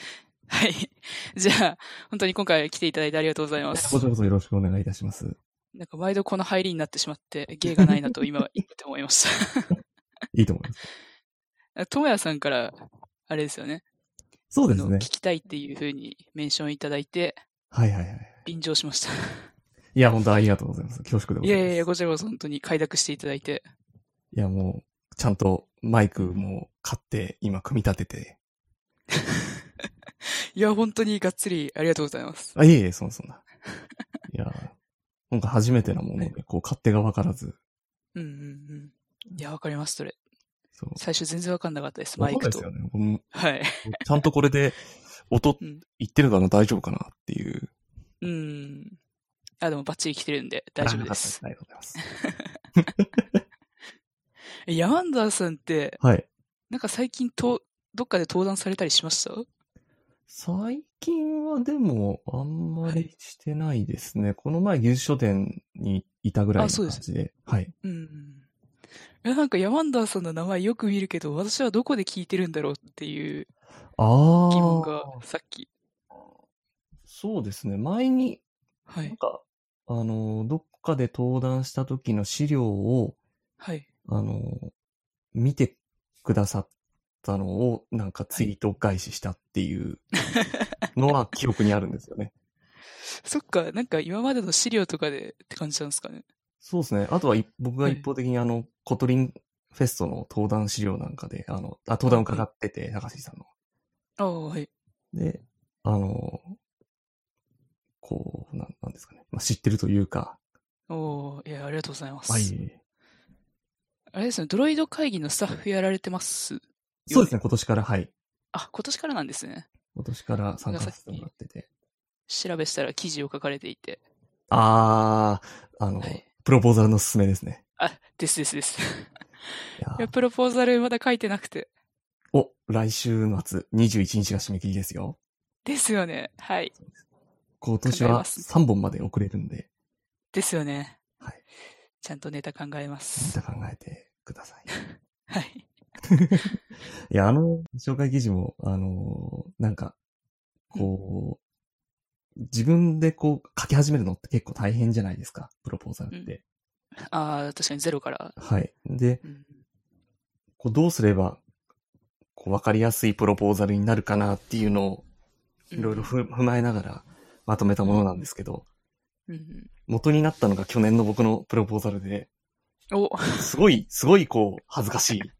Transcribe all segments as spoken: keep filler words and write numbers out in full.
はい。じゃあ、本当に今回来ていただいてありがとうございます。 こちらこそよろしくお願いいたします。 なんか毎度この入りになってしまって、芸がないなと今言って思いました。 いいと思います。 ともやさんから、あれですよね。 そうですね。 聞きたいっていう風にメンションいただいて、 はいはいはい。 便乗しました。 いや、本当ありがとうございます。恐縮でございます。 いやいやいや、こちらこそ本当に快諾していただいて。 いや、もう、ちゃんとマイクも買って、今組み立てて。 いや、本当にがっつりありがとうございます。 あ、いえいえ、そんなそんな。いや、今回初めてなもので、こう、勝手がわからず。 うんうんうん。いや、わかります、それ。 そう。 最初全然わかんなかったです、マイクと。 そうですよね。 はい。 ちゃんとこれで、音、いってるかな、大丈夫かなっていう。 うん。あ、でもバッチリ来てるんで大丈夫です。 ありがとうございます。 ヤマンダーさんって、 はい。 なんか最近と、どっかで登壇されたりしました？ 最近はでも、あんまりしてないですね。はい、この前、技術書店にいたぐらいの感じで。はい。 うん。いや、なんかヤマンダーさんの名前よく見るけど、私はどこで聞いてるんだろうっていう疑問がさっき。 そうですね。前に、 はい。 なんか、あの、どっかで登壇した時の資料を、 はい。 あの、見てくださったのを、なんかツイート返ししたっていうのは記憶にあるんですよね。 そっか、なんか今までの資料とかでって感じなんですかね。 そうですね。あとは僕が一方的にあの、はい、コトリンフェストの登壇資料なんかで、あの、あ登壇を伺ってて、高橋さんの。 ああ、はい。 で、あの、こう、なん、なんですかね。まあ、知ってるというか。 おー、いや、ありがとうございます。 はい。 あれですね、ドロイド会議のスタッフやられてます？ そうですね、今年から、はい。 あ、今年からなんですね。 今年から参加させてもらってて。 調べしたら記事を書かれていて。 あー、あの、はい、プロポーザルのすすめですね。 あ、ですですです。いや、いやプロポーザルまだ書いてなくて。 お、来週末にじゅういちにちが締め切りですよ。 ですよね。はい。 今年はさんぼんまで遅れるんで。 ですよね。 はい。 ちゃんとネタ考えます。 ネタ考えてください。 はい。 いや、あの、紹介記事も、あの、なんか、こう、うん、自分でこう書き始めるのって結構大変じゃないですか、プロポーザルって。 うん、ああ、確かにゼロから。 はい。で、うん、こうどうすれば、こう分かりやすいプロポーザルになるかなっていうのを、いろいろ踏まえながらまとめたものなんですけど、うんうん、元になったのが去年の僕のプロポーザルで、 おすごい、すごいこう、恥ずかしい。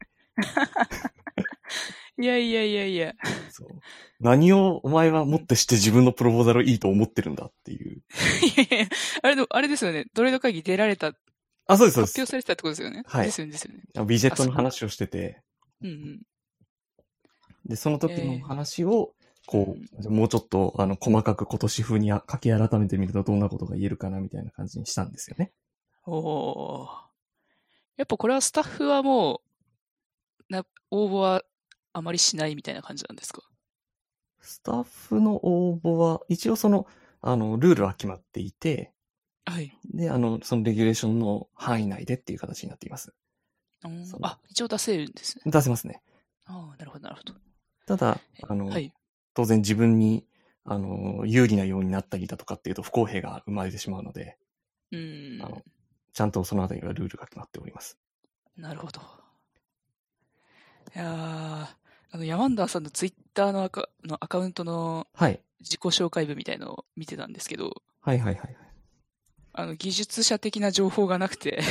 いやいやいやいや。 そう。何をお前はもってして自分のプロポーザルいいと思ってるんだっていう。 いやいや、あれで、あれですよね。ドレード会議出られた。 あ、そうです、そうです。 発表されてたってことですよね。 はい。 ですよね、ですよね。 ビジェットの話をしてて。 うんうん。 で、その時の話を、こう、えー、もうちょっと、あの、細かく今年風に書き改めてみるとどんなことが言えるかなみたいな感じにしたんですよね。 おー。やっぱこれはスタッフはもう、な、応募はあまりしないみたいな感じなんですか？ スタッフの応募は、一応その、あの、ルールは決まっていて、 はい。 で、あの、そのレギュレーションの範囲内でっていう形になっています。 あ、一応出せるんですね。 出せますね。 ああ、なるほど、なるほど。 ただ、あの、 はい、 当然自分に、あの、有利なようになったりだとかっていうと不公平が生まれてしまうので、 うん。 あの、ちゃんとそのあたりはルールが決まっております。 なるほど。いやー、あの、ヤマンダーさんのツイッターのアカのアカウントの自己紹介文みたいのを見てたんですけど、 はいはいはいはい。 あの、技術者的な情報がなくて。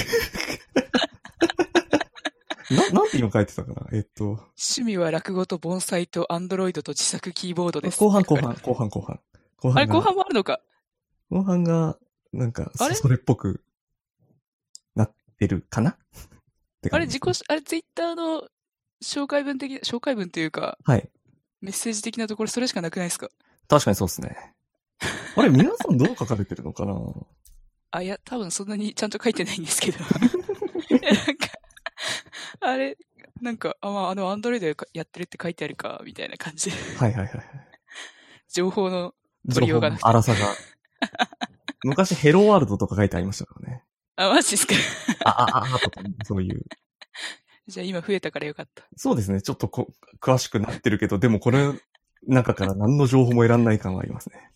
な、なんて今書いてたかなえっと。 趣味は落語と盆栽とアンドロイドと自作キーボードです。 後半後半、後半後半。 後半あれ後半もあるのか。 後半が、なんか、それっぽくなってるかなあれ自己、あれツイッターの紹介文的、紹介文というか、 はい。 メッセージ的なところそれしかなくないですか？ 確かにそうですね。あれ皆さんどう書かれてるのかなあ、いや、多分そんなにちゃんと書いてないんですけど。なんか、あれ、なんか、あ、まあ、あの、アンドロイドでやってるって書いてあるか、みたいな感じで。 はいはいはい。 情報の取りようがなくて。 荒さが。昔ヘローワールドとか書いてありましたからね。 あ、マジっすか。 あ、あ、あ、とか、そういう。 じゃあ今増えたからよかった。 そうですね。ちょっとこ詳しくなってるけど、でもこれ、 中から何の情報も得らんない感はありますね。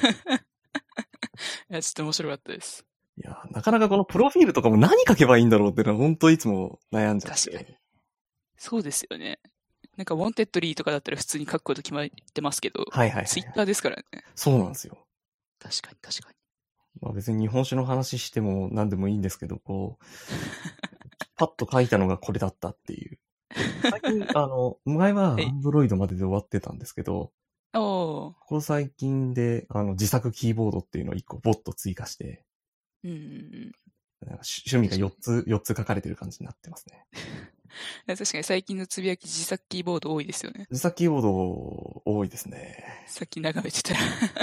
いや、ちょっと面白かったです。 いや、なかなかこのプロフィールとかも何書けばいいんだろうっていうのは本当いつも悩んじゃって。 確かに。そうですよね。なんか、ウォンテッドリーとかだったら普通に書くこと決まってますけど、 はいはいはい、はい。 ツイッターですからね。 そうなんですよ。 確かに確かに。 まあ別に日本酒の話しても何でもいいんですけど、こう、パッと書いたのがこれだったっていう。最近、あの、前は Android までで終わってたんですけど、 おここ最近で、あの、自作キーボードっていうのを一個ボット追加して、 うんうんうん。 趣味がよっつ、よっつ書かれてる感じになってますね。 確かに最近のつぶやき自作キーボード多いですよね。 自作キーボード多いですね。 さっき眺めてたら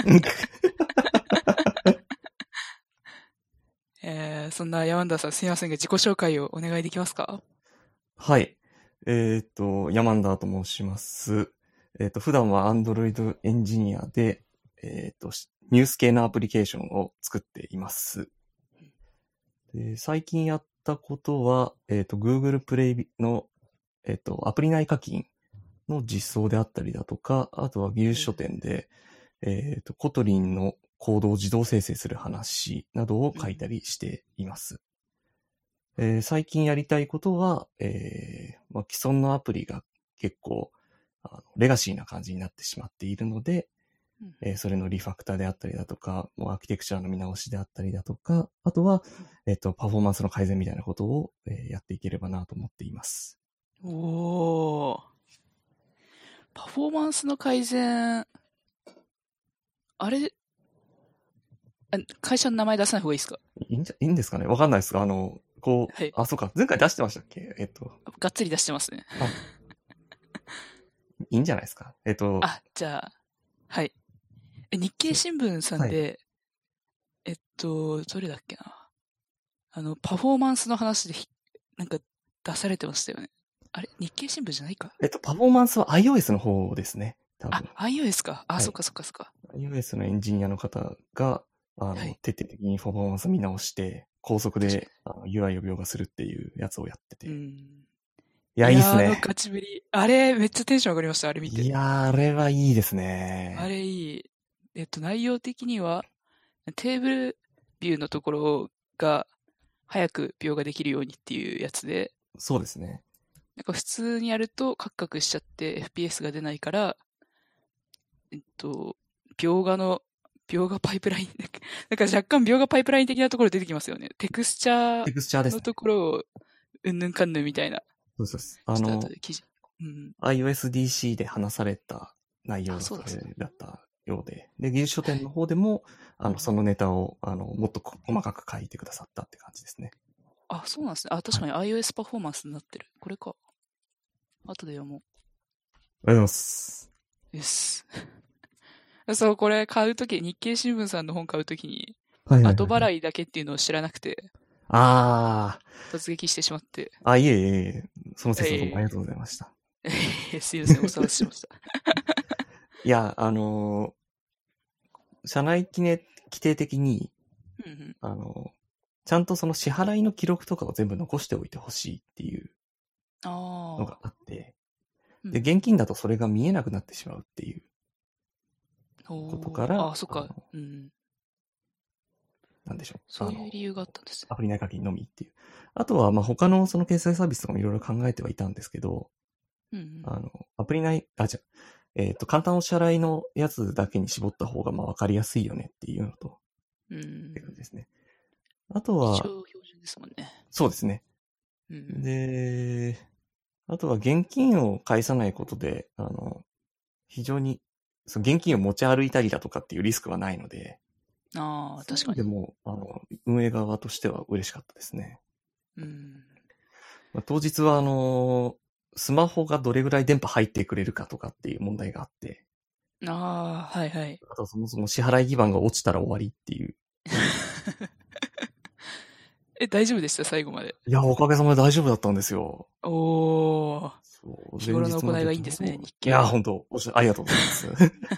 えー、そんなヤマンダさんすいませんが自己紹介をお願いできますか？ はい。えっ、ー、と、ヤマンダと申します。えっ、ー、と、普段は Android エンジニアで、えっ、ー、と、ニュース系のアプリケーションを作っています。で、最近やったことは、えっ、と、Google Play の、えっ、と、アプリ内課金の実装であったりだとか、あとは技術書店で、えっ、と、コトリンのコードを自動生成する話などを書いたりしています。うんえー、最近やりたいことは、えーまあ、既存のアプリが結構あのレガシーな感じになってしまっているので、うんえー、それのリファクターであったりだとか、もうアーキテクチャの見直しであったりだとか、あとは、えっ、ー、と、パフォーマンスの改善みたいなことを、えー、やっていければなと思っています。 おー。パフォーマンスの改善、あれ、会社の名前出さない方がいいですか？ いいんじゃ、いいんですかねわかんないですが、あの、こう、はい、あ、そうか、前回出してましたっけえっと。 がっつり出してますね。 あ、いいんじゃないですかえっと。 あ、じゃあ、はい。日経新聞さんで、はい、えっと、どれだっけな。あの、パフォーマンスの話で、なんか出されてましたよね。あれ日経新聞じゃないかえっと、パフォーマンスは iOS の方ですね。多分あ、iOS か。あ、はい、そっかそっかそっか。 iOS のエンジニアの方が、あの、はい、徹底的にパフォーマンス見直して、高速であの ユーアイ を描画するっていうやつをやってて。うんいや、いいっすね。 あのガチぶり。あれ、めっちゃテンション上がりました、あれ見て。 いやあれはいいですね。 あれいい。えっと、内容的には、テーブルビューのところが、早く描画できるようにっていうやつで。 そうですね。 なんか普通にやるとカクカクしちゃって エフピーエス が出ないから、えっと、描画の、描画パイプライン、なんか若干描画パイプライン的なところ出てきますよね。テクスチャーのところを、うんぬんかんぬんみたいな。 そうです。あの、うん、iOSDC で話された内容だったようで、で、技術書店の方でも、はい、あの、そのネタを、あの、もっと細かく書いてくださったって感じですね。 あ、そうなんですね。あ、確かに iOS パフォーマンスになってる。これか。後で読もう。 ありがとうございます。 です。そう、これ買うとき、日経新聞さんの本買うときに、 はいはいはい、 後払いだけっていうのを知らなくて、 ああ。突撃してしまって。 あ、いえいえいえ、その説はどうもありがとうございました。 えー、すいません、お騒がせしました。 いや、あのー、社内規定規定的に、 うんうん、 あのー、ちゃんとその支払いの記録とかを全部残しておいてほしいっていうのがあって、で、現金だとそれが見えなくなってしまうっていうことから、 あ、そっか。うん。 なんでしょう。 そういう理由があったんですね。 アプリ内課金のみっていう。あとは、まあ、他のその決済サービスとかもいろいろ考えてはいたんですけど、 うんうん、 あの、アプリ内、あ、じゃえっと、簡単お支払いのやつだけに絞った方が、まあ、わかりやすいよねっていうのと、 うん。 って感じですね。あとは、 一応標準ですもんね。 そうですね。うん、で、あとは現金を返さないことで、あの、非常に、その現金を持ち歩いたりだとかっていうリスクはないので、 ああ、確かに。 でも、あの、運営側としては嬉しかったですね。 うん。 まあ、当日は、あの、スマホがどれぐらい電波入ってくれるかとかっていう問題があって。 ああ、はいはい。 あとそもそも支払い基盤が落ちたら終わりっていう。 え、大丈夫でした最後まで。 いや、おかげさまで大丈夫だったんですよ。 おー。 そう。 日頃の行いがいいんですね、日経。 いや、本当おしありがとうございます。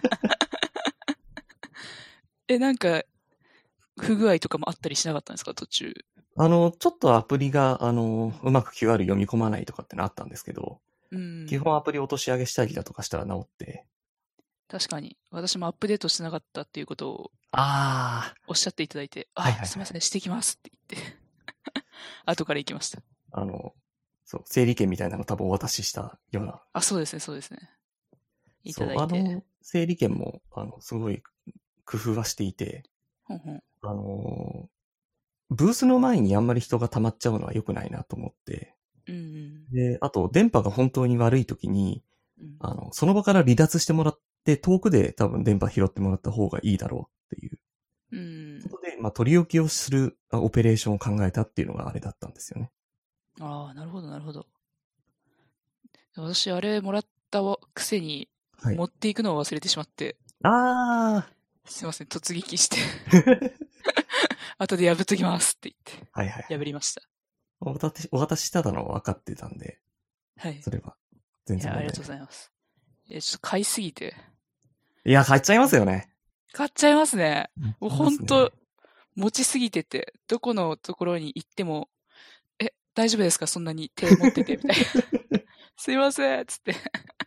え、なんか、不具合とかもあったりしなかったんですか、途中。 あの、ちょっとアプリが、あの、うまく キューアール 読み込まないとかってのあったんですけど、うん、基本アプリ落とし上げしたりだとかしたら治って、 確かに。私もアップデートしてなかったっていうことを、 ああ。 おっしゃっていただいて、あ、 はいはいはい、 すみません、してきますって言って、後から行きました。 あの、そう、整理券みたいなの多分お渡ししたような。 あ、そうですね、そうですね。いただいて。 そう、あの、整理券も、あの、すごい工夫はしていて、 ほんほんあの、ブースの前にあんまり人が溜まっちゃうのは良くないなと思って、 うんうん、 で、あと、電波が本当に悪い時に、 うん、 あの、その場から離脱してもらって、遠くで多分電波拾ってもらった方がいいだろうっていう。 うん。 ことで、まあ、取り置きをするオペレーションを考えたっていうのがあれだったんですよね。 ああ、なるほど、なるほど。私、あれもらったくせに、はい、持っていくのを忘れてしまって。 ああ。 すいません、突撃して。後で破っときますって言って。 はいはい。 破りました。 お渡し、お渡ししたのは分かってたんで。 はい。 それは、全然問題ない。 いや、ありがとうございます。いや、ちょっと買いすぎて。 いや、買っちゃいますよね。 買っちゃいますね。もうほんと、持ちすぎてて、どこのところに行っても、え、大丈夫ですかそんなに手持ってて、みたいな。すいません、つって。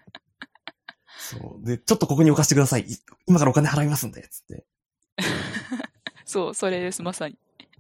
そう。で、ちょっとここに置かせてください。今からお金払いますんで、つって。 そう、それです、まさに。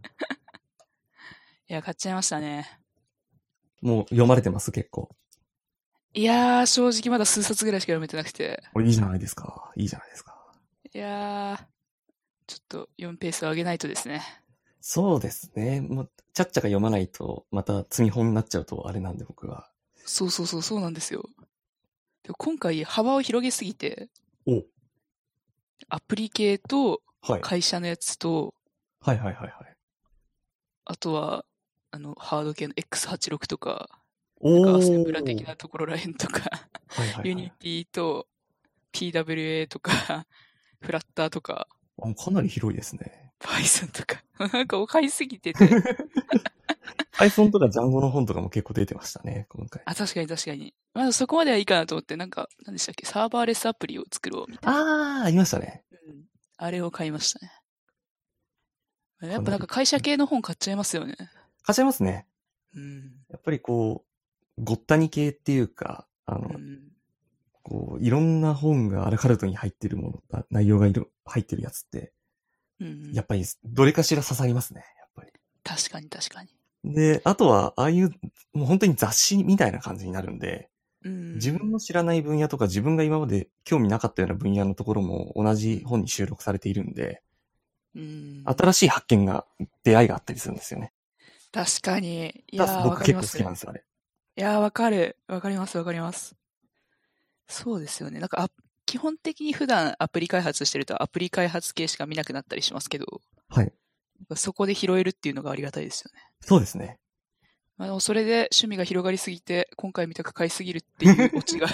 いや、買っちゃいましたね。もう読まれてます結構。 いやー、正直まだ数冊ぐらいしか読めてなくて。 いいじゃないですか。いいじゃないですか。 いやー、ちょっと読むペースを上げないとですね。 そうですね。もう、ちゃっちゃか読まないと、また積み本になっちゃうとあれなんで僕は。 そうそうそう、そうなんですよ。で今回幅を広げすぎて、 おアプリ系と、会社のやつと、 はい、はいはいはいはい。 あとは、あの、ハード系の エックスはちじゅうろく とか、なんかアセンブラ的なところらへんとか、はいはいはい、ユニティと ピーダブリューエー とか、フラッターとか。 あ、かなり広いですね。 Python とか。なんか買いすぎてて。 Python とか Django の本とかも結構出てましたね、今回。 あ、確かに確かに。まだそこまではいいかなと思って、なんか、何でしたっけ、サーバーレスアプリを作ろうみたいな。 あー、ありましたね。 うん。あれを買いましたね。やっぱなんか会社系の本買っちゃいますよね。 買っちゃいますね。 うん。 やっぱりこう、ごったに系っていうか、あの、うん、こう、いろんな本がアラカルトに入ってるもの、内容がいる、入ってるやつって、うん、やっぱりどれかしら刺さりますね、やっぱり。 確かに確かに。 で、あとは、ああいう、もう本当に雑誌みたいな感じになるんで、うん、自分の知らない分野とか自分が今まで興味なかったような分野のところも同じ本に収録されているんで、うん、新しい発見が、出会いがあったりするんですよね。 確かに。いやー、 僕結構好きなんですよ、あれ。 いやー、わかる。わかります、わかります。そうですよね。なんかあ、基本的に普段アプリ開発してるとアプリ開発系しか見なくなったりしますけど、 はい。 そこで拾えるっていうのがありがたいですよね。 そうですね。 あの、それで趣味が広がりすぎて、今回みたく買いすぎるっていうオチが。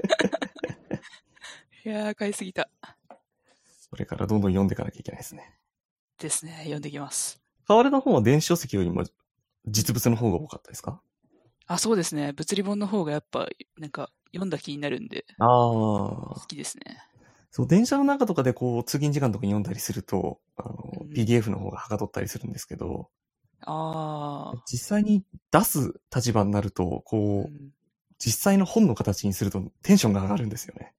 いやー、買いすぎた。 それからどんどん読んでいかなきゃいけないですね。 ですね。読んできます。 買われた本は電子書籍よりも実物の方が多かったですか？ あ、そうですね。物理本の方がやっぱ、なんか、読んだ気になるんで。 ああ。 好きですね。 そう、電車の中とかでこう、通勤時間とかに読んだりすると、あの、うん、ピーディーエフ の方がはかどったりするんですけど、 ああ。 実際に出す立場になると、こう、うん、実際の本の形にするとテンションが上がるんですよね。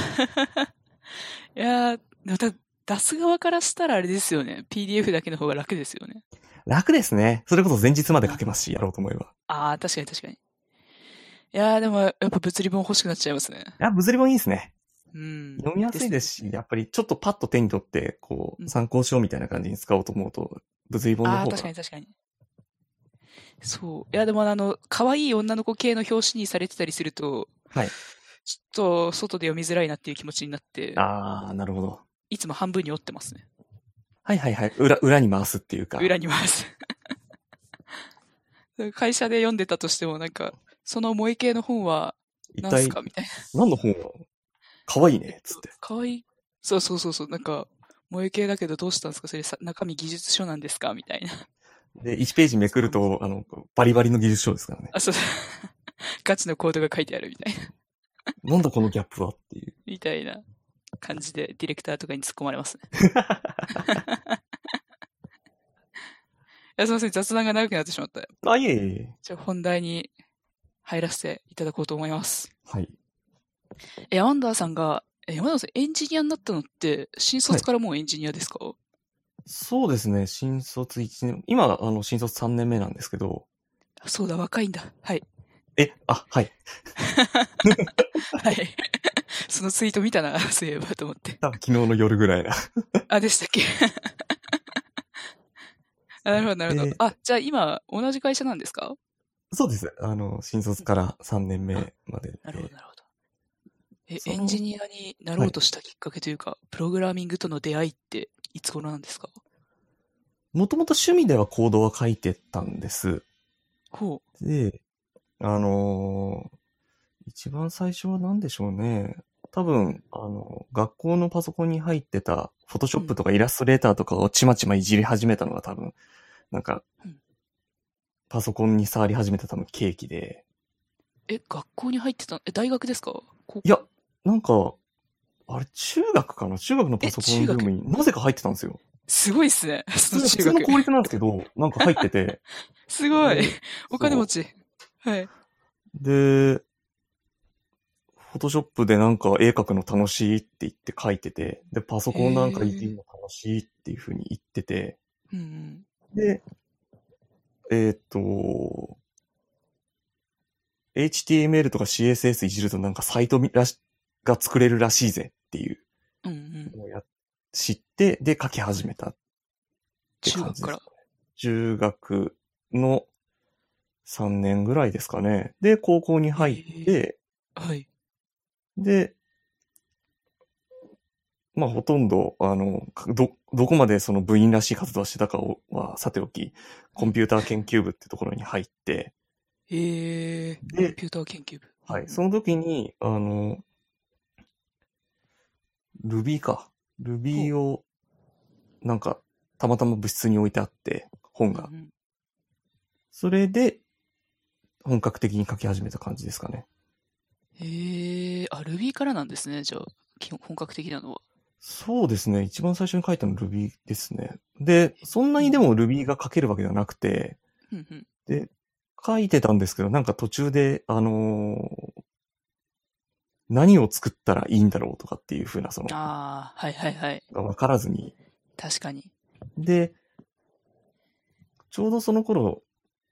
いやー、出す側からしたらあれですよね。ピーディーエフ だけの方が楽ですよね。 楽ですね。それこそ前日まで書けますし、やろうと思えば。 ああ、確かに確かに。いやー、でもやっぱ物理本欲しくなっちゃいますね。 いや、物理本いいですね。 うん。 読みやすいですし、やっぱりちょっとパッと手に取って、こう、参考書みたいな感じに使おうと思うと、物理本の方が。 ああ、確かに確かに。そう。いや、でもあの、可愛い女の子系の表紙にされてたりすると、 はい。 ちょっと外で読みづらいなっていう気持ちになって。 ああ、なるほど。 いつも半分に折ってますね。 はいはいはい。裏、裏に回すっていうか。 裏に回す。会社で読んでたとしても、なんか、その萌え系の本は、何すかみたいな。 何の本は可愛いね、つって。 可愛い。そうそうそうそう。なんか、萌え系だけどどうしたんですかそれさ、中身技術書なんですかみたいな。 で、いちページめくると、あの、バリバリの技術書ですからね。 あ、そう。ガチのコードが書いてあるみたいな。 なんだこのギャップはっていう。 みたいな感じで、ディレクターとかに突っ込まれますね。いや、すいません。雑談が長くなってしまった。 あ、いえいえ。 じゃあ本題に入らせていただこうと思います。 はい。 え、アンダーさんが、 え、山田さん、エンジニアになったのって、新卒からもうエンジニアですか？はい、 そうですね。新卒いちねん、今、あの、新卒さんねんめなんですけど。 そうだ、若いんだ。はい。 え、あ、はい。 はい。そのツイート見たな、そういえばと思って。 多分昨日の夜ぐらいな。 あ、でしたっけ？あ、なるほど、なるほど。あ、じゃあ今、同じ会社なんですか？ そうです。あの、新卒からさんねんめまでで。 なるほど、なるほど。え、エンジニアになろうとしたきっかけというか、はい、プログラミングとの出会いっていつ頃なんですか？ もともと趣味ではコードは書いてたんです。 ほう。で、あのー、一番最初は何でしょうね。多分、あの、学校のパソコンに入ってた、フォトショップとかイラストレーターとかをちまちまいじり始めたのが多分、なんか、うん、パソコンに触り始めた多分契機で。 え、学校に入ってた、え、大学ですか？ いや、なんか、あれ、中学かな？中学のパソコンルームになぜか入ってたんですよ。 すごいっすね。 普通、普通の公立なんですけど、なんか入ってて。 すごい。お金持ち。はい。 で、フォトショップでなんか絵描くの楽しいって言って書いてて、で、パソコンなんかいじるの楽しいっていう風に言ってて、 うんうん、 で、えー、っと、エイチティーエムエル とか シーエスエス いじるとなんかサイトが作れるらしいぜっていうのをや、知って、で書き始めたって感じです、ね。中学から。中学のさんねんぐらいですかね。で、高校に入って、 はい。 で、まあほとんど、あの、ど、どこまでその部員らしい活動をしてたかはさておき、コンピューター研究部ってところに入って、 へえー、コンピューター研究部。 はい。その時に、あの、Ruby か。Ruby を、なんか、たまたま部室に置いてあって、本が。うんうん、それで、本格的に書き始めた感じですかね。 へえ、あ、Ruby からなんですね、じゃあ、本格的なのは。 そうですね。一番最初に書いたの Ruby ですね。で、そんなにでも Ruby が書けるわけではなくて、 うんうん、 で、書いてたんですけど、なんか途中で、あのー、何を作ったらいいんだろうとかっていう風な、その、 ああ、はいはいはい。 が分からずに。 確かに。 で、ちょうどその頃、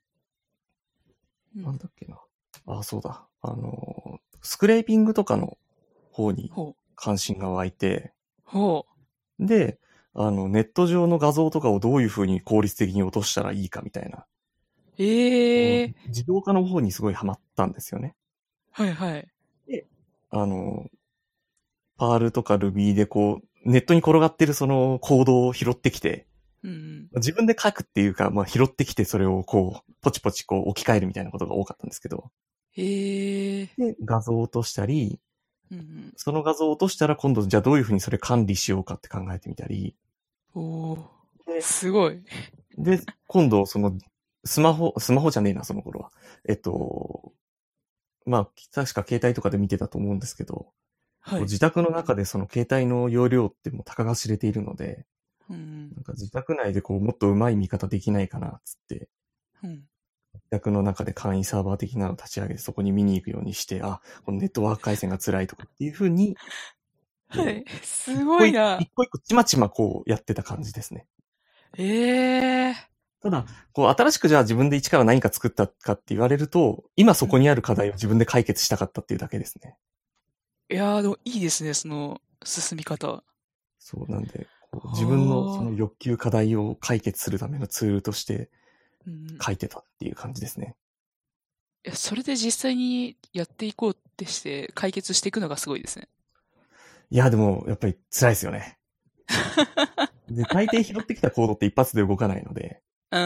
うん、なんだっけな。ああ、そうだ。あの、スクレーピングとかの方に関心が湧いて、 ほうで、あの、ネット上の画像とかをどういう風に効率的に落としたらいいかみたいな。 ええー。 自動化の方にすごいハマったんですよね。 はいはい。 で、あの、パールとか Ruby でこう、ネットに転がってるそのコードを拾ってきて、うんうん、自分で書くっていうか、まあ拾ってきてそれをこう、ポチポチこう置き換えるみたいなことが多かったんですけど。 へえ。 で、画像を落としたり、 うんうん、 その画像を落としたら今度じゃあどういうふうにそれ管理しようかって考えてみたり。 おー、すごい。 で、今度その、スマホ、スマホじゃねえな、その頃は。えっと、まあ、確か携帯とかで見てたと思うんですけど、はい、自宅の中でその携帯の容量ってもうたかが知れているので、うん、なんか自宅内でこうもっと上手い見方できないかな、つって、うん、自宅の中で簡易サーバー的なのを立ち上げてそこに見に行くようにして、あ、このネットワーク回線が辛いとかっていう風に、 はい。すごいな。 一個一個ちまちまこうやってた感じですね。 ええー。 ただ、こう、新しくじゃあ自分で一から何か作ったかって言われると、今そこにある課題を自分で解決したかったっていうだけですね。 いやー、でもいいですね、その進み方。 そうなんで、こう自分のその欲求課題を解決するためのツールとして書いてたっていう感じですね。 うん、いや、それで実際にやっていこうってして解決していくのがすごいですね。 いや、でもやっぱり辛いですよね。で、大抵拾ってきたコードって一発で動かないので、 うん。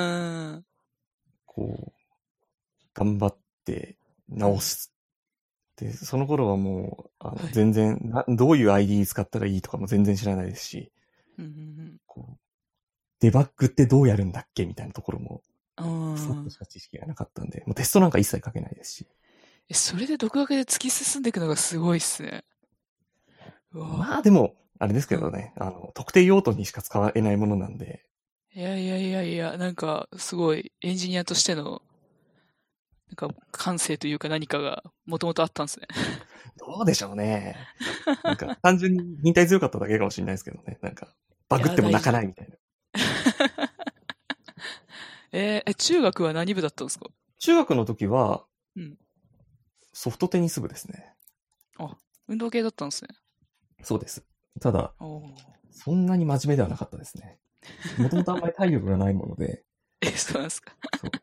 こう、頑張って直す。うん、で、その頃はもう、あの、はい、全然な、どういう アイディー 使ったらいいとかも全然知らないですし、うんうんうん、こうデバッグってどうやるんだっけみたいなところも、ふわっとした知識がなかったんで、もうテストなんか一切書けないですし。 え、それで独学で突き進んでいくのがすごいっすね。 まあでも、あれですけどね、うん、あの、特定用途にしか使えないものなんで。 いやいやいやいや、なんか、すごい、エンジニアとしての、なんか、感性というか何かが、もともとあったんですね。 どうでしょうね。なんか、単純に忍耐強かっただけかもしれないですけどね。なんか、バグっても泣かないみたいな。 えー、中学は何部だったんですか？ 中学の時は、 うん、 ソフトテニス部ですね。 あ、運動系だったんですね。 そうです。ただ、 おそんなに真面目ではなかったですね。もともとあんまり体力がないもので。 え、そうなんですか。 そう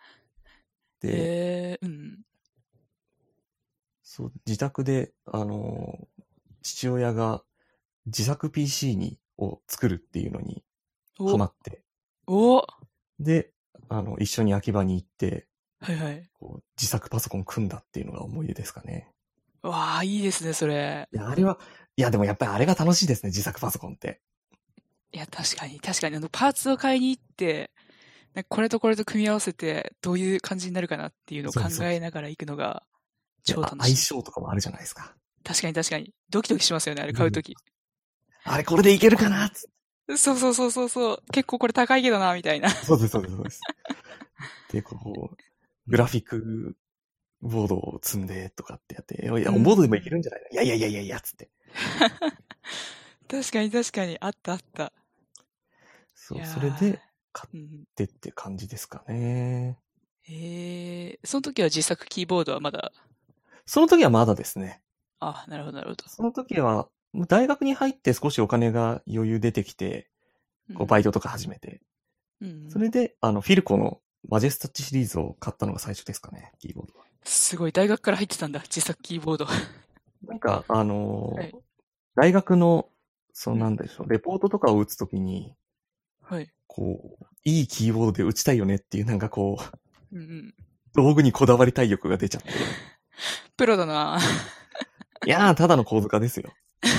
で、 えー、うん。 そう、自宅で、あのー、父親が自作 ピーシー に、を作るっていうのにハマって。 おで、あの、一緒に秋葉に行って、 はいはい。 こう自作パソコン組んだっていうのが思い出ですかね。 わあ、いいですね、それ。 いや、あれは、いや、でもやっぱりあれが楽しいですね、自作パソコンって。 いや、確かに、確かに、あの、パーツを買いに行って、なんかこれとこれと組み合わせて、どういう感じになるかなっていうのを考えながら行くのが、超楽しい。 相性とかもあるじゃないですか。 確かに確かに。ドキドキしますよね、あれ買うとき。 あれ、これでいけるかなそうそうそうそうそう。結構これ高いけどな、みたいな。 そうです、そうです、そうです。で、こう、グラフィックボードを積んでとかってやって、いや、オンボードでもいけるんじゃないの、いやいやいやいやいや、つって。 確かに確かに、あったあった。 そう、それで買ってって感じですかね。 へ、うん、えー、その時は自作キーボードはまだ？ その時はまだですね。 あ、なるほどなるほど。 その時は、大学に入って少しお金が余裕出てきて、こうバイトとか始めて。うん、それで、あの、フィルコのマジェスタッチシリーズを買ったのが最初ですかね、キーボードは。 すごい、大学から入ってたんだ、自作キーボード。 なんか、あのーはい、大学の、そうなんでしょう、うん、レポートとかを打つときに、 はい。 こう、いいキーボードで打ちたいよねっていう、なんかこう、うんうん、 道具にこだわりたい欲が出ちゃって。 プロだな。 いやー、ただの構図化ですよ。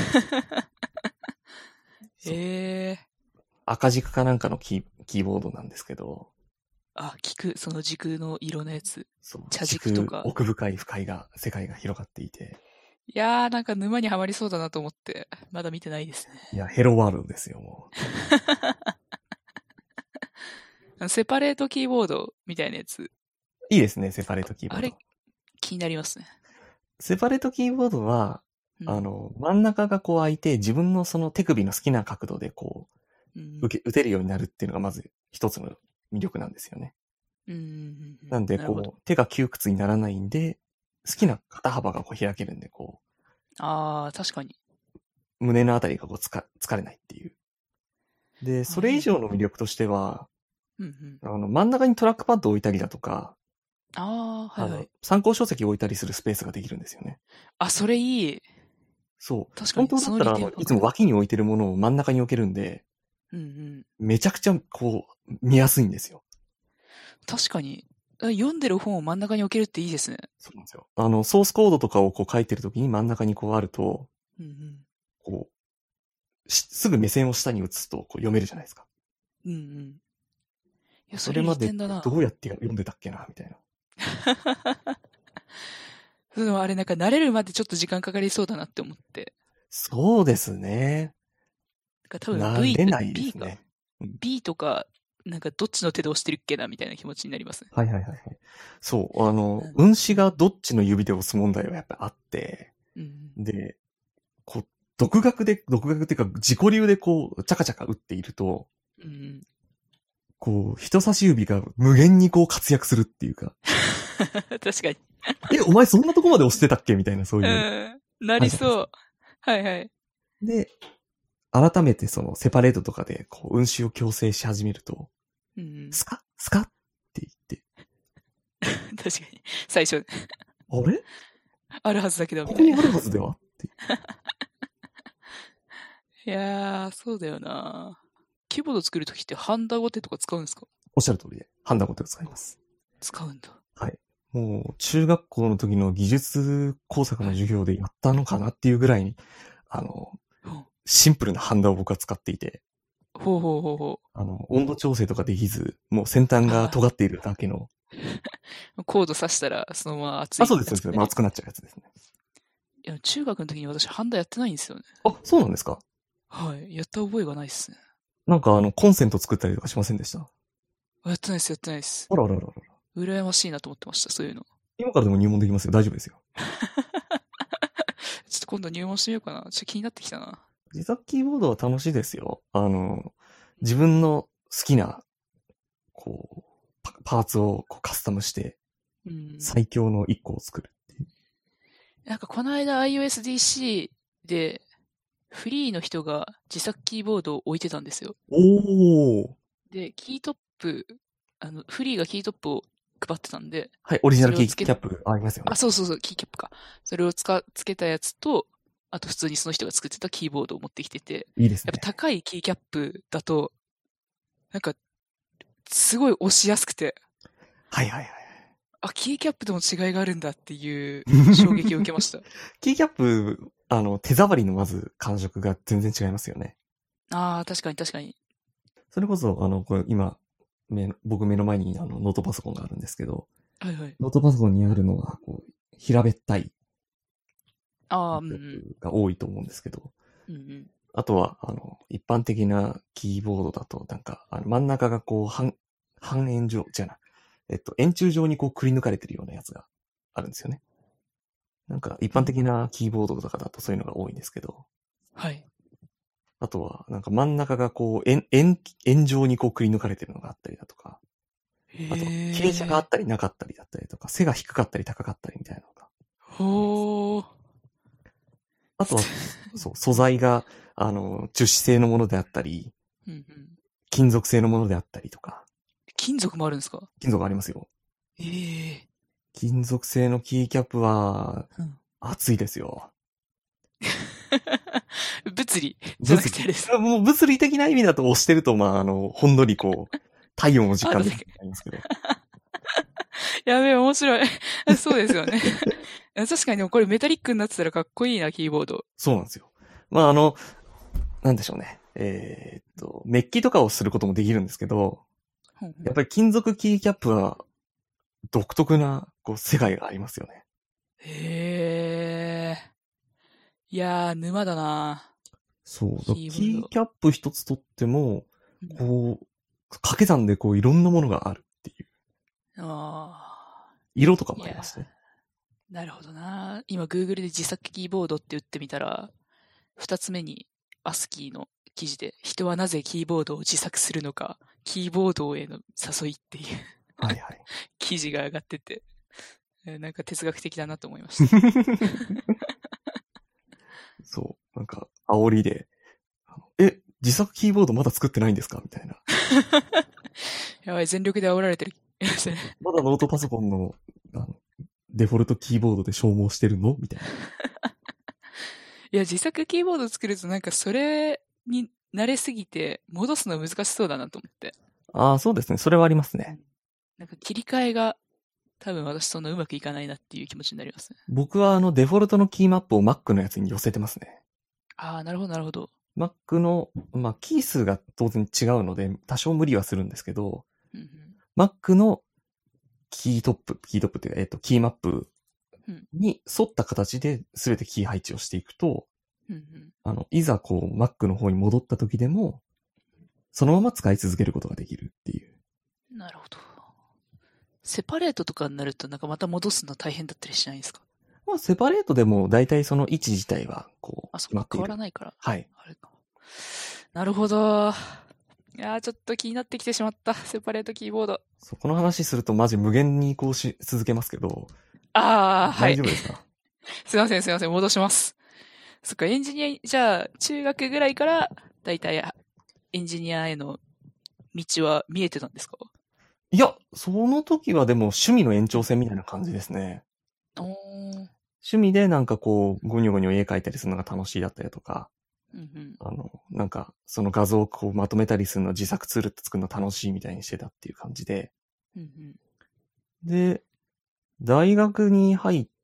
へえー。 赤軸かなんかのキー、キーボードなんですけど。 あ、聞く、その軸の色のやつ。 そう。 茶軸とか。 奥深い深いが、世界が広がっていて。 いやー、なんか沼にはまりそうだなと思って、まだ見てないですね。 いや、ヘロワールドですよ、もう。セパレートキーボードみたいなやつ。 いいですね、セパレートキーボード。 あれ、気になりますね。 セパレートキーボードは、うん、あの、真ん中がこう開いて、自分のその手首の好きな角度でこう、うん、受け、打てるようになるっていうのがまず一つの魅力なんですよね。うん、なんで、こう、手が窮屈にならないんで、好きな肩幅がこう開けるんで、こう。 ああ、確かに。 胸のあたりがこうつか、疲れないっていう。で、それ以上の魅力としては、うんうん、あの、真ん中にトラックパッドを置いたりだとか、 ああ、はいはい。 参考書籍を置いたりするスペースができるんですよね。 あ、それいい。 そう。確かに。本当だったら、あの、いつも脇に置いてるものを真ん中に置けるんで、うんうん、めちゃくちゃ、こう、見やすいんですよ。 確かに。読んでる本を真ん中に置けるっていいですね。 そうなんですよ。あの、ソースコードとかをこう書いてるときに真ん中にこうあると、うんうん、こう、すぐ目線を下に移すとこう読めるじゃないですか。うんうん。いや、それまでどうやって読んでたっけな、みたいな。 でもあれなんか慣れるまでちょっと時間かかりそうだなって思って。 そうですね。 多分 V、慣れないですね。B か。B とか、なんかどっちの手で押してるっけなみたいな気持ちになりますね。 はいはいはい。そう、あの、運指がどっちの指で押す問題はやっぱりあって、うん、で、こう、独学で、独学っていうか自己流でこう、チャカチャカ打っていると、うん、こう、人差し指が無限にこう活躍するっていうか。 確かに。 え、お前そんなとこまで押してたっけみたいな、そういう。 うん、なりそう。はいはい。 で、改めてそのセパレートとかでこう運指を矯正し始めると、うん、スカスカって言って。 確かに。最初。 あれあるはずだけど。 ここにあるはずではって。 いやー、そうだよな。キーボード作るときってハンダゴテとか使うんですか？ おっしゃる通りで、ハンダゴテを使います。 使うんだ。 はい。もう、中学校の時の技術工作の授業でやったのかなっていうぐらいに、あの、シンプルなハンダを僕は使っていて。 ほうほうほうほう。 あの、温度調整とかできず、もう先端が尖っているだけの。 コード刺したら、そのまま熱い、 ね。あ、そうです、そうです。まあ、熱くなっちゃうやつですね。 いや、中学の時に私ハンダやってないんですよね。 あ、そうなんですか？ はい。やった覚えがないっすね。 なんかあの、コンセント作ったりとかしませんでした？ やってないです、やってないです。 あらあらあらあら。 羨ましいなと思ってました、そういうの。 今からでも入門できますよ。大丈夫ですよ。 今度入門してみようかな。ちょっと気になってきたな。 自作キーボードは楽しいですよ。あの、自分の好きな、こう、パ, パーツをこうカスタムして、うん、最強の一個を作るっていう。 なんかこの間 iOSDC で、フリーの人が自作キーボードを置いてたんですよ。 おー。 で、キートップ、あの、フリーがキートップを配ってたんで。 はい、オリジナルキーキャップありますよね。 あ、そうそうそう、キーキャップか。それをつか、つけたやつと、あと普通にその人が作ってたキーボードを持ってきてて。 いいですね。 やっぱ高いキーキャップだと、なんか、すごい押しやすくて。 はいはいはい。 あ、キーキャップでも違いがあるんだっていう衝撃を受けました。 キーキャップ、あの、手触りのまず感触が全然違いますよね。 ああ、確かに確かに。 それこそ、あの、これ今、目僕目の前にあのノートパソコンがあるんですけど、 はいはい。 ノートパソコンにあるのは、こう、平べったい。 ああ、うんうん。 が多いと思うんですけど、 うんうん、 あとは、あの、一般的なキーボードだと、なんか、あの真ん中がこう、半、半円状、違うな。えっと、円柱状にこう、くり抜かれてるようなやつがあるんですよね。なんか、一般的なキーボードとかだとそういうのが多いんですけど、 はい。 あとは、なんか真ん中がこう、円、円、円状にこう、くり抜かれてるのがあったりだとか、あと、傾斜があったりなかったりだったりとか、背が低かったり高かったりみたいなのが。 ほー。 あとは、そう、素材が、あの、樹脂製のものであったり、 うんうん、 金属製のものであったりとか。 金属もあるんですか？ 金属ありますよ。 ええー。 金属製のキーキャップは、熱いですよ。 物理じゃなくてです。 もう物理的な意味だと押してると、まあ、あの、ほんのりこう、体温を実感できるんですけど。 やべえ、面白い。そうですよね。確かにでもこれメタリックになってたらかっこいいな、キーボード。 そうなんですよ。まあ、あの、なんでしょうね。えー、っと、メッキとかをすることもできるんですけど、やっぱり金属キーキャップは独特なこう世界がありますよね。 へー。いやー、沼だな。 そう。キー、キーキャップ一つとっても、こう、掛け算でこういろんなものがあるっていう。 ああ。 色とかもありますね。 なるほどな。今 Google で自作キーボードって打ってみたら、二つ目にアスキーの記事で、人はなぜキーボードを自作するのか、キーボードへの誘いっていうはいはい。 記事が上がってて、なんか哲学的だなと思いました。 そう。なんか、煽りで、え、自作キーボードまだ作ってないんですかみたいな。 やばい、全力で煽られてる。 まだノートパソコンの、あの、デフォルトキーボードで消耗してるのみたいな。 いや、自作キーボード作るとなんかそれに慣れすぎて戻すの難しそうだなと思って。 ああ、そうですね。それはありますね。 なんか切り替えが多分私そんなうまくいかないなっていう気持ちになりますね。 僕はあのデフォルトのキーマップを Mac のやつに寄せてますね。 ああ、なるほどなるほど。 Mac の、まあ、キー数が当然違うので多少無理はするんですけど、うんうん、Mac のキートップ、キートップっていうか、えっと、キーマップに沿った形で全てキー配置をしていくと、うんうん、あの、いざこう Mac の方に戻った時でも、そのまま使い続けることができるっていう。 なるほど。セパレートとかになるとなんかまた戻すの大変だったりしないですか？ まあ、セパレートでも大体その位置自体はこう、 あ、そこ変わらないから。 はい。 あれか。なるほど。いやーちょっと気になってきてしまった。セパレートキーボード。 そう、この話するとマジ無限に移行し続けますけど。 ああ、はい。 大丈夫ですか？ すいませんすいません、戻します。そっか、エンジニア、じゃあ、中学ぐらいから、だいたいエンジニアへの道は見えてたんですか？ いや、その時はでも趣味の延長線みたいな感じですね。 おー。 趣味でなんかこう、ゴニョゴニョ絵描いたりするのが楽しいだったりとか、 うんうん、 あの、なんか、その画像をこうまとめたりするの自作ツールって作るの楽しいみたいにしてたっていう感じで。うんうん、で、大学に入って、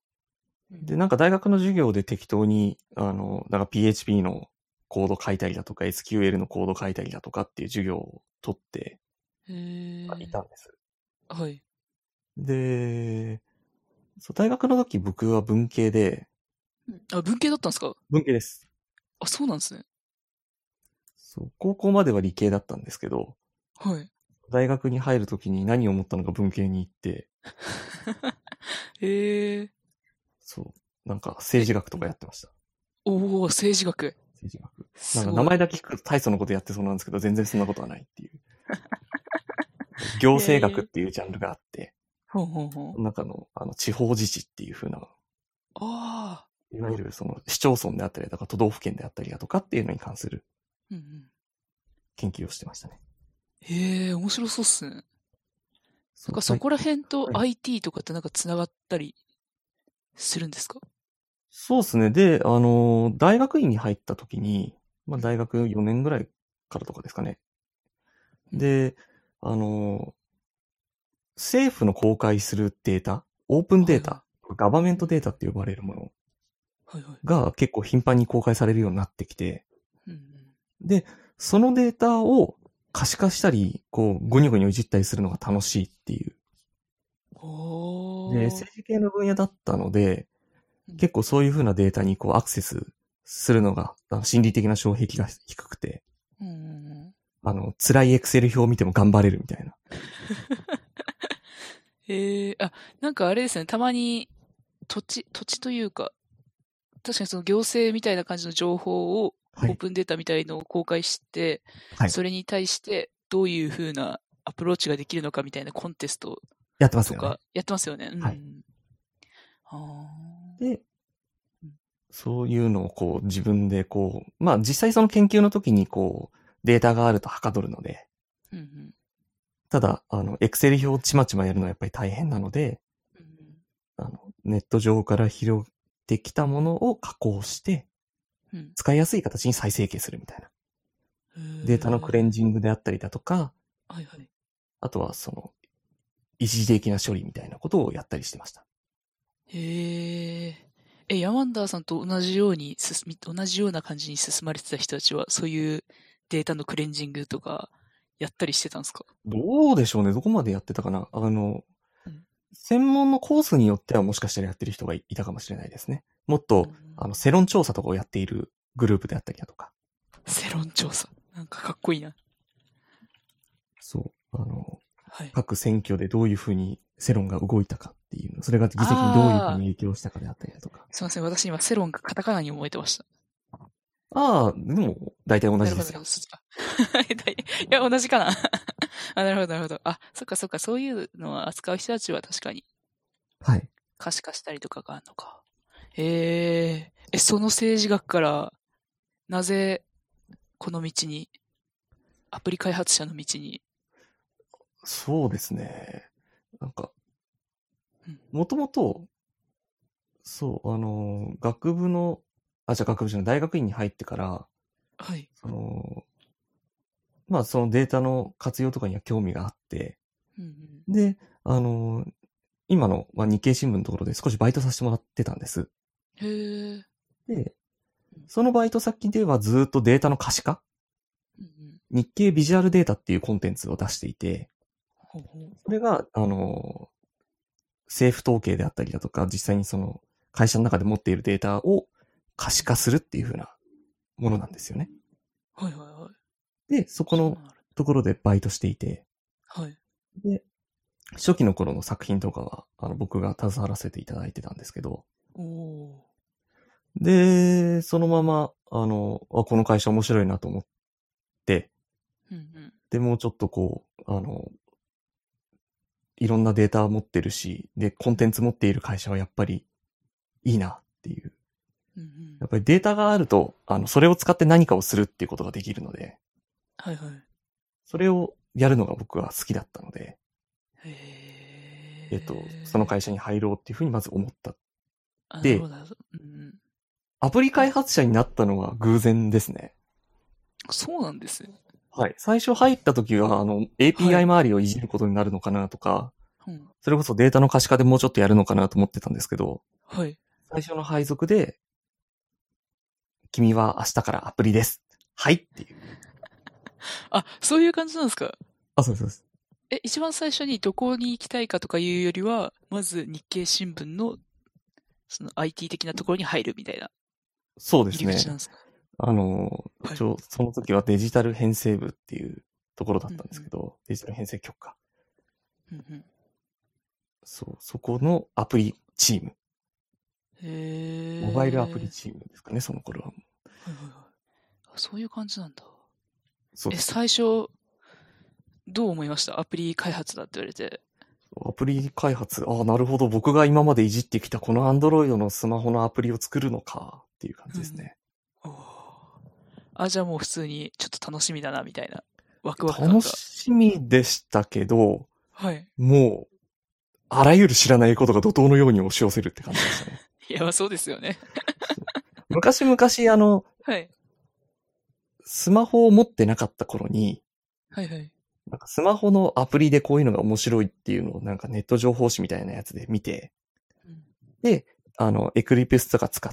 で、なんか大学の授業で適当に、あの、なんか ピーエイチピー のコード書いたりだとか、エスキューエル のコード書いたりだとかっていう授業を取って、いたんです。 はい。 で、そう、大学の時僕は文系で。 あ、文系だったんですか？ 文系です。 あ、そうなんですね。 そう、高校までは理系だったんですけど、 はい。 大学に入る時に何を思ったのか文系に行って。 へえ。 そう。 なんか政治学とかやってました。 おー、政治学。 政治学。なんか名前だけ聞くと大層のことやってそうなんですけど、全然そんなことはないっていう。行政学っていうジャンルがあって、 ほうほうほう。 中の、あの、地方自治っていう風な、 ああ。 いわゆるその市町村であったりだとか都道府県であったりだとかっていうのに関する研究をしてましたね。 うんうん、へえ、面白そうっすね。なんかそこら辺と アイティー とかってなんか繋がったりするんですか？ そうですね。で、あの、大学院に入った時に、まあ大学よねんぐらいからとかですかね。で、あの、政府の公開するデータ、オープンデータ、はいはい、ガバメントデータって呼ばれるものが結構頻繁に公開されるようになってきて、うんうん、で、そのデータを可視化したり、こう、ゴニョゴニョいじったりするのが楽しいっていう。で、政治系の分野だったので、結構そういう風なデータにこうアクセスするのが心理的な障壁が低くて、うんうんうん、あの、辛いエクセル表を見ても頑張れるみたいな。 へえー、あ、なんかあれですね、たまに土地、土地というか、確かにその行政みたいな感じの情報を、オープンデータみたいのを公開して、はい、それに対してどういう風なアプローチができるのかみたいなコンテストとかやってますよね。 やってますよね。 はい。で、そういうのをこう自分でこう、まあ実際その研究の時にこうデータがあるとはかどるので、うんうん、ただ、あの、エクセル表をちまちまやるのはやっぱり大変なので、うんうん、あのネット上から拾ってきたものを加工して、うん、使いやすい形に再生形するみたいな。データのクレンジングであったりだとか、はいはい、あとはその、一時的な処理みたいなことをやったりしてました。 へえ。え、ヤマンダーさんと同じように進み、同じような感じに進まれてた人たちは、そういうデータのクレンジングとか、やったりしてたんですか？ どうでしょうね。どこまでやってたかな。あの、うん、専門のコースによってはもしかしたらやってる人がいたかもしれないですね。もっと、うん、あの、世論調査とかをやっているグループであったりだとか。 世論調査。なんかかっこいいな。 そう。あの、はい、各選挙でどういうふうに世論が動いたかっていうの、それが議席にどういうふうに影響したかであったりだとか。 すいません、私今世論がカタカナに思えてました。 ああ、でも、大体同じですよ。 いや、同じかな。あ、なるほど、なるほど。あ、そっかそっか、そういうのを扱う人たちは確かに。 はい。 可視化したりとかがあるのか。えー、え、その政治学から、なぜ、この道に、アプリ開発者の道に。 そうですね。なんか、もともと、そう、あの、学部の、あ、じゃあ学部じゃない、大学院に入ってから、 はい。 その、まあそのデータの活用とかには興味があって、うんうん、で、あの、今の、まあ、日経新聞のところで少しバイトさせてもらってたんです。 へー。 で、そのバイト先ではずっとデータの可視化、うんうん、日経ビジュアルデータっていうコンテンツを出していて、ほうほう、それが、あの、政府統計であったりだとか、実際にその会社の中で持っているデータを可視化するっていう風なものなんですよね。 はいはいはい。 で、そこのところでバイトしていて、はい。で、初期の頃の作品とかは、あの、僕が携わらせていただいてたんですけど、おで、そのまま、あの、あ、この会社面白いなと思って、うんうん、で、もうちょっとこう、あの、いろんなデータを持ってるし、で、コンテンツ持っている会社はやっぱりいいなっていう。うんうん、やっぱりデータがあると、あの、それを使って何かをするっていうことができるので、はいはい。それをやるのが僕は好きだったので、へえっと、その会社に入ろうっていうふうにまず思った。で、うん、アプリ開発者になったのは偶然ですね。 そうなんですね。 はい。最初入った時は、あの、エーピーアイ 周りをいじることになるのかなとか、はい、うん、それこそデータの可視化でもうちょっとやるのかなと思ってたんですけど、はい。最初の配属で、君は明日からアプリです。はいっていう。 あ、そういう感じなんですか？ あ、そうです、そうです。 え、一番最初にどこに行きたいかとかいうよりは、まず日経新聞の、その アイティー 的なところに入るみたいな。 そうですね。あの、はい、ちょ、その時はデジタル編成部っていうところだったんですけど、うんうん、デジタル編成局か。うんうん、そう、そこのアプリチームへー。 モバイルアプリチームですかね、その頃は。 はいはいはい。そういう感じなんだ。 そうです。 え、最初、どう思いました？アプリ開発だって言われて。 アプリ開発、ああ、なるほど。僕が今までいじってきたこの Android のスマホのアプリを作るのかっていう感じですね。 うん、あ、じゃあもう普通にちょっと楽しみだな、みたいな。ワクワク感が。 楽しみでしたけど、 はい。 もう、あらゆる知らないことが怒涛のように押し寄せるって感じでしたね。 いや、そうですよね。 昔々、あの、 はい。 スマホを持ってなかった頃に、 はいはい。 なんかスマホのアプリでこういうのが面白いっていうのをなんかネット情報誌みたいなやつで見て、うん、で、あの、エクリプスとか使って、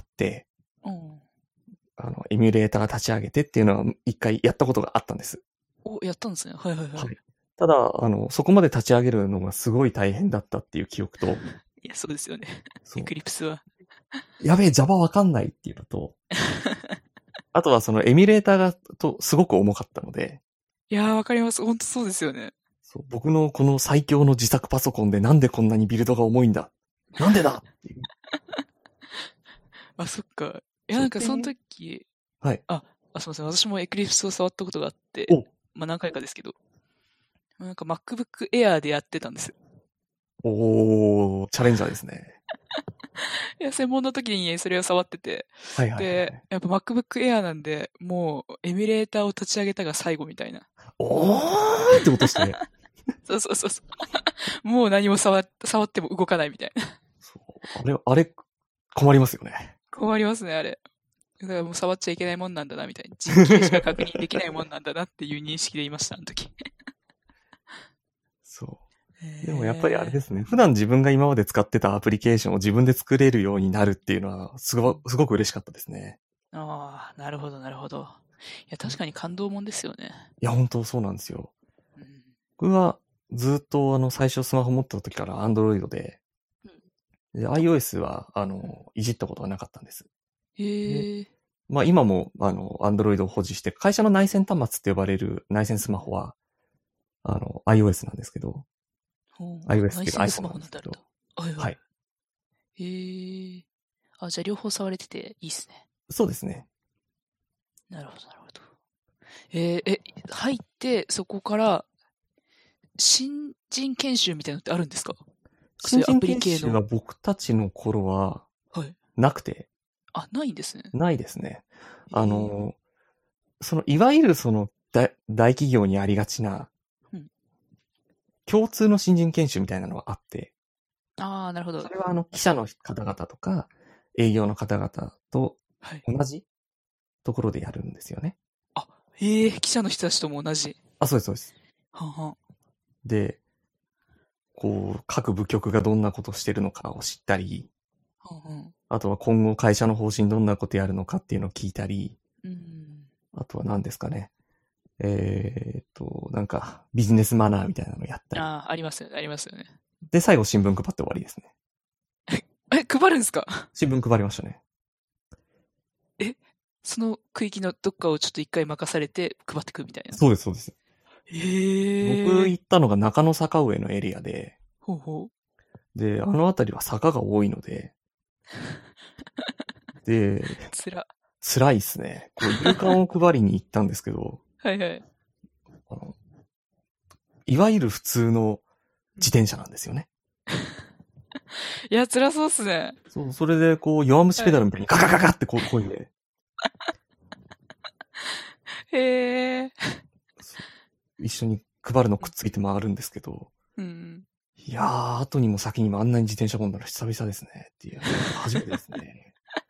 うん、あの、エミュレーター立ち上げてっていうのは一回やったことがあったんです。 お、やったんですね。はいはいはい。はい、 ただ、あの、そこまで立ち上げるのがすごい大変だったっていう記憶と。 いや、そうですよね。エクリプスは。 やべえ、Java わかんないっていうのと、あとはそのエミュレーターがとすごく重かったので。 いやー、わかります。本当そうですよね。 そう、僕のこの最強の自作パソコンでなんでこんなにビルドが重いんだなんでだっていう。 あ、そっか。いや、なんかその時、 はい。 あ、あ、すみません。私もエクリプスを触ったことがあって、まあ何回かですけど、なんか MacBook Air でやってたんですよ。 おー、チャレンジャーですね。 いや、専門の時にそれを触ってて、はいはいはい、で、やっぱ MacBook Air なんで、もうエミュレーターを立ち上げたが最後みたいな。 おーってことしてね。 そうそうそうそう。もう何も触っ、触っても動かないみたいな。 そう。あれ、あれ、困りますよね。 困りますね、あれ。だからもう触っちゃいけないもんなんだな、みたいな。実機でしか確認できないもんなんだなっていう認識でいました、あの時。 そう。でもやっぱりあれですね。普段自分が今まで使ってたアプリケーションを自分で作れるようになるっていうのは、すご、すごく嬉しかったですね。 ああ、なるほど、なるほど。いや、確かに感動もんですよね。 いや、本当そうなんですよ。うん、僕はずっとあの、最初スマホ持った時から Android で、うん、で iOS は、あの、いじったことはなかったんです。 へえ。 まあ今も、あの、Android を保持して、会社の内線端末って呼ばれる内線スマホは、あの、iOS なんですけど、iOS っていうか iPhone なんですけど。 はいはい。はい。へえ。あ、じゃあ両方触れてていいっすね。 そうですね。 なるほど、なるほど。えー、え、入って、そこから、新人研修みたいなのってあるんですか？ 新人研修は僕たちの頃は、なくて、はい。 あ、ないんですね。 ないですね。あの、その、いわゆるその、大、大企業にありがちな、うん、共通の新人研修みたいなのはあって。 ああ、なるほど。 それはあの、記者の方々とか、営業の方々と同じところでやるんですよね。 はい、あ、へえ、記者の人たちとも同じ。 あ、そうです、そうです。 はんはん。 で、こう、各部局がどんなことしてるのかを知ったり、はんはん、あとは今後会社の方針どんなことやるのかっていうのを聞いたり、うん、あとは何ですかね。えー、っと、なんか、ビジネスマナーみたいなのをやったり。 ああ、ありますよね、ありますよね。 で、最後新聞配って終わりですね。 え、配るんですか？ 新聞配りましたね。 え、その区域のどっかをちょっと一回任されて配ってくみたいな。 そうです、そうです。 へえ。 僕行ったのが中野坂上のエリアで、 ほうほう。 で、あの辺りは坂が多いので、で、 つら。 辛いっすね。こう、夕刊を配りに行ったんですけど、 はいはい。 あの、いわゆる普通の自転車なんですよね。 いや、辛そうっすね。 そう、それでこう、弱虫ペダルみたいにガガガガってこう、こいで。 へえ。 一緒に配るのくっついて回るんですけど、うん、いやー、後にも先にもあんなに自転車込んだら久々ですねっていう、初めてですね。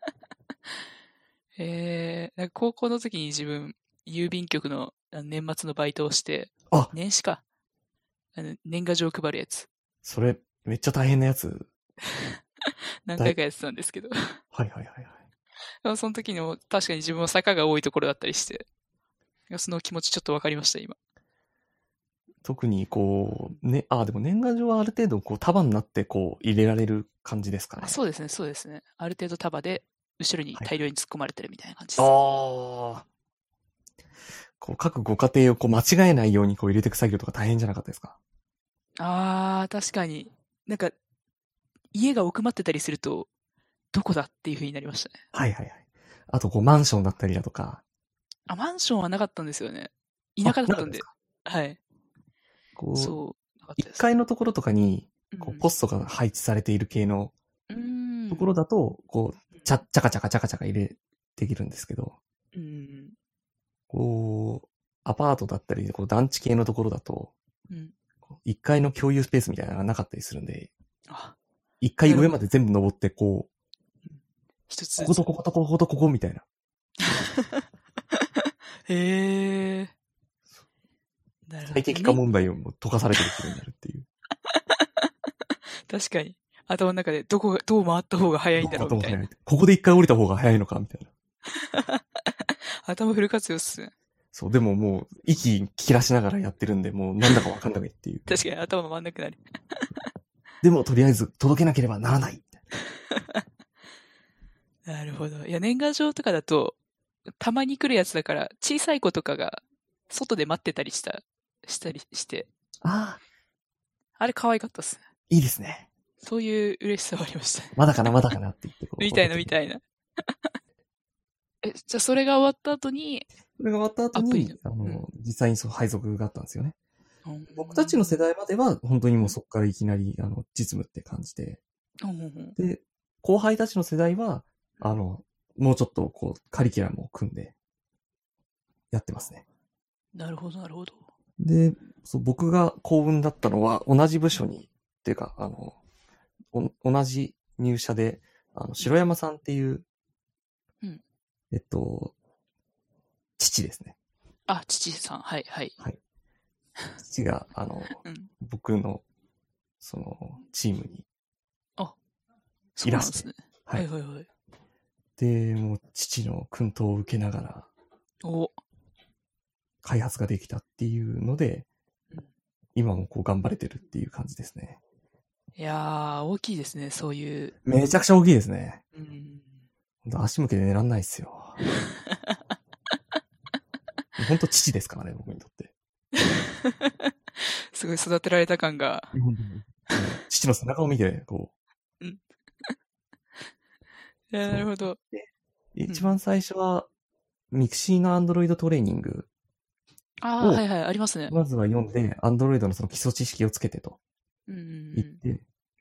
へえ、高校の時に自分、郵便局の年末のバイトをして、 あ、 年始か。あの年賀状配るやつ。 それ、めっちゃ大変なやつ。 何回かやってたんですけど。 はいはいはいはい。その時にも確かに自分は坂が多いところだったりして、その気持ちちょっとわかりました、今。 特にこう、ね、あ、でも年賀状はある程度こう束になってこう入れられる感じですかね。 あ、そうですね、そうですね。ある程度束で、後ろに大量に突っ込まれてるみたいな感じです。 はい、ああ。こう各ご家庭をこう間違えないようにこう入れていく作業とか大変じゃなかったですか？ ああ、確かに。なんか、家が奥まってたりすると、 どこだっていう風になりましたね。 はいはいはい。あと、こう、マンションだったりだとか。 あ、マンションはなかったんですよね。田舎だったんで。はい。 こう、 そう。 いっかいのところとかに、こう、 うん、 ポストが配置されている系のうんところだと、こう、ちゃ、ちゃかちゃかちゃかちゃか入れ、できるんですけど、 うん、 こう、アパートだったり、こう団地系のところだと、 うん、 いっかいの共有スペースみたいなのがなかったりするんで、 あ、 いっかい上まで全部登って、こう、 一つこことこことこことここみたいな。 へえ。 最適化問題を解かされてる気分になるっていう。 確かに。頭の中でどこが、どう回った方が早いんだろうみたいな。 ここで一回降りた方が早いのかみたいな。 頭フル活用っすね。 そう、でももう、息切らしながらやってるんで、もうなんだかわかんないっていう。 確かに頭回んなくなる。 でも、とりあえず届けなければならない。 なるほど。いや、年賀状とかだと、たまに来るやつだから、小さい子とかが、外で待ってたりした、したりして。 ああ。 あれ可愛かったっすね。 いいですね。 そういう嬉しさはありましたね。 まだかな、まだかなって言ってこう。 みたいな、みたいな。え、じゃあそれが終わった後に、 それが終わった後に、あの、うん、実際にそう配属があったんですよね。うん、僕たちの世代までは、本当にもうそこからいきなり、あの、実務って感じで。うん、で、後輩たちの世代は、あの、もうちょっとこう、カリキュラムを組んで、やってますね。 なるほど、なるほど。 で、そう、僕が幸運だったのは、同じ部署に、っていうか、あの、同じ入社で、あの、白山さんっていう、うん、えっと、父ですね。 あ、父さん、はい、はい。 はい。父が、あの、うん、僕の、その、チームに、 あ、そうなんですね。 はい、はい、はいはい。で、もう、父の薫陶を受けながら、 お開発ができたっていうので、うん、今もこう頑張れてるっていう感じですね。 いやー、大きいですね、そういう。 めちゃくちゃ大きいですね。うん。足向けて寝らんないっすよ。本当父ですからね、僕にとって。 すごい育てられた感が。 父の背中を見て、こう。うん。 いや、なるほど。 一番最初は、ミクシーのアンドロイドトレーニング。 ああ、はいはい、ありますね。 まずは読んで、アンドロイドのその基礎知識をつけてと。うん。言って。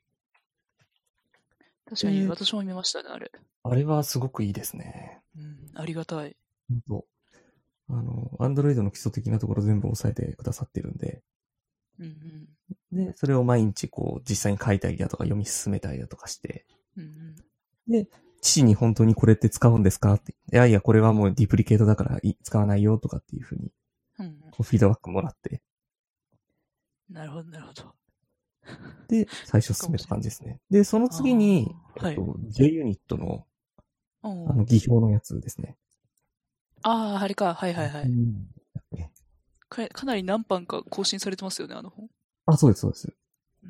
確かに、私も見ましたね、あれ。 あれはすごくいいですね。 うん、ありがたい。 本当。あの、アンドロイドの基礎的なところ全部押さえてくださってるんで。うんうん、で、それを毎日こう、実際に書いたりだとか読み進めたりだとかして。うんうん、で、父に本当にこれって使うんですかって。いやいや、これはもうディプリケートだから使わないよとかっていうふうに、うんうん、こうフィードバックもらって。 なるほど、なるほど。 で、最初進めた感じですね。で、その次に、えっと、はい、J ユニットの、あの、技表のやつですね。 ああ、あれか。はいはいはい。うん、か, かなり何版か更新されてますよね、あの本。 あ、そうです、そうです。うん。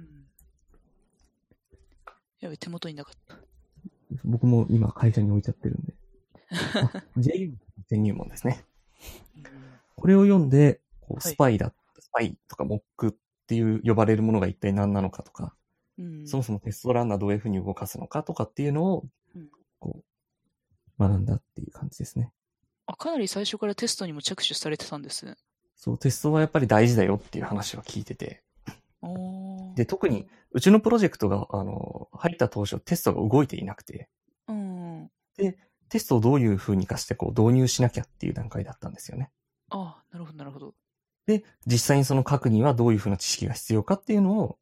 やべ、手元になかった。 僕も今会社に置いちゃってるんで。J ユニット全入門ですね。うん、これを読んで、こうスパイだ、はい、スパイとかモックっていう呼ばれるものが一体何なのかとか、うん、そもそもテストランナーどういうふうに動かすのかとかっていうのを、こう、学んだっていう感じですね。 あ、かなり最初からテストにも着手されてたんですね。 そう、テストはやっぱり大事だよっていう話は聞いてて。で、特に、うちのプロジェクトが、あの、入った当初、テストが動いていなくて。うん。で、テストをどういう風に化して、こう、導入しなきゃっていう段階だったんですよね。 ああ、なるほど、なるほど。 で、実際にその書くにはどういう風な知識が必要かっていうのを、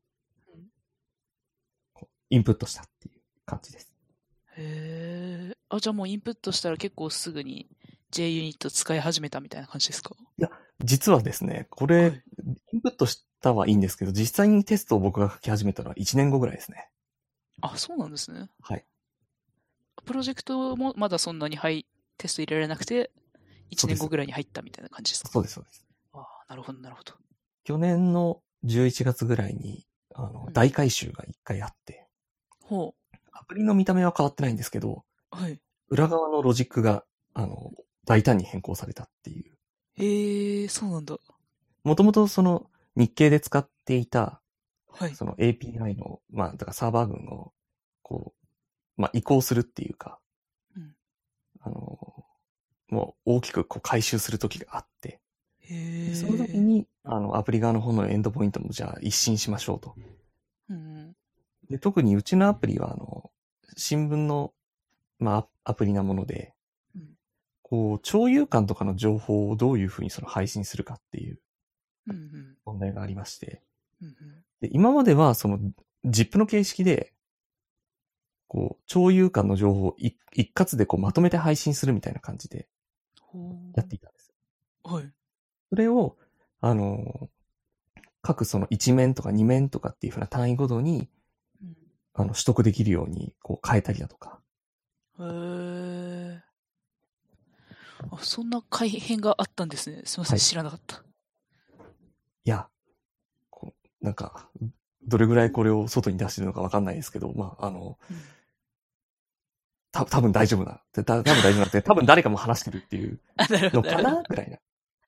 こうインプットしたっていう感じです。 へえ。あ、じゃあもうインプットしたら結構すぐに J ユニット使い始めたみたいな感じですか？ いや、実はですね、これ、はい、インプットしたはいいんですけど、実際にテストを僕が書き始めたのはいちねんごぐらいですね。 あ、そうなんですね。 はい。 プロジェクトもまだそんなに入テスト入れられなくて、いちねんごぐらいに入ったみたいな感じですか？ そうです、そうです。 ああ、なるほど、なるほど。 去年のじゅういちがつぐらいに、あの、うん、大改修が一回あって、 ほう。 アプリの見た目は変わってないんですけど、 はい。 裏側のロジックが、あの、大胆に変更されたっていう。 へえ、そうなんだ。 もともとその日経で使っていた、 はい。 その エーピーアイ の、まあ、だからサーバー群の、こう、 まあ、移行するっていうか、 うん、 あの、もう大きくこう回収する時があって、 へその時に、あの、アプリ側の方のエンドポイントもじゃあ一新しましょうと。 うん、 で、特にうちのアプリは、あの、新聞の、まあ、アプリなもので、 うん、 こう、朝夕刊とかの情報をどういうふうにその配信するかっていう問題がありまして、 うんうん、 で今まではその ジップ の形式で、こう、朝夕刊の情報を一括でこうまとめて配信するみたいな感じでやっていたんです。 はい。 それを、あの、各そのいち面とかに面とかっていうふうな単位ごとに、うん、あの、取得できるようにこう変えたりだとか。 へー。あ、そんな改変があったんですね。すみません、はい、知らなかった。 いや、こうなんか、どれぐらいこれを外に出してるのかわかんないですけど、まあ、あの、うん、た多分大丈夫な。た多分大丈夫なって、多分誰かも話してるっていうのかなぐらいな。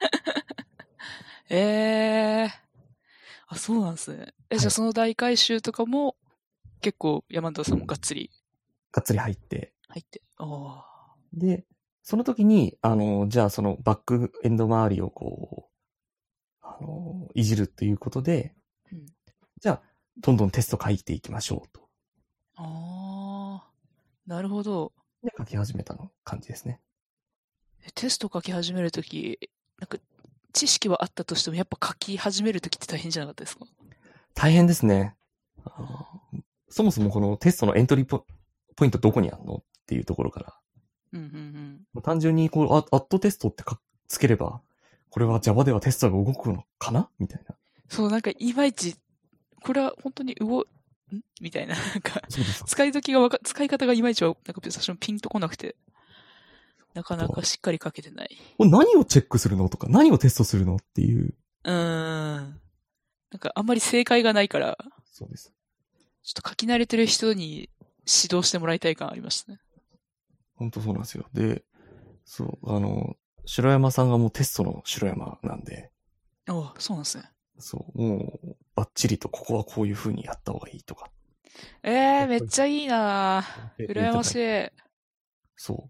ええー。あ、そうなんですね。え、はい、じゃあその大改修とかも、結構山田さんもがっつり。 がっつり入って。 入って。ああ。 で、その時に、あの、じゃあそのバックエンド周りをこう、あの、いじるということで、うん、じゃあ、どんどんテスト書いていきましょうと。 ああ、なるほど。 で、書き始めたの感じですね。 テスト書き始めるとき、なんか、知識はあったとしても、やっぱ書き始めるときって大変じゃなかったですか？ 大変ですね。そもそもこのテストのエントリー ポ, ポイントどこにあるのっていうところから。 うんうんうん、 単純にこう、アットテストってかつければ、これは Java ではテストが動くのかなみたいな。 そう、なんかいまいち、これは本当に動、んみたいな、なんか、使い時がわか、使い方がいまいちは、なんか私もピンとこなくて、なかなかしっかり書けてない。 何をチェックするのとか、何をテストするのっていう。 うーん。なんかあんまり正解がないから、 そうです。 ちょっと書き慣れてる人に指導してもらいたい感ありましたね。 本当そうなんですよ。で、そう、あの、白山さんがもうテストの白山なんで。 ああ、そうなんですね。 そう、もう、バッチリとここはこういう風にやった方がいいとか。 ええー、めっちゃいいなぁ。羨ましい。 そう。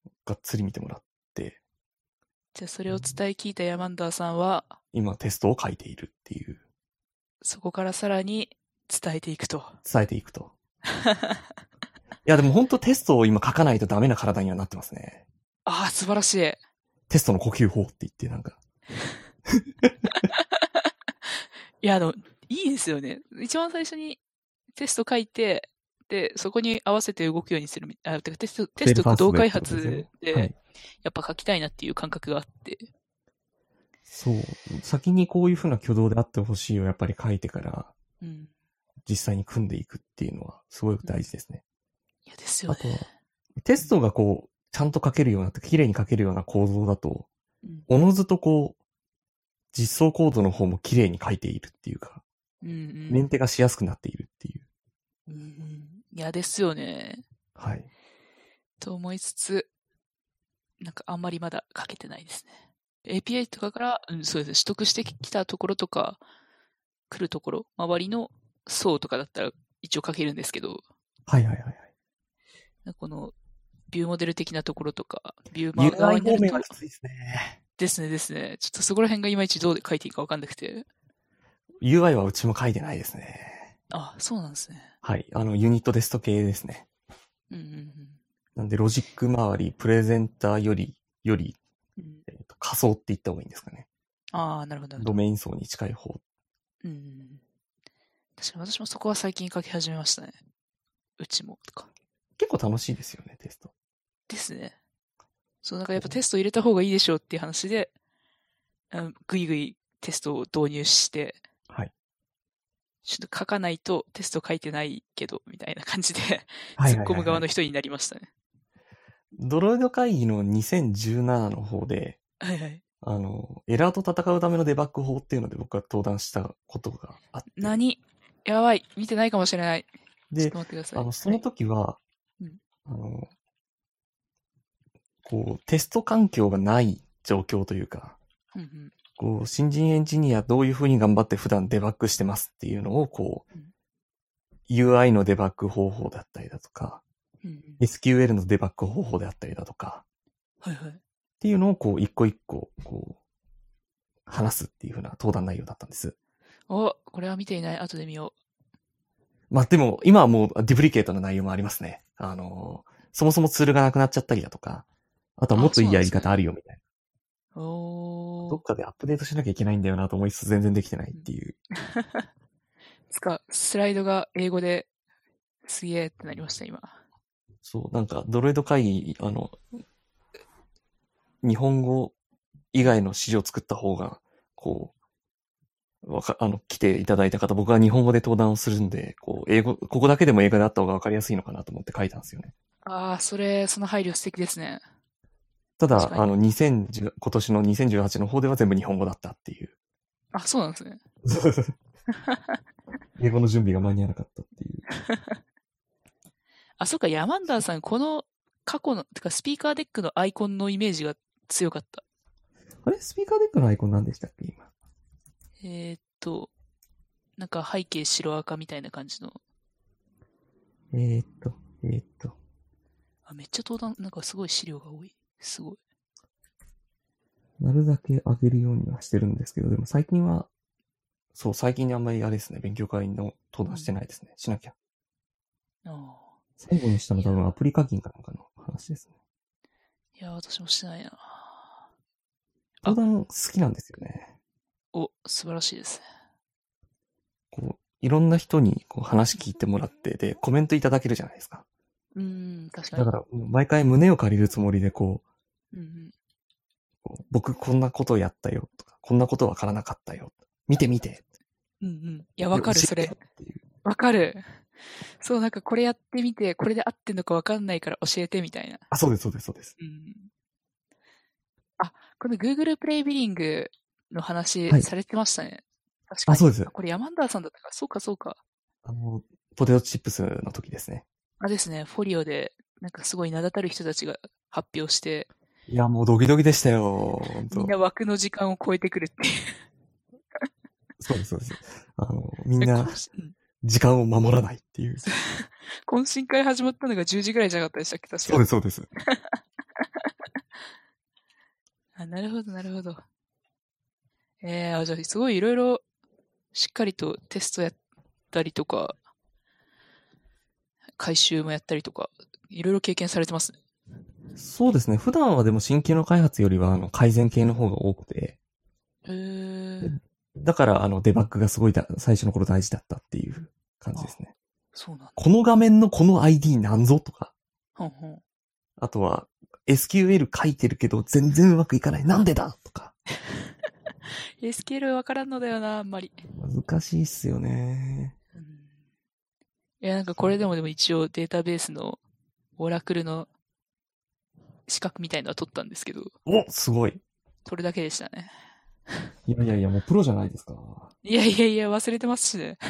がっつり見てもらって。 じゃあそれを伝え聞いたヤマンダーさんは、 今テストを書いているっていう。 そこからさらに伝えていくと。 伝えていくと。いやでも本当テストを今書かないとダメな体にはなってますね。 ああ、素晴らしい。 テストの呼吸法って言ってなんか。 いや、あの、いいですよね。一番最初にテスト書いて、で、そこに合わせて動くようにするみたいな。テスト、テスト駆動開発で、やっぱ書きたいなっていう感覚があって。 そう。先にこういう風な挙動であってほしいをやっぱり書いてから、うん、実際に組んでいくっていうのはすごい大事ですね。 いやですよね。 あとは、テストがこう、ちゃんと書けるような、綺麗に書けるような構造だと、おのずとこう、実装コードの方も綺麗に書いているっていうか、うんうん、メンテがしやすくなっているっていう。 うんうん、いやですよね。 はい。 と思いつつ、なんかあんまりまだ書けてないですね。エーピーアイ とかから、うん、そうですね、取得してきたところとか、来るところ、周りの層とかだったら一応書けるんですけど。 はいはいはいはい。 この、ビューモデル的なところとか、ビューマー側になると。ユーアイ方面はきついですね。 ですねですね。ちょっとそこら辺がいまいちどう書いていいかわかんなくて。 ユーアイ はうちも書いてないですね。 あ、そうなんですね。 はい。あの、ユニットテスト系ですね。 うんうんうん。 なんで、ロジック周り、プレゼンターより、より、うんえーと、仮想って言った方がいいんですかね。 ああ、なるほど。 ドメイン層に近い方。 うん。確かに私もそこは最近書き始めましたね。うちもとか。 結構楽しいですよね、テスト。 ですね。そう、なんかやっぱテスト入れた方がいいでしょうっていう話で、ぐいぐいテストを導入して、 はい。 ちょっと書かないとテスト書いてないけど、みたいな感じで、突っ込む側の人になりましたね。 ドロイド会議のにせんじゅうななの方で、 はいはい。 あの、エラーと戦うためのデバッグ法っていうので僕が登壇したことがあって。 何？やばい。見てないかもしれない。 で、 ちょっと待ってください。 あの、その時は、はいうん、あの、こう、テスト環境がない状況というか、うんうん、こう、新人エンジニアどういう風に頑張って普段デバッグしてますっていうのを、こう、うん、 ユーアイ のデバッグ方法だったりだとか、 うん、 エスキューエル のデバッグ方法であったりだとか、 はいはい。 っていうのをこう一個一個こう話すっていう風な登壇内容だったんです。 お、これは見ていない。後で見よう。まあでも今はもうデュプリケートの内容もありますね。あのそもそもツールがなくなっちゃったりだとか、あとはもっといいやり方あるよみたいな。 おー。 どっかでアップデートしなきゃいけないんだよなと思いつつ全然できてないっていう。 つか、スライドが英語ですげーってなりました、今。 そう、なんかドロイド会議、あの、日本語以外の資料を作った方が、こう、わか、あの、来ていただいた方、僕は日本語で登壇をするんで、こう、英語、ここだけでも英語であった方がわかりやすいのかなと思って書いたんですよね。 ああ、それ、その配慮素敵ですね。 ただ、あの、にせんじゅう、今年のにせんじゅうはちの方では全部日本語だったっていう。 あ、そうなんですね。 英語の準備が間に合わなかったっていう。 あ、そうか、ヤマンダーさん、この過去の、てかスピーカーデックのアイコンのイメージが強かった。 あれスピーカーデックのアイコン何でしたっけ今。 えー、っと、なんか背景白赤みたいな感じの。 えー、っと、えー、っと。 あ、めっちゃ登壇、なんかすごい資料が多い。すごい。 なるだけ上げるようにはしてるんですけど、でも最近は、そう、最近にあんまりあれですね、勉強会の登壇してないですね。うん、しなきゃ。 ああ。 最後にしたの多分アプリ課金かなんかの話ですね。 いや、私もしてないな。 登壇好きなんですよね。 お、素晴らしいですね。 こう、いろんな人にこう話聞いてもらって、で、コメントいただけるじゃないですか。 うん、確かに。 だから、毎回胸を借りるつもりでこう、うんうん、 こう僕こんなことやったよとか、こんなことわからなかったよ。見て見て。 うんうん。いや、わかる、それ。わかる。そう、なんかこれやってみて、これで合ってんのかわかんないから教えてみたいな。 あ、そうです、そうです、そうです。 うん。あ、この Google プレイビリングの話されてましたね。はい、確かに。 あ、そうです。 これヤマンダーさんだったか。そうか、そうか。 あの、ポテトチップスの時ですね。 あですね、フォリオで、なんかすごい名だたる人たちが発表して。 いや、もうドキドキでしたよ。 みんな枠の時間を超えてくるっていう。 そうです、そうです。あの、みんな、時間を守らないっていう。 懇親会始まったのがじゅうじぐらいじゃなかったでしたっけ、確か。 そうです、そうです。 あ、なるほど、なるほど。えー、あ、じゃあ、すごいいろいろ、しっかりとテストやったりとか、回収もやったりとか、いろいろ経験されてますね。 そうですね。普段はでも新機能開発よりは、あの、改善系の方が多くて。 へー。 だから、あの、デバッグがすごいだ最初の頃大事だったっていう感じですね。 そうなんだ。 この画面のこの アイディー なんぞとか。 ほんほん。 あとは、エスキューエル 書いてるけど全然うまくいかない。なんでだとか。 エスキューエル わからんのだよな、あんまり。 難しいっすよね。 うん、いや、なんかこれでもでも一応データベースのオラクルの資格みたいのは取ったんですけど。 お、すごい。 取るだけでしたね。 いやいやいや、もうプロじゃないですか。 いやいやいや、忘れてますしね。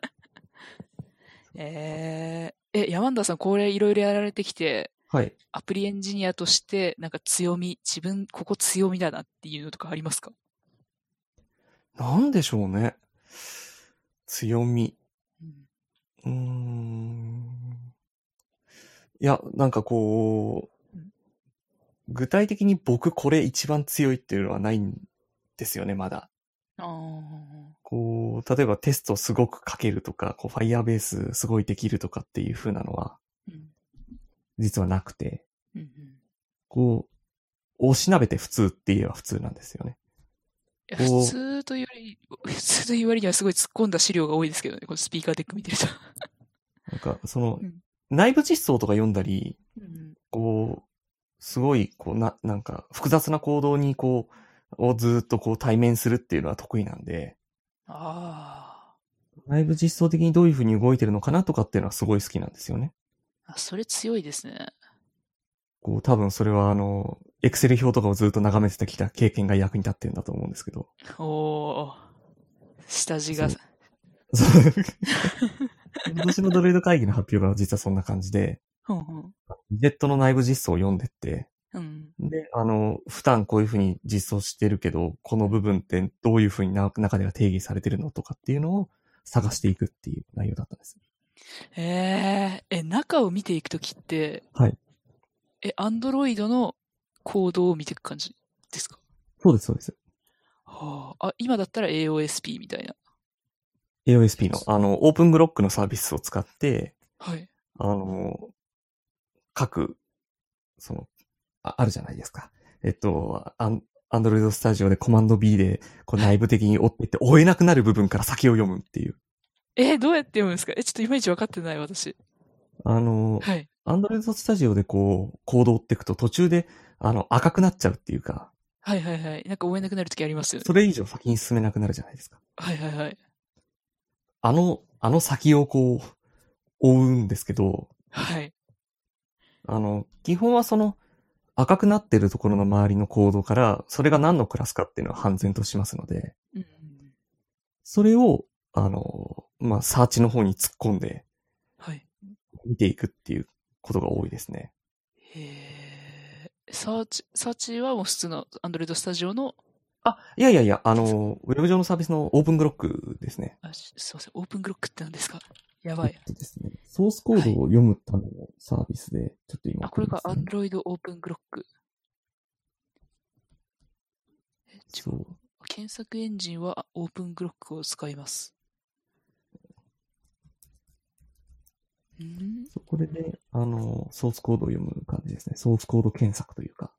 えー、え、山田さん、これいろいろやられてきて、 はい。 アプリエンジニアとして、なんか強み、自分、ここ強みだなっていうのとかありますか？ なんでしょうね。強み。 うん、 うーん。いや、なんかこう、うん、具体的に僕これ一番強いっていうのはないんですよね、まだ。 あこう、例えばテストすごく書けるとか、こう、Firebase すごいできるとかっていう風なのは、実はなくて、 うんうん、 こう、おしなべて普通って言えば普通なんですよね。 普通というより、普通という割にはすごい突っ込んだ資料が多いですけどね、このスピーカーデック見てると。 なんか、その、うん、内部実装とか読んだり、うん、こう、すごい、こう、な、なんか、複雑な行動にこう、をずっとこう対面するっていうのは得意なんで、 ああ。 内部実装的にどういう風に動いてるのかなとかっていうのはすごい好きなんですよね。 あ、それ強いですね。 こう、多分それはあの、エクセル表とかをずっと眺めてきた経験が役に立ってるんだと思うんですけど。 おー。下地が。そう。 今年のドロイド会議の発表が実はそんな感じで、 うんうん、 ジェットの内部実装を読んでって、 うん、 で、あの、普段こういう風に実装してるけど、この部分ってどういう風にな中では定義されてるのとかっていうのを探していくっていう内容だったんです。 えー、え、中を見ていくときって、 はい。 え、アンドロイドのコードを見ていく感じですか？ そうです、そうです。 はあ、あ、今だったら エーオーエスピー みたいな。 エーオーエスピー の、あの、オープンブロックのサービスを使って、 はい。 あの、各、その、ああるじゃないですか。えっと、アン、アンドロイドスタジオでコマンド B で、こう内部的に追っていって、追えなくなる部分から先を読むっていう。 えー、どうやって読むんですか？え、ちょっといまいち分かってない、私。 あの、 はい。 アンドロイドスタジオでこう、コードを追っていくと途中で、あの、赤くなっちゃうっていうか、 はいはいはい。なんか追えなくなるときありますよね。 それ以上先に進めなくなるじゃないですか。 はいはいはい。 あの、あの先をこう、追うんですけど、 はい。 あの、基本はその、赤くなってるところの周りのコードから、それが何のクラスかっていうのは判然としますので、 うん。 それを、あの、まあ、サーチの方に突っ込んで、 はい。 見ていくっていうことが多いですね。 へー。サーチ、サーチはもう普通の Android Studio の、 あ、いやいやいや、あの、ウェブ上のサービスのオープンブロックですね。 あ、すいません、オープンブロックって何ですか？やえっばい。 とですね、ソースコーはい。 ドを読むためのサービスで、ちょっと今あ、これが送りますね。 Android オープンブロック。え、違う。 そう。 検索エンジンはオープンブロックを使います。んそこでね、あの、ソースコードを読む感じですね。ソースコード検索というか。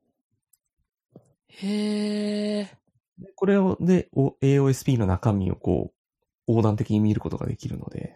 へー。 でこれを、で、お エーオーエスピー の中身をこう、横断的に見ることができるので。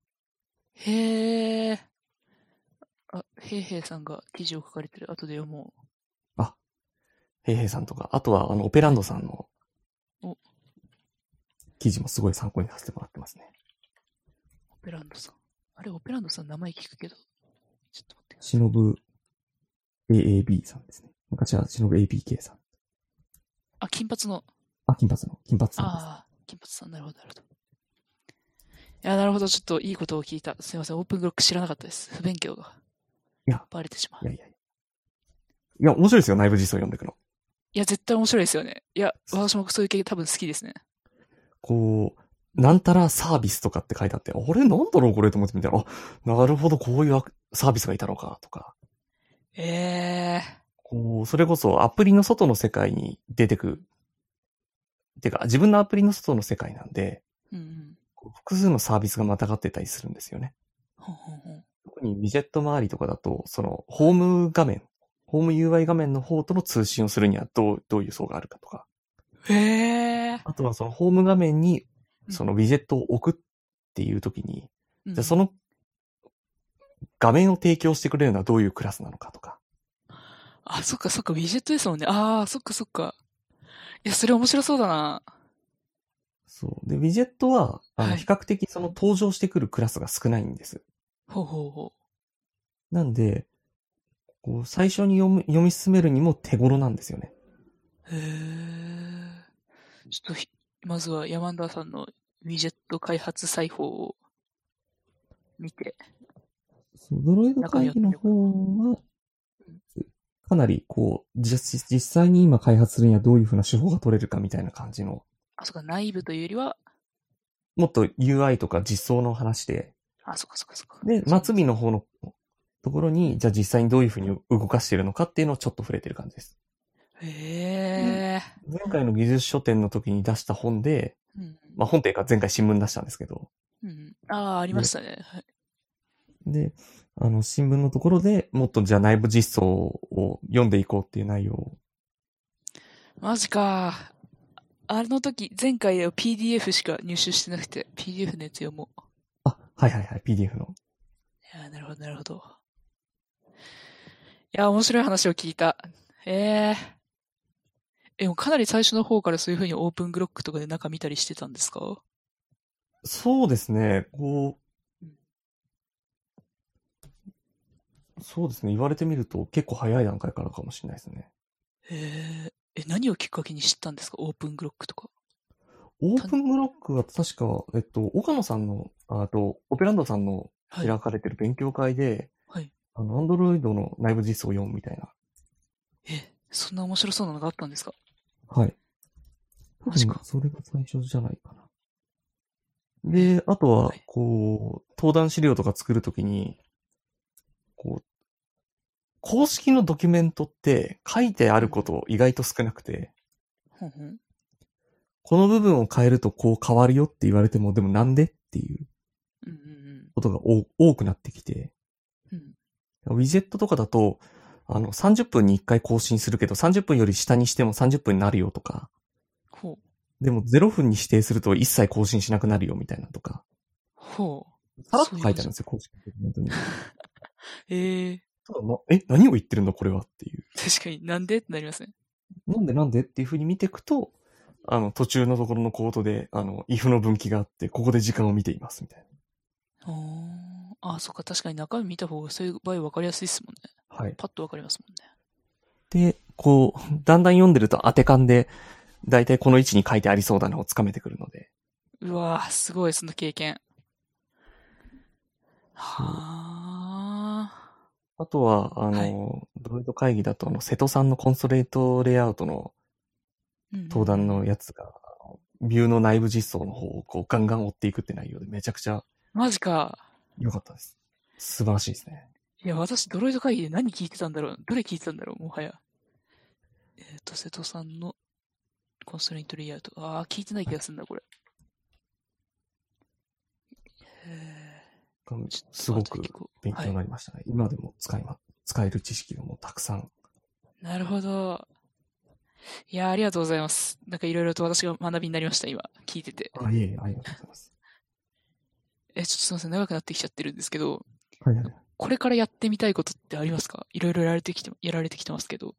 へー。あ、へいへいさんが記事を書かれてる。後で読もう。 あ、へいへいさんとか、あとは、あの、オペランドさんのお、 記事もすごい参考にさせてもらってますね。 オペランドさん。あれ、オペランドさん名前聞くけど。ちょっと待ってください。 しのぶ エーエービー さんですね。なんかじゃあ、しのぶ エーピーケー さん。 あ、金髪の。 あ、金髪の、金髪さんです。 ああ、金髪さん。なるほど、なるほど。いや、なるほど。ちょっといいことを聞いた。すいません。オープンブロック知らなかったです。不勉強が。 いや、 バレてしまう。 いやいやいや。いや、面白いですよ、内部実装読んでいくの。 いや、絶対面白いですよね。いや、私もそういう系多分好きですね。 こう、なんたらサービスとかって書いてあって、あれなんだろうこれと思ってみたら、あ、なるほど、こういうサービスがいたのか、とか。 ええこう、それこそアプリの外の世界に出てく。てか、自分のアプリの外の世界なんで、 ー。うんうん。 複数のサービスがまたがってたりするんですよね。 ほんほんほん。 特にウィジェット周りとかだと、その、ホーム画面、ホーム ユーアイ 画面の方との通信をするにはどう、どういう層があるかとか。 へえ。 あとはそのホーム画面に、 うんそのウィジェットを置くっていう時に、 うんじゃあその画面を提供してくれるのはどういうクラスなのかとか。 あ、そっかそっか、ウィジェットですもんね。ああ、そっかそっか。いや、それ面白そうだな。 そう。で、ウィジェットは、あの、比はい。 較的その登場してくるクラスが少ないんです。 ほうほうほなんで、こう、最初に読み、読み進めるにも手頃なんですよね。 う。へえ。ちょっとひ、まずは山田さんのウィジェット開発裁縫を見て、 そう、ドロイド中身会議のを見ようかな。 方は、かなり、こう、実、実際に今開発するにはどういうふうな手法が取れるかみたいな感じの、 あ、そっか、内部というよりは、 もっと ユーアイ とか実装の話で、 あ、そっかそっかそっか。 で、 そうなんですね。 末尾の方のところに、じゃあ実際にどういうふうに動かしているのかっていうのをちょっと触れてる感じです。 へえ。 前回の技術書店の時に出した本で、 うん。 まあ本っていうか前回新聞出したんですけど、 うん。ああ、ありましたね。はい。 で、あの、新聞のところでもっとじゃあ内部実装を読んでいこうっていう内容を。 マジか。あの時、前回は ピーディーエフ しか入手してなくて、ピーディーエフ のやつ読もう。 あ、はいはいはい、ピーディーエフ の。 いやー、なるほど、なるほど。いやー、面白い話を聞いた。ええー。え、もうかなり最初の方からそういう風にオープンブロックとかで中見たりしてたんですか？ そうですね、こうん。 う、そうですね、言われてみると結構早い段階からかもしれないですね。 へえ。え、何をきっかけに知ったんですか？オープンブロックとか。たんオープンブロックは確か、えっと、岡野さんの、あと、オペランドさんのはい。 開かれてる勉強会で、 はい。 あの、アンドロイドの内部実装を読むみたいな。 え、そんな面白そうなのがあったんですか？ はい。多分、 マジか。 それが最初じゃないかな。 で、あとは、こう、登壇資料とか作るときに、こう、公式のドキュメントって書いてあること意外と少なくて、 ほんほんこの部分を変えるとこう変わるよって言われても、でもなんでっていううんうんことがお多くなってきて、 うんウィジェットとかだと、あの、さんじゅっぷんにいっかい更新するけど、さんじゅっぷんより下にしてもさんじゅっぷんになるよとか、 ほう。 でもゼロふんに指定すると一切更新しなくなるよみたいなとか、 ほう。 さらっと書いてあるんですよ、公式ドキュメントに。 ええただなえ、何を言ってるんだこれはっていう。 確かになんでってなりますね。 なんでなんでっていう風に見ていくと、あの、途中のところのコードで、あの、if の分岐があって、ここで時間を見ていますみたいあーあ、そっか、確かに中身見た方がそういう場合分かりやすいですもんね。 な。はい。 パッと分かりますもんね。 で、こう、だんだん読んでると当て勘で、だいたいこの位置に書いてありそうだなをつかめてくるので。 うわぁ、すごい、その経験。はあとは、あの、 はいドロイド会議だと、あの、瀬戸さんのコンソレートレイアウトのー。 登壇のややつが、ビューの内部実装の方をこうガンガン追っていくって内容でめちゃくちゃマジか。 良かったです。素晴らしいですね。 いや、私、ドロイド会議で何聞いてたんだろう。どれ聞いてたんだろう、もはや。えっ、と、瀬戸さんのコンストレイントレイアウト。ああ、聞いてない気がするんだ、これ。へすごく勉強になはい。 りましたね。今でも使いま、使える知識がもうたくさん。 なるほど。いや、ありがとうございます。なんかいろいろと私が学びになりました、今。聞いてて。 あ、いえいえ、ありがとうございます。 え、ちょっとすいません、長くなってきちゃってるんですけど、 はいはい。 これからやってみたいことってありますか？いろいろやられてきて、やられてきてますけど。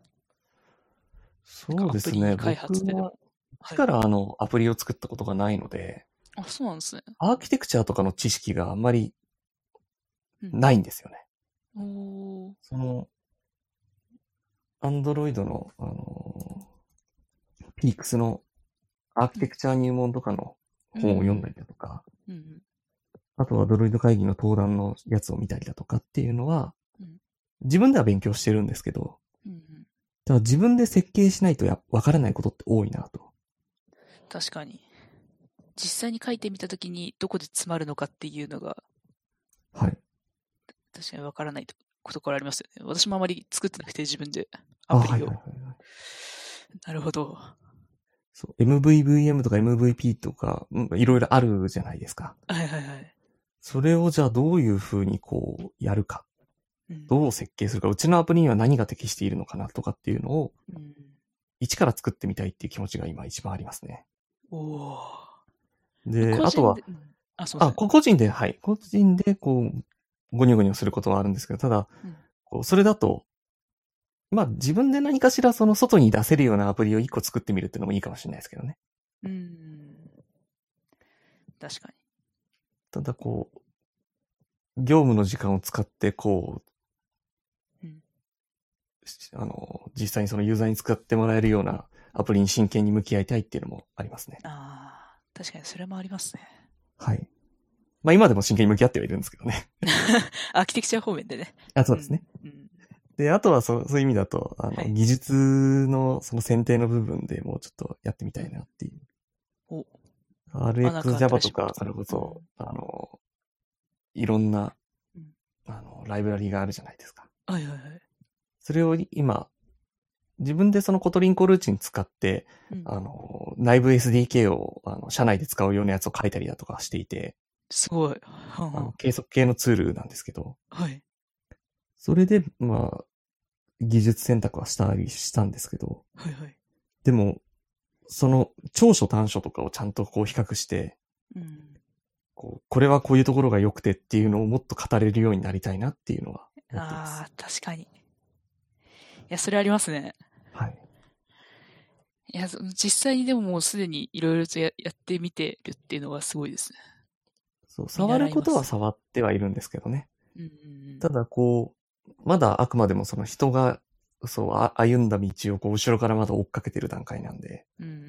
そうですね。 アプリ開発ででも。 僕は、一からあの、アプリを作ったことがないので、 あ、そうなんですね。 アーキテクチャとかの知識があんまりないんですよね。 うん、おー。 その、アンドロイドの、あの、ピークスのアーキテクチャ入門とかの本を読んだりだとか、 うんうんあとはドロイド会議の登壇のやつを見たりだとかっていうのは、 うん自分では勉強してるんですけど、 うんうん、 ただ自分で設計しないとやわからないことって多いなと。 確かに。実際に書いてみたときにどこで詰まるのかっていうのが、 はい。 確かにわからないことからありますよね。私もあまり作ってなくて自分でアプリを。 はいはいはいはい、 なるほど。 そう、エムブイブイエム とか エムブイピー とか、いろいろあるじゃないですか。 はいはいはい。 それをじゃあどういうふうにこうやるか、 うん、 どう設計するか、うちのアプリには何が適しているのかなとかっていうのを、 うん、 一から作ってみたいっていう気持ちが今一番ありますね。 おー。 で、あとは、 うん、あ、すみません。 あ、個人で、はい。個人でこう、ゴニョゴニョすることはあるんですけど、ただ、うん、こうそれだと、まあ自分で何かしらその外に出せるようなアプリを一個作ってみるっていうのもいいかもしれないですけどね。 うん。確かに。 ただこう、業務の時間を使ってこう、うん、あの、実際にそのユーザーに使ってもらえるようなアプリに真剣に向き合いたいっていうのもありますね。 ああ、確かにそれもありますね。 はい。まあ今でも真剣に向き合ってはいるんですけどね。 アーキテクチャ方面でね。 あ、そうですね。うんうん、で、あとはそう、そういう意味だと、あの、はい、技術のその選定の部分でもうちょっとやってみたいなっていう。お アールエックスジャパ とか、それこそ、うん、あの、いろんな、うん、あの、ライブラリがあるじゃないですか。 はいはいはい。 それを今、自分でそのコトリンコルーチン使って、うん、あの、内部 エスディーケー を、あの、社内で使うようなやつを書いたりだとかしていて。 すごい。 はんはんあの計測系のツールなんですけど。 はい。 それで、まあ、技術選択はしたりしたんですけど。 はいはい。 でも、その長所短所とかをちゃんとこう比較して、うん、こうこれはこういうところが良くてっていうのをもっと語れるようになりたいなっていうのは思っています。 ああ、確かに。いや、それありますね。 はい。 いや、実際にでももうすでにいろいろと や, やってみてるっていうのはすごいですね。 そう、触ることは触ってはいるんですけどね。 うんうん、 ただこう、まだあくまでもその人が、そう、歩んだ道をこう後ろからまだ追っかけてる段階なんで、うんうんうん、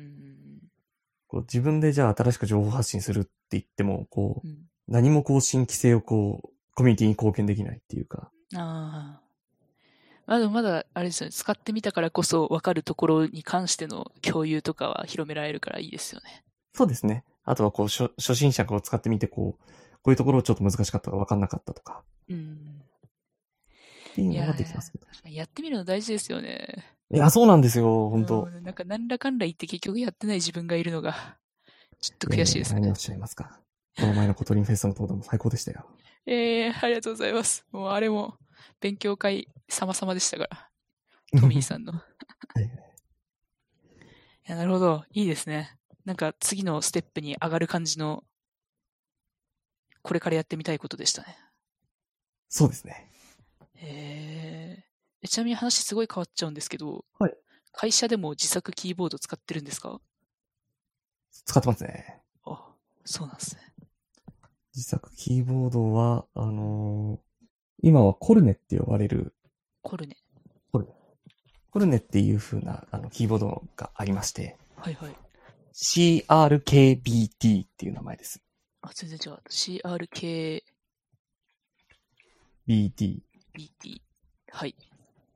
こう自分でじゃあ新しく情報発信するって言っても、こう、うん、何もこう新規性をこう、コミュニティに貢献できないっていうか。 ああ。まあでもまだ、あれですよね、使ってみたからこそ分かるところに関しての共有とかは広められるからいいですよね。 そうですね。 あとはこう初、初心者が使ってみて、こう、こういうところをちょっと難しかったか分かんなかったとか。 うん。 っていうのができますけど。 やってみるの大事ですよね。 いや、そうなんですよ、本当なんか、なんらかんら言って結局やってない自分がいるのが、ちょっと悔しいですね。 何をおっしゃいますか。この前のコトリンフェストのトーナも最高でしたよ。 ええー、ありがとうございます。もうあれも、勉強会様々でしたから。トミーさんの。はい、いや、なるほど。いいですね。なんか次のステップに上がる感じの、これからやってみたいことでしたね。 そうですね。 へえ。ちなみに話すごい変わっちゃうんですけど、 はい。 会社でも自作キーボード使ってるんですか？ 使ってますね。 あ、そうなんですね。 自作キーボードは、あのー、今はコルネって呼ばれる。 コルネ。 コルネ。コルネっていう風なあのキーボードがありまして。 はいはい。 シーアールケービーティー っていう名前です。 あ、全然違う。シーアールケービーティー。 ビーティー。はい。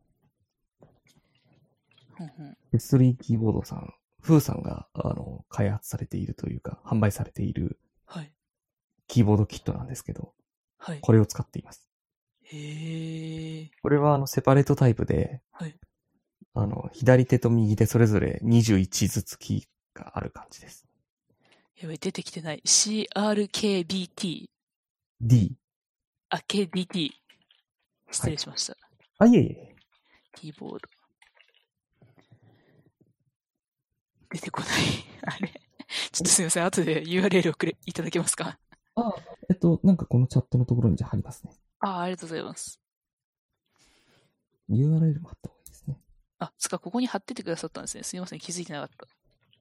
ふんふん。 ペストリーキーボードさん、フーさんが、あの、開発されているというか、販売されている、 はい。 キーボードキットなんですけど、 はい。 これを使っています。 へー。 これは、あの、セパレートタイプで、 はい。 あの、左手と右手それぞれにじゅういちずつキーがある感じです。 やばい、出てきてない。シーアールケービーティー。 D。 あ、ケービーティー。失礼しました。 はい、あ、いえいえ。 キーボード。出てこない。あれ。ちょっとすみません。後で ユーアールエル をくれ、いただけますか？ あ、えっと、なんかこのチャットのところにじゃ貼りますね。 あ、ありがとうございます。 ユーアールエル も貼った方がいいですね。 あ、つか、ここに貼っててくださったんですね。すみません。気づいてなかった。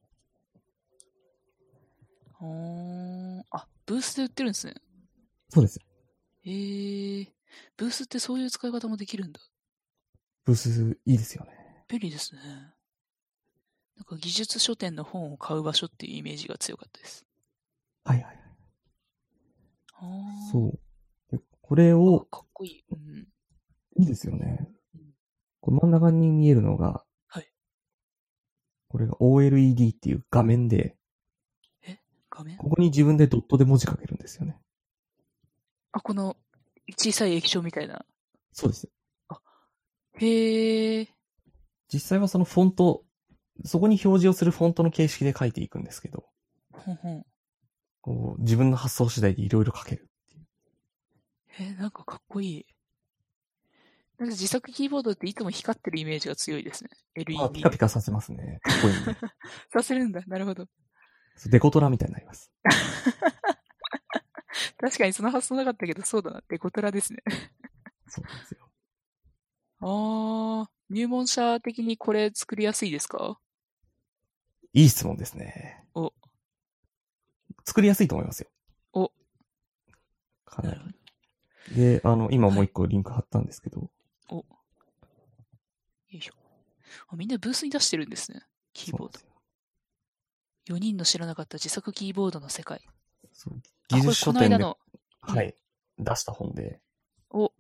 ほーん。あ、ブースで売ってるんですね。 そうです。 へー。ブースってそういう使い方もできるんだ。 ブース、いいですよね。 便利ですね。なんか技術書店の本を買う場所っていうイメージが強かったです。 はいはいはい。 あー。 そう。でこれを、 かっこいい。うん。 いいですよね。うん、この真ん中に見えるのが、 はい。 これが オーエルイーディー っていう画面で、 え画面ここに自分でドットで文字書けるんですよね。 あ、この小さい液晶みたいな。 そうです。 あ、へー。 実際はそのフォント、そこに表示をするフォントの形式で書いていくんですけど、 ほんほん。 こう自分の発想次第でいろいろ書けるっていう。 えー、なんかかっこいい。なんか自作キーボードっていつも光ってるイメージが強いですね。エルイーディー。 あ、ピカピカさせますね。かっこいいんで。 させるんだ。なるほど。 デコトラみたいになります。 確かにその発想なかったけど、そうだな。デコトラですね。 そうなんですよ。 あー、入門者的にこれ作りやすいですか？ いい質問ですね。 お。 作りやすいと思いますよ。 お。 かなり。で、あの、今もう一個リンク貼ったんですけど。はい、 お。よいしょ。あ、みんなブースに出してるんですね。キーボード。よにんの知らなかった自作キーボードの世界。 そう。技術書店で、 のはい、うん、出した本で。 お。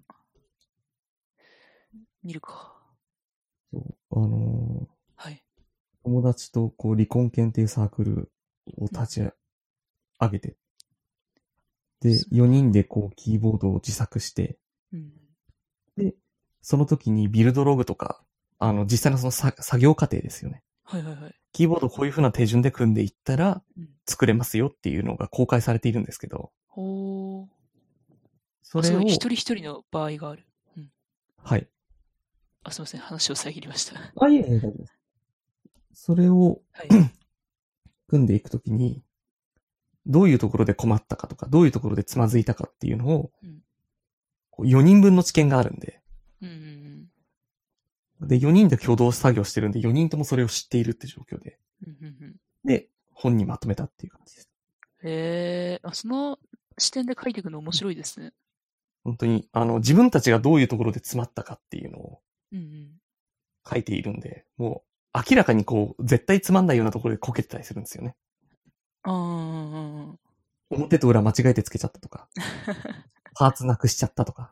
見るか。 そう。あのー、 はい。 友達と、こう、離婚検定サークルを立ち上げて、うん、で、よにんでこう、キーボードを自作して、うん、で、その時にビルドログとか、あの、実際のその作業過程ですよね。 はいはいはい。 キーボードこういう風な手順で組んでいったら、作れますよっていうのが公開されているんですけど。 ほー。 それを。 一人一人の場合がある。うん。 はい。 あ、すみません。話を遮りました。 あ、いえいえ、大丈夫です。それを、はい、組んでいくときに、どういうところで困ったかとか、どういうところでつまずいたかっていうのを、うん、こうよにんぶんの知見があるんで、うんうんうん、で、よにんで共同作業してるんで、よにんともそれを知っているって状況で、うんうんうん、で、本にまとめたっていう感じです。 へー、あ、その視点で書いていくの面白いですね。 本当に、あの、自分たちがどういうところで詰まったかっていうのを、書いているんで、うんうん、もう、明らかにこう、絶対つまんないようなところでこけてたりするんですよね。 あー。 表と裏間違えてつけちゃったとか、パーツなくしちゃったとか。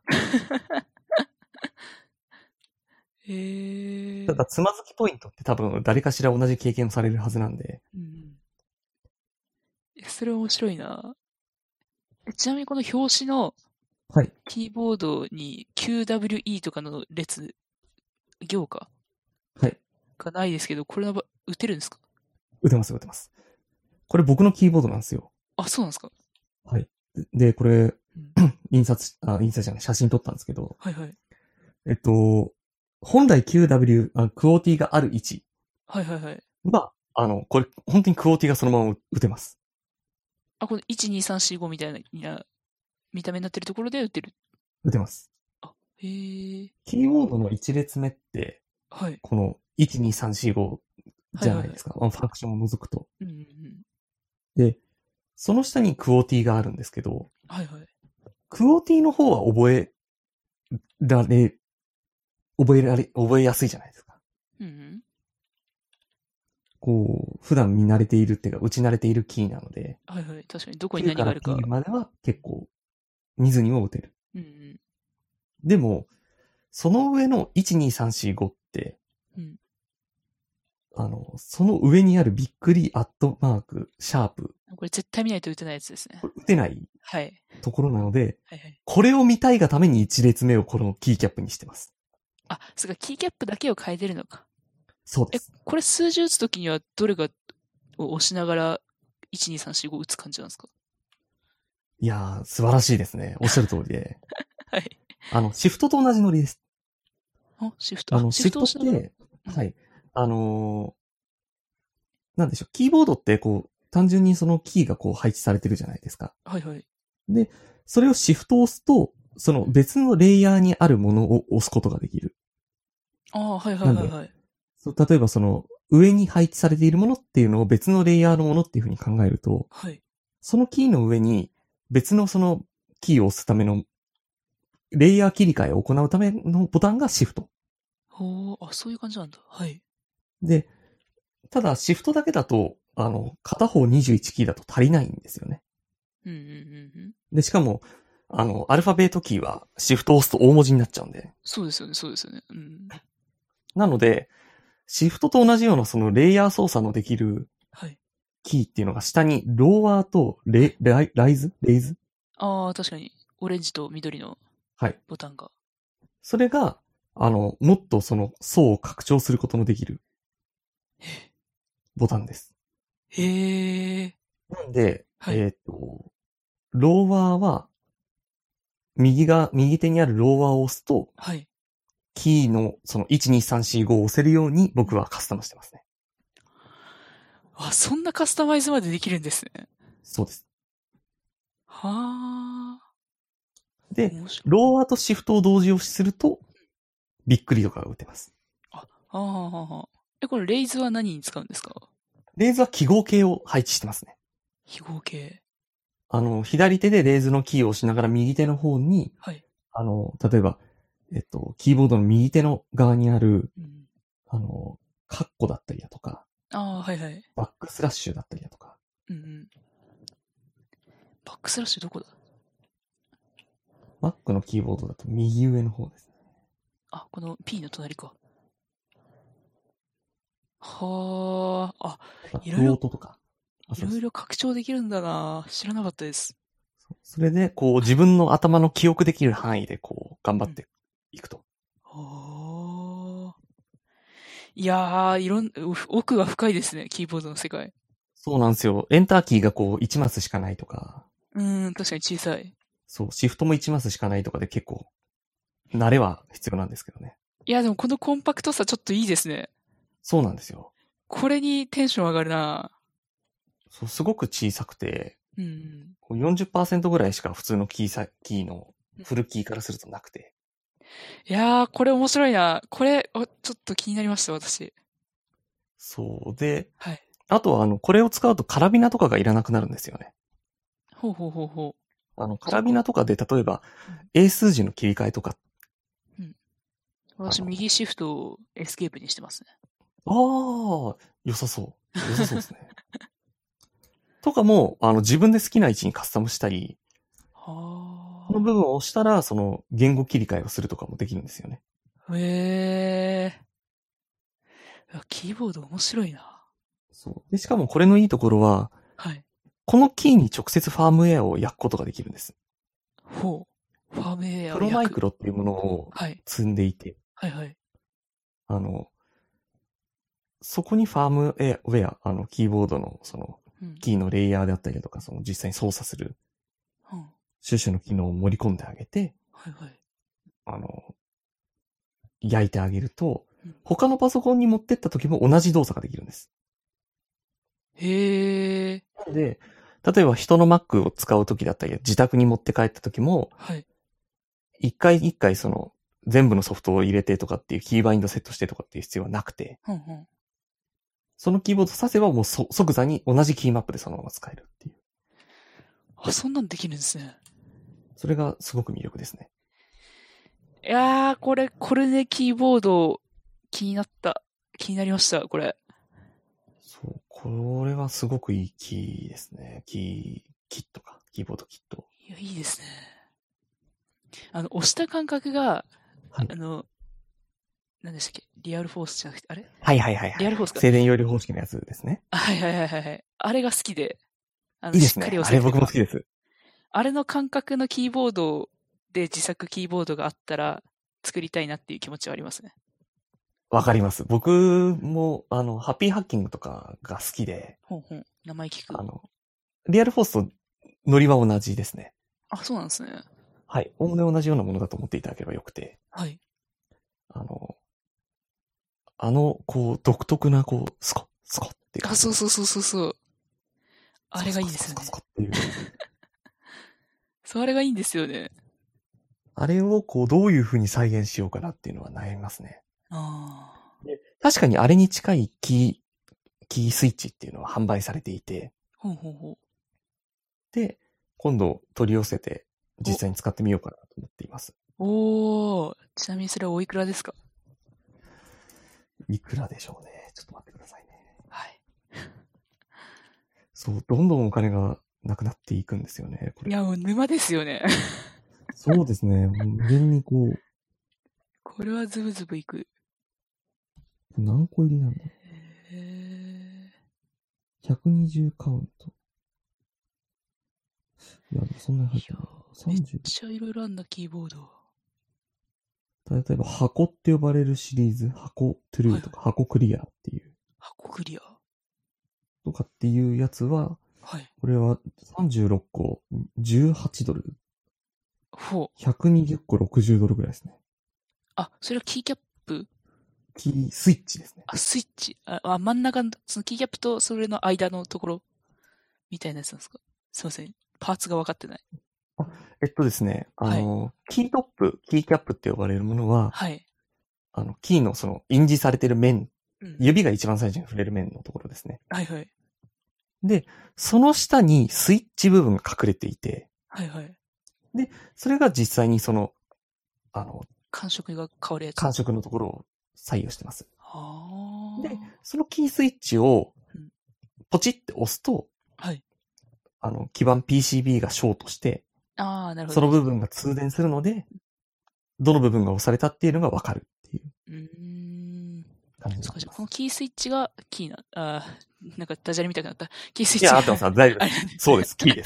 へー。 ただ、つまずきポイントって多分誰かしら同じ経験をされるはずなんで。うん、 それ面白いな。ちなみにこの表紙のはい。 キーボードに キューダブリューイー とかの列、行かはい。 がないですけど、これは打てるんですか？ 打てます、打てます。これ僕のキーボードなんですよ。 あ、そうなんですか？ はい。で、これ、 うん、 印刷、あ、印刷じゃない、写真撮ったんですけど、 はいはい。 えっと、本来 キューダブリュー、あクオーティがある位置はいはいはい。 は、あの、これ、本当にクオーティがそのまま打てます。 あ、このいち、に、さん、よん、ごみたいな、見た目になってるところで打てる。 打てます。 あ、へえ。 キーボードの一列目って、 はい。 このいち、に、さん、よん、ごじゃないですか。 はいはいはい、ファンクションを除くと。 うんうんうん。 で、その下にクオーティがあるんですけど、 はいはい。 クオーティの方は覚えられ、覚えられ、覚えやすいじゃないですか。 うんうん。 こう、普段見慣れているっていうか、打ち慣れているキーなので、 はいはい。確かにどこに Q から何があるか。 P までは結構見ずにも打てる。 うんうん。 でも、その上のいち、に、さん、よん、ごって、 うん。 あの、その上にあるびっくりアットマーク、シャープ。 これ絶対見ないと打てないやつですね。 これ打てないはい。 ところなので、 はいはい。 これを見たいがために一列目をこのキーキャップにしてます。 あ、そっか、キーキャップだけを変えてるのか。え、 そうです。 これ数字打つときにはどれがを押しながらいち、に、さん、よん、ご打つ感じなんですか？ いやー、素晴らしいですね。おっしゃる通りで。 はい。 あの、シフトと同じノリです。 あ、シフト、あ、 あの、 シシフトっフト押しながら。 て、はい。あのーなんでしょう、キーボードってこう、単純にそのキーがこう配置されてるじゃないですか。 はいはい。 で、それをシフトを押すと、その別のレイヤーにあるものを押すことができる。 ああ、はいはいはいはい。 そう例えばその、上に配置されているものっていうのを別のレイヤーのものっていうふうに考えると、 はい。 そのキーの上に別のそのキーを押すためのレイヤー切り替えを行うためのボタンがシフト。 ほう、あ、そういう感じなんだ。はい。 で、ただシフトだけだと、あの、片方にじゅういちキーだと足りないんですよね。 うんうんうんうん。 で、しかも、あの、アルファベートキーはシフトを押すと大文字になっちゃうんで。 そうですよね、そうですよね。うん。 なので、シフトと同じようなそのレイヤー操作のできるはい。 キーっていうのが下にローワーとレ、ライライズレイズああ、確かに。オレンジと緑のはい。 ボタンが。 それが、あの、もっとその層を拡張することのできるボタンです。 へえ。 なんで、 はい。 えっと、ローワーは、右が、右手にあるローワーを押すと、 はい。 キーのそのいち、に、さん、よん、ごを押せるように僕はカスタムしてますね。 あ、そんなカスタマイズまでできるんですね。 そうです。 はあ。 で、 面白い。 ローワーとシフトを同時押しすると、びっくりとかが打てます。 あ、はあはあはあ。え、これレイズは何に使うんですか？ レーズは記号形を配置してますね。 記号形。 あの、左手でレーズのキーを押しながら右手の方に、 はい。 あの、例えば、えっと、キーボードの右手の側にある、 うん、 あの、カッコだったりだとか、 ああ、はいはい。 バックスラッシュだったりだとか。 うんうん。バックスラッシュどこだ？ Mac のキーボードだと右上の方ですね。 あ、この P の隣か。はあ、あ、いろいろ、 フロートとか。 いろいろ拡張できるんだな。知らなかったです。 それで、こう、自分の頭の記憶できる範囲で、こう、頑張っていくと。 はあ。いやー、いろん、奥が深いですね、キーボードの世界。 そうなんですよ。エンターキーがこう、いちマスしかないとか。 うーん、確かに小さい。 そう、シフトもいちマスしかないとかで結構、慣れは必要なんですけどね。 いや、でもこのコンパクトさちょっといいですね。 そうなんですよ。 これにテンション上がるな。 そう、すごく小さくて、 うん。 こう よんじゅっパーセント ぐらいしか普通のキーサ、キーのフルキーからするとなくて。 いやー、これ面白いな。これ、おちょっと気になりました、私。 そうで、 はい。 あとはあの、これを使うとカラビナとかがいらなくなるんですよね。 ほうほうほうほう。 あの、カラビナとかで例えば、英数字の切り替えとか。 うん。私、右シフトをエスケープにしてますね。 ああ、良さそう。良さそうですね。とかも、あの、自分で好きな位置にカスタムしたり、 はあ。 この部分を押したら、その、言語切り替えをするとかもできるんですよね。 へえ。キーボード面白いな。 そう。で、しかもこれのいいところは、 はい。 このキーに直接ファームウェアを焼くことができるんです。 ほう。ファームウェアを焼く。 プロマイクロっていうものを積んでいて。 はい、はい、はい。 あの、そこにファームウェア、あの、キーボードのその、キーのレイヤーであったりとか、その実際に操作する、種々の機能を盛り込んであげて、 はいはい。 あの、焼いてあげると、他のパソコンに持ってった時も同じ動作ができるんです。 へー。 なので、例えば人の Mac を使う時だったり、自宅に持って帰った時も、 はい。 一回一回その、全部のソフトを入れてとかっていうキーバインドセットしてとかっていう必要はなくて、 うんうん、 そのキーボード挿せばもうそ即座に同じキーマップでそのまま使えるっていう。 あ、そんなんできるんですね。 それがすごく魅力ですね。 いやー、これ、これでキーボード気になった。気になりました、これ。 そう、これはすごくいいキーですね。キー、キットか。キーボードキット。 いや、いいですね。あの、押した感覚が、はい、あの、何でしたっけ？リアルフォースじゃなくて、あれ？ はいはいはいはい。 リアルフォースか。 静電容量方式のやつですね。 はいはいはいはい。あれが好きで。 あのいいですね。あれ僕も好きです。 あれの感覚のキーボードで自作キーボードがあったら作りたいなっていう気持ちはありますね。 わかります。僕も、あの、ハッピーハッキングとかが好きで。 ほんほん。名前聞く。 あの、リアルフォースとノリは同じですね。 あ、そうなんですね。 はい。おおむね同じようなものだと思っていただければよくて。 はい。 あの、あの、こう、独特な、こう、スコッ、スコッっていう。 あ、そうそうそうそうそう。あれがいいですよね。 スコッっていう。 そう、あれがいいんですよね。 あれを、こう、どういう風に再現しようかなっていうのは悩みますね。 ああ。 で、確かにあれに近いキー、キースイッチっていうのは販売されていて。 ほうほうほう。 で、今度取り寄せて実際に使ってみようかなと思っています。 おー、ちなみにそれはおいくらですか？ いくらでしょうね。ちょっと待ってくださいね。 はい。 そう、どんどんお金がなくなっていくんですよね。 これいや、もう沼ですよね。 そうですね。無限にこう。 これはズブズブいく。 何個入りなんだろう。 へひゃくにじゅうカウント。いや、そんなに入ってない。 めっちゃいろいろあんだ、キーボード。 例えば、箱って呼ばれるシリーズ、箱トゥルーとか、はい、箱クリアっていう。 箱クリアとかっていうやつは、 はい。 これはさんじゅうろっこ、じゅうはちドル。 ほう。 ひゃくにじゅっころくじゅうドルぐらいですね。 あ、それはキーキャップ？ キー、スイッチですね。 あ、スイッチ。あ、あ真ん中の、そのキーキャップとそれの間のところ、みたいなやつなんですか？すいません。パーツが分かってない。 あ、えっとですね、あの、はい、キートップ、キーキャップって呼ばれるものは、 はい。 あの、キーのその、印字されてる面、うん、指が一番最初に触れる面のところですね。 はいはい。 で、その下にスイッチ部分が隠れていて、 はいはい。 で、それが実際にその、あの、 感触が変わるやつ。 感触のところを採用してます。 はで、そのキースイッチを、ポチって押すと、 はい。 あの、基板 ピーシービー がショートして、 ああ、なるほど。 その部分が通電するので、どの部分が押されたっていうのがわかるっていう。 うーん。 感じです。 そうか、このキースイッチがキーな、ああ、なんかダジャレみたくなった。キースイッチが。 いや、あってます。大丈夫です。そうです、キーです。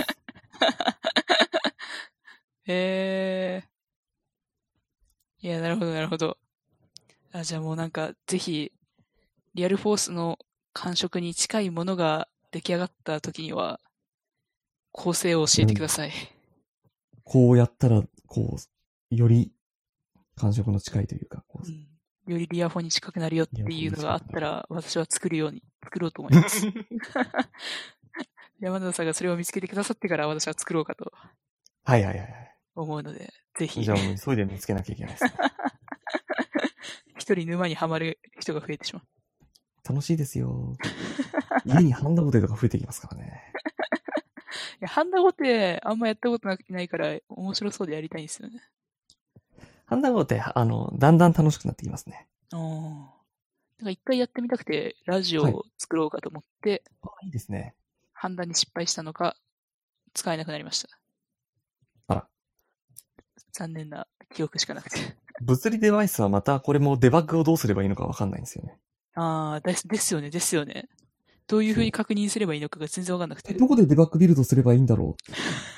へえ。いや、なるほど、なるほど。あ、じゃあもうなんか、ぜひ、リアルフォースの感触に近いものが出来上がった時には、構成を教えてください。うん、 こうやったら、こう、より感触の近いというか、こう、 うんよりリアフォンに近くなるよっていうのがあったら、私は作るように、作ろうと思います。山田さんがそれを見つけてくださってから私は作ろうかと。 はいはいはい。 思うので、ぜひ。 じゃあもう急いで見つけなきゃいけないですね。 一人沼にはまる人が増えてしまう。 楽しいですよ。家にハンダゴテとか増えてきますからね。 いや、ハンダゴテあんまやったことないから面白そうでやりたいんですよね。 ハンダゴテ、あの、だんだん楽しくなってきますね。 ああ。なんか一回やってみたくて、ラジオを作ろうかと思って、 はい、いいですね。 判断に失敗したのか、使えなくなりました。 あら。 残念な記憶しかなくて。 物理デバイスはまたこれもデバッグをどうすればいいのかわかんないんですよね。 ああ、です、ですよね、ですよね。 どういう風に確認すればいいのかが全然わかんなくて。 どこでデバッグビルドすればいいんだろう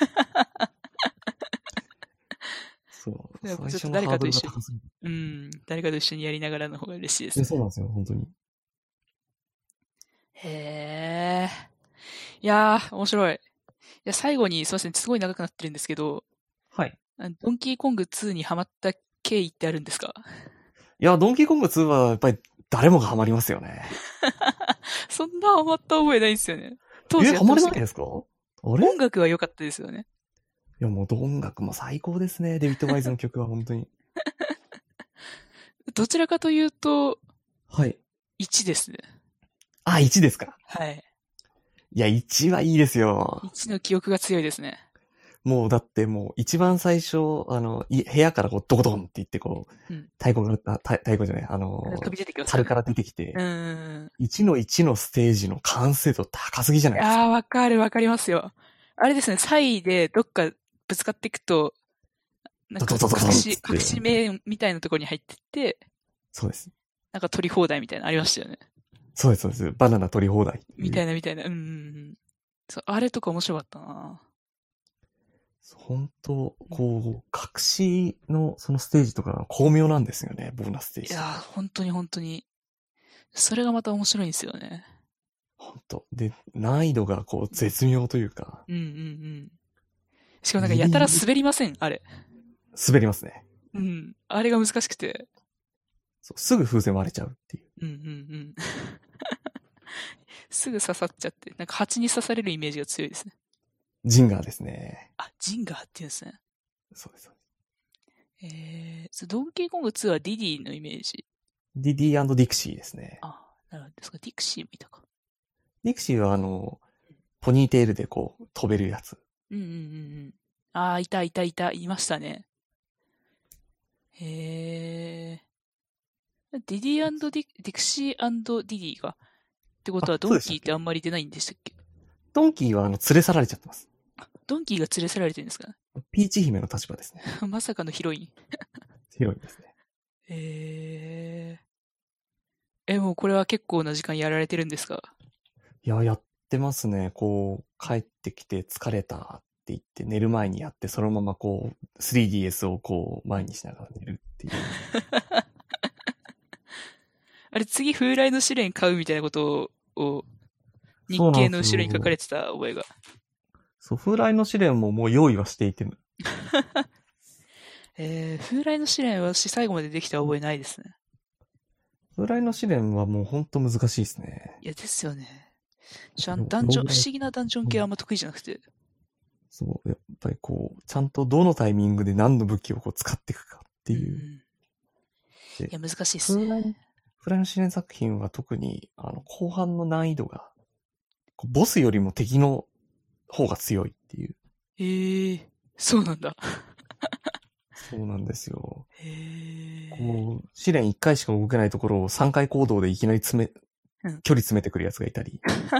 そう。最初のハードルが高すぎる。 うん。誰かと一緒にやりながらの方が嬉しいですね。 そうなんですよ、本当に。 へー。いやー、面白い。いや、最後に、すいません、すごい長くなってるんですけど、 はい。 ドンキーコングツーにハマった経緯ってあるんですか？ いや、ドンキーコングツーはやっぱり誰もがハマりますよね。 そんなハマった覚えないんですよね。当時え、ハマれないですか？あれ？ 音楽は良かったですよね。 いや、もう音楽も最高ですね。デビッド・ワイズの曲は本当に。 どちらかというと、 はい。 いちですね。 あ、いちですか。 はい。 いや、いちはいいですよ。 いちの記憶が強いですね。 もうだってもう一番最初、あの、部屋からこうドコドンって言ってこう、うん、太鼓が、あ、太鼓じゃない、あの、 飛び出てきます、ね。 樽から出てきて、 うん。 いちのいちのステージの完成度高すぎじゃないですか。 ああ、わかるわかりますよ。あれですね、サイでどっかぶつかっていくと、なんか隠し、隠し目みたいなところに入ってって、 そうです。 なんか取り放題みたいなのありましたよね。 そうです、そうです。バナナ取り放題。 みたいなみたいな。うんうんうん。そう、あれとか面白かったな。 本当こう、隠しのそのステージとか巧妙なんですよね、ボーナスステージ。 いやー、本当に本当に。それがまた面白いんですよね。 本当で、難易度がこう絶妙というか。 うんうんうん。しかもなんかやたら滑りません、あれ。 滑りますね。 うん。あれが難しくて。 そう、すぐ風船割れちゃうっていう。 うんうんうん。すぐ刺さっちゃって、なんか蜂に刺されるイメージが強いですね。 ジンガーですね。 あ、ジンガーって言うんですね。 そうです、そうです。えー、ドンキーコングツーはディディのイメージ。 ディディー&ディクシーですね。 あ、なるほどですか。ディクシー見たか。 ディクシーはあの、ポニーテールでこう飛べるやつ。 うんうんうんうん。ああ、いたいたいた、いましたね。へえ。ディディー&ディ、ディクシー&ディディが。ってことはドンキーってあんまり出ないんでしたっけ？ ドンキーはあの、連れ去られちゃってます。 ドンキーが連れ去られてるんですか？ ピーチ姫の立場ですね。 まさかのヒロイン。 ヒロインですね。 へえ。え、もうこれは結構な時間やられてるんですか？ いや、やってますね。こう、帰ってきて疲れたって言って寝る前にやって、そのままこう、スリーディーエス をこう、前にしながら寝るっていう。 あれ、次、風来の試練買うみたいなことを、日経の後ろに書かれてた覚えが。 そう、風来の試練ももう用意はしていて。 えー、風来の試練は私最後までできた覚えないですね。 風来の試練はもうほんと難しいですね。 いや、ですよね。ダンジョン、不思議なダンジョン系はあんま得意じゃなくて。 そう、やっぱりこう、ちゃんとどのタイミングで何の武器をこう使っていくかっていう。 うん、いや、難しいですね。 フライの試練作品は特に、あの、後半の難易度が、ボスよりも敵の方が強いっていう。 へえ、そうなんだ。 そうなんですよ。 へえ。 こう、試練いっかいしか動けないところをさんかい行動でいきなり詰め、うん、距離詰めてくるやつがいたり。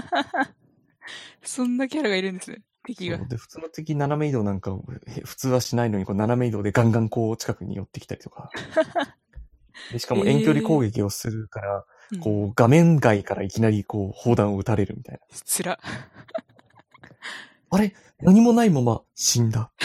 そんなキャラがいるんですね、敵が。 そうで、普通の敵斜め移動なんか普通はしないのに、こう斜め移動でガンガンこう近くに寄ってきたりとか。でしかも遠距離攻撃をするから、えー、こう画面外からいきなりこう砲弾を撃たれるみたいな。 つら。 あれ何もないまま死んだ。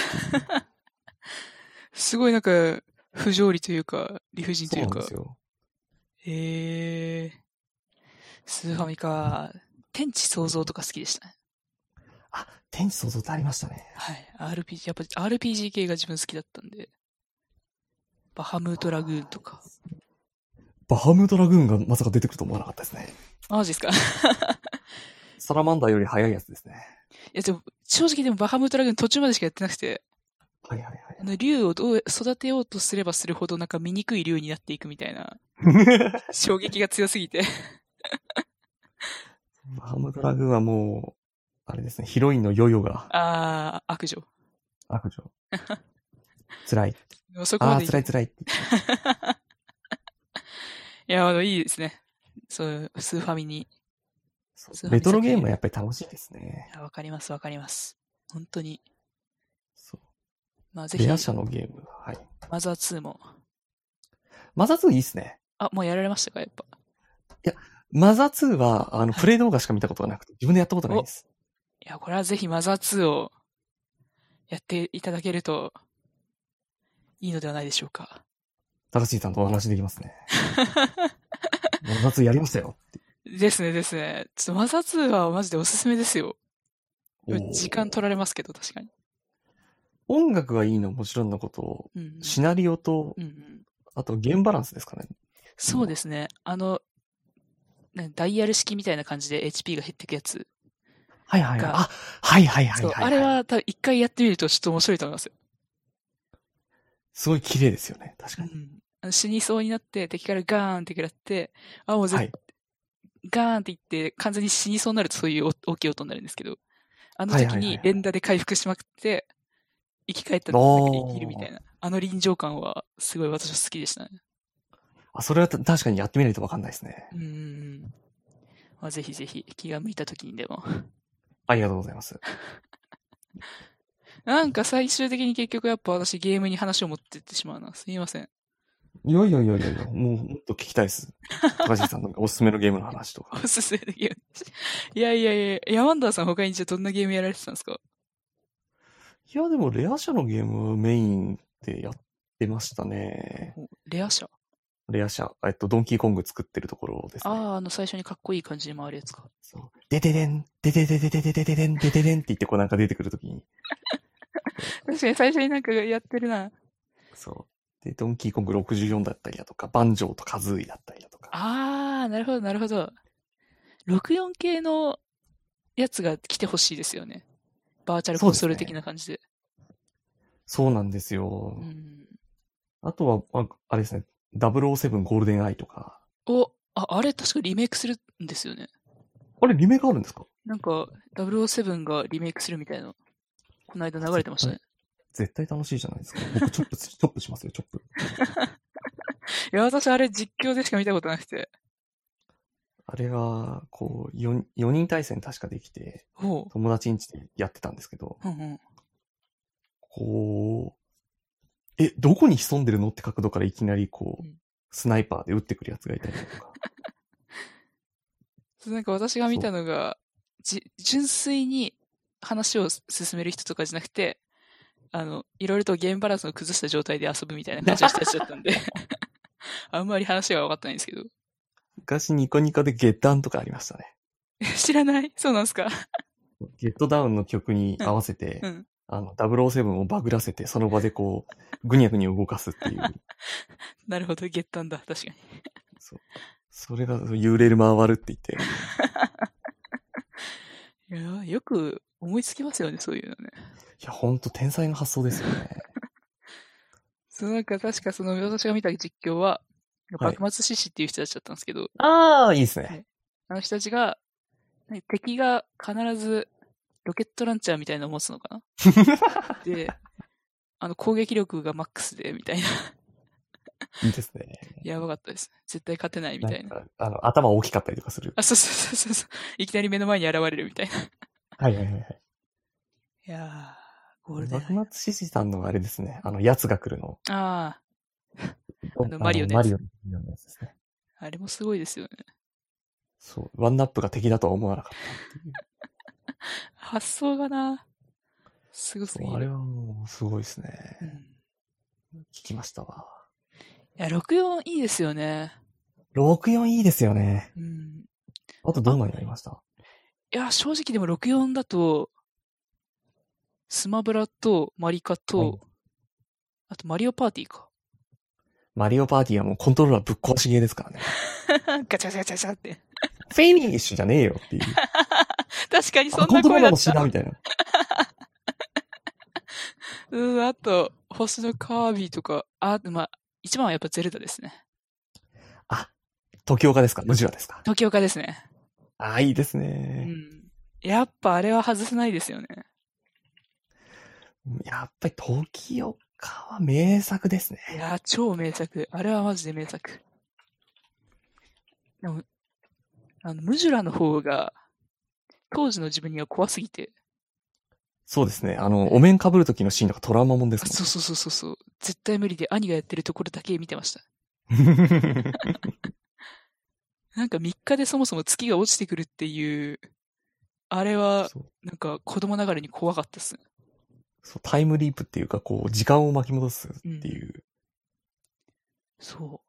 すごいなんか、不条理というか、理不尽というか。 そうなんですよ。 へえー。スーファミか。天地創造とか好きでしたね。 あ、天地創造ってありましたね。 はい。アールピージー、やっぱ アールピージー 系が自分好きだったんで。バハムートラグーンとか。 バハムートラグーンがまさか出てくると思わなかったですね。 マジですか？ サラマンダーより早いやつですね。 いやでも、正直でもバハムートラグーン途中までしかやってなくて。 はいはいはい。 あの、竜をどう育てようとすればするほどなんか醜い竜になっていくみたいな。衝撃が強すぎて。 バハムートラグーンはもう、あれですね、ヒロインのヨヨが。 あー、悪女。 悪女。辛い。 そこまで。 あー、辛い辛いって。 いや、あの、いいですね。そう、スーファミに。 レトロゲームはやっぱり楽しいですね。 わかります、わかります。本当に。 そう。 まあ、ぜひ。 レア社のゲーム。はい。 マザーツーも。 マザーツーいいっすね。 あ、もうやられましたか、やっぱ。 いや、 マザーツーは、あの、プレイ動画しか見たことがなくて、自分でやったことないです。 いや、これはぜひマザーツーをやっていただけるといいのではないでしょうか。 高橋さんとお話できますね。マザーツーやりましたよ。 ですね、ですね。ちょっとマザーツーはマジでおすすめですよ。時間取られますけど、確かに。 音楽がいいのはもちろんのこと、うんうん、シナリオと、うんうん、あとゲームバランスですかね。 そうですね。あの、ダイヤル式みたいな感じで エイチピー が減っていくやつ。 はいはいはい。あ、はいはいはいはい、はい。 あれは多分一回やってみるとちょっと面白いと思いますよ。 すごい綺麗ですよね。確かに。 うん、死にそうになって敵からガーンって食らって、あ、もう絶対、はい、ガーンって言って完全に死にそうになるとそういう大きい音になるんですけど、あの時に連打で回復しまくって、生き返ったら生きるみたいな。あの臨場感はすごい私は好きでしたね。 あ、それは確かにやってみないとわかんないですね。 うん。まあ、ぜひぜひ気が向いた時にでも。 ありがとうございます。 なんか最終的に結局やっぱ私ゲームに話を持ってってしまうな。すみません。 いやいやいやいやいや、もうもっと聞きたいです。高橋さんのおすすめのゲームの話とか。 おすすめのゲーム。いやいやいや、ヤマンダーさん他にじゃどんなゲームやられてたんですか？ いやでもレア社のゲームメインでやってましたね。 レア社レア社。えっと、ドンキーコング作ってるところですね。 ああ、あの最初にかっこいい感じで回るやつか。 そう。でででん、でででででででででん、でででんって言ってこうなんか出てくるときに。 確かに最初になんかやってるな。 そう。で、ドンキーコングろくじゅうよんだったりだとか、バンジョーとカズーイだったりだとか。 ああ、なるほど、なるほど。ろくじゅうよん系のやつが来てほしいですよね。バーチャルコンソール的な感じで。 そうなんですよ。うん、あとは、あれですね、ダブルオーセブンゴールデンアイとか。 お、あ、あれ確かリメイクするんですよね。 あれリメイクあるんですか？ なんか、ダブルオーセブンがリメイクするみたいな、この間流れてましたね。 絶対楽しいじゃないですか。僕チョップ、チョップしますよ、チョップ。 いや、私あれ実況でしか見たことなくて。 あれが、こう、よ、よにん対戦確かできて、友達ん家でやってたんですけど、 うんうん、 こう、え、どこに潜んでるのって角度からいきなりこう、うん、スナイパーで撃ってくるやつがいたりとか。 なんか私が見たのが、じ、純粋に話を進める人とかじゃなくて、あの、いろいろとゲームバランスを崩した状態で遊ぶみたいな感じの人たちだったんで、あんまり話が分かったないんですけど。 昔ニコニコでゲッダンとかありましたね。 知らない？そうなんすか？ ゲットダウンの曲に合わせて、うんうん、あの、ダブルオーセブンをバグらせて、その場でこう、ぐにゃぐにゃ動かすっていう。 なるほど、ゲッタンだ、確かに。 そう。それが揺れる回るって言って。 いや、よく思いつきますよね、そういうのね。 いや、ほんと天才の発想ですよね。 そう、なんか確かその、私が見た実況は、幕末志士っていう人たちだったんですけど。 ああ、いいですね、はい。 あの人たちが、敵が必ずロケットランチャーみたいなのを持つのかなで、あの攻撃力がマックスで、みたいな。 いいですね。 やばかったです。絶対勝てないみたいな。 なんかあの、頭大きかったりとかする。 あ、そうそうそうそう。いきなり目の前に現れるみたいな。 はいはいはいはい。 いやー、ゴールデン。 幕末志士さんのあれですね。あの、奴が来るの。 ああ。あの、マリオのやつ。 マリオのやつですね。 あれもすごいですよね。 そう。ワンナップが敵だとは思わなかったっていう。 発想がな、すごすぎる。 あれはもうすごいですね。うん、聞きましたわ。 いや、ろくじゅうよんいいですよね。 ろくじゅうよんいいですよね。 うん。 あとどんなになりました？ いや、正直でもろくじゅうよんだと、スマブラとマリカと、はい、あとマリオパーティーか。 マリオパーティーはもうコントローラーぶっ壊しゲーですからね。 ガチャガチャガチャガチャって。 フェイニッシュじゃねえよっていう。 確かにそんな声だった。 コントローラーもしなみたいな。 うん、あと、星のカービィとか、あ、まあ、一番はやっぱゼルダですね。 あ、時岡ですか？ムジュラですか？ 時岡ですね。 あ、いいですね。 うん。やっぱあれは外せないですよね。 やっぱり時岡は名作ですね。 いや、超名作。あれはマジで名作。でも、あの、ムジュラの方が、当時の自分には怖すぎて。 そうですね。あの、お面被る時のシーンとかトラウマもんですもんね。 そうそうそうそう。絶対無理で兄がやってるところだけ見てました。 なんかみっかでそもそも月が落ちてくるっていう、あれは、なんか子供ながらに怖かったっすね。 そう、タイムリープっていうか、こう、時間を巻き戻すっていう、うん。 そう。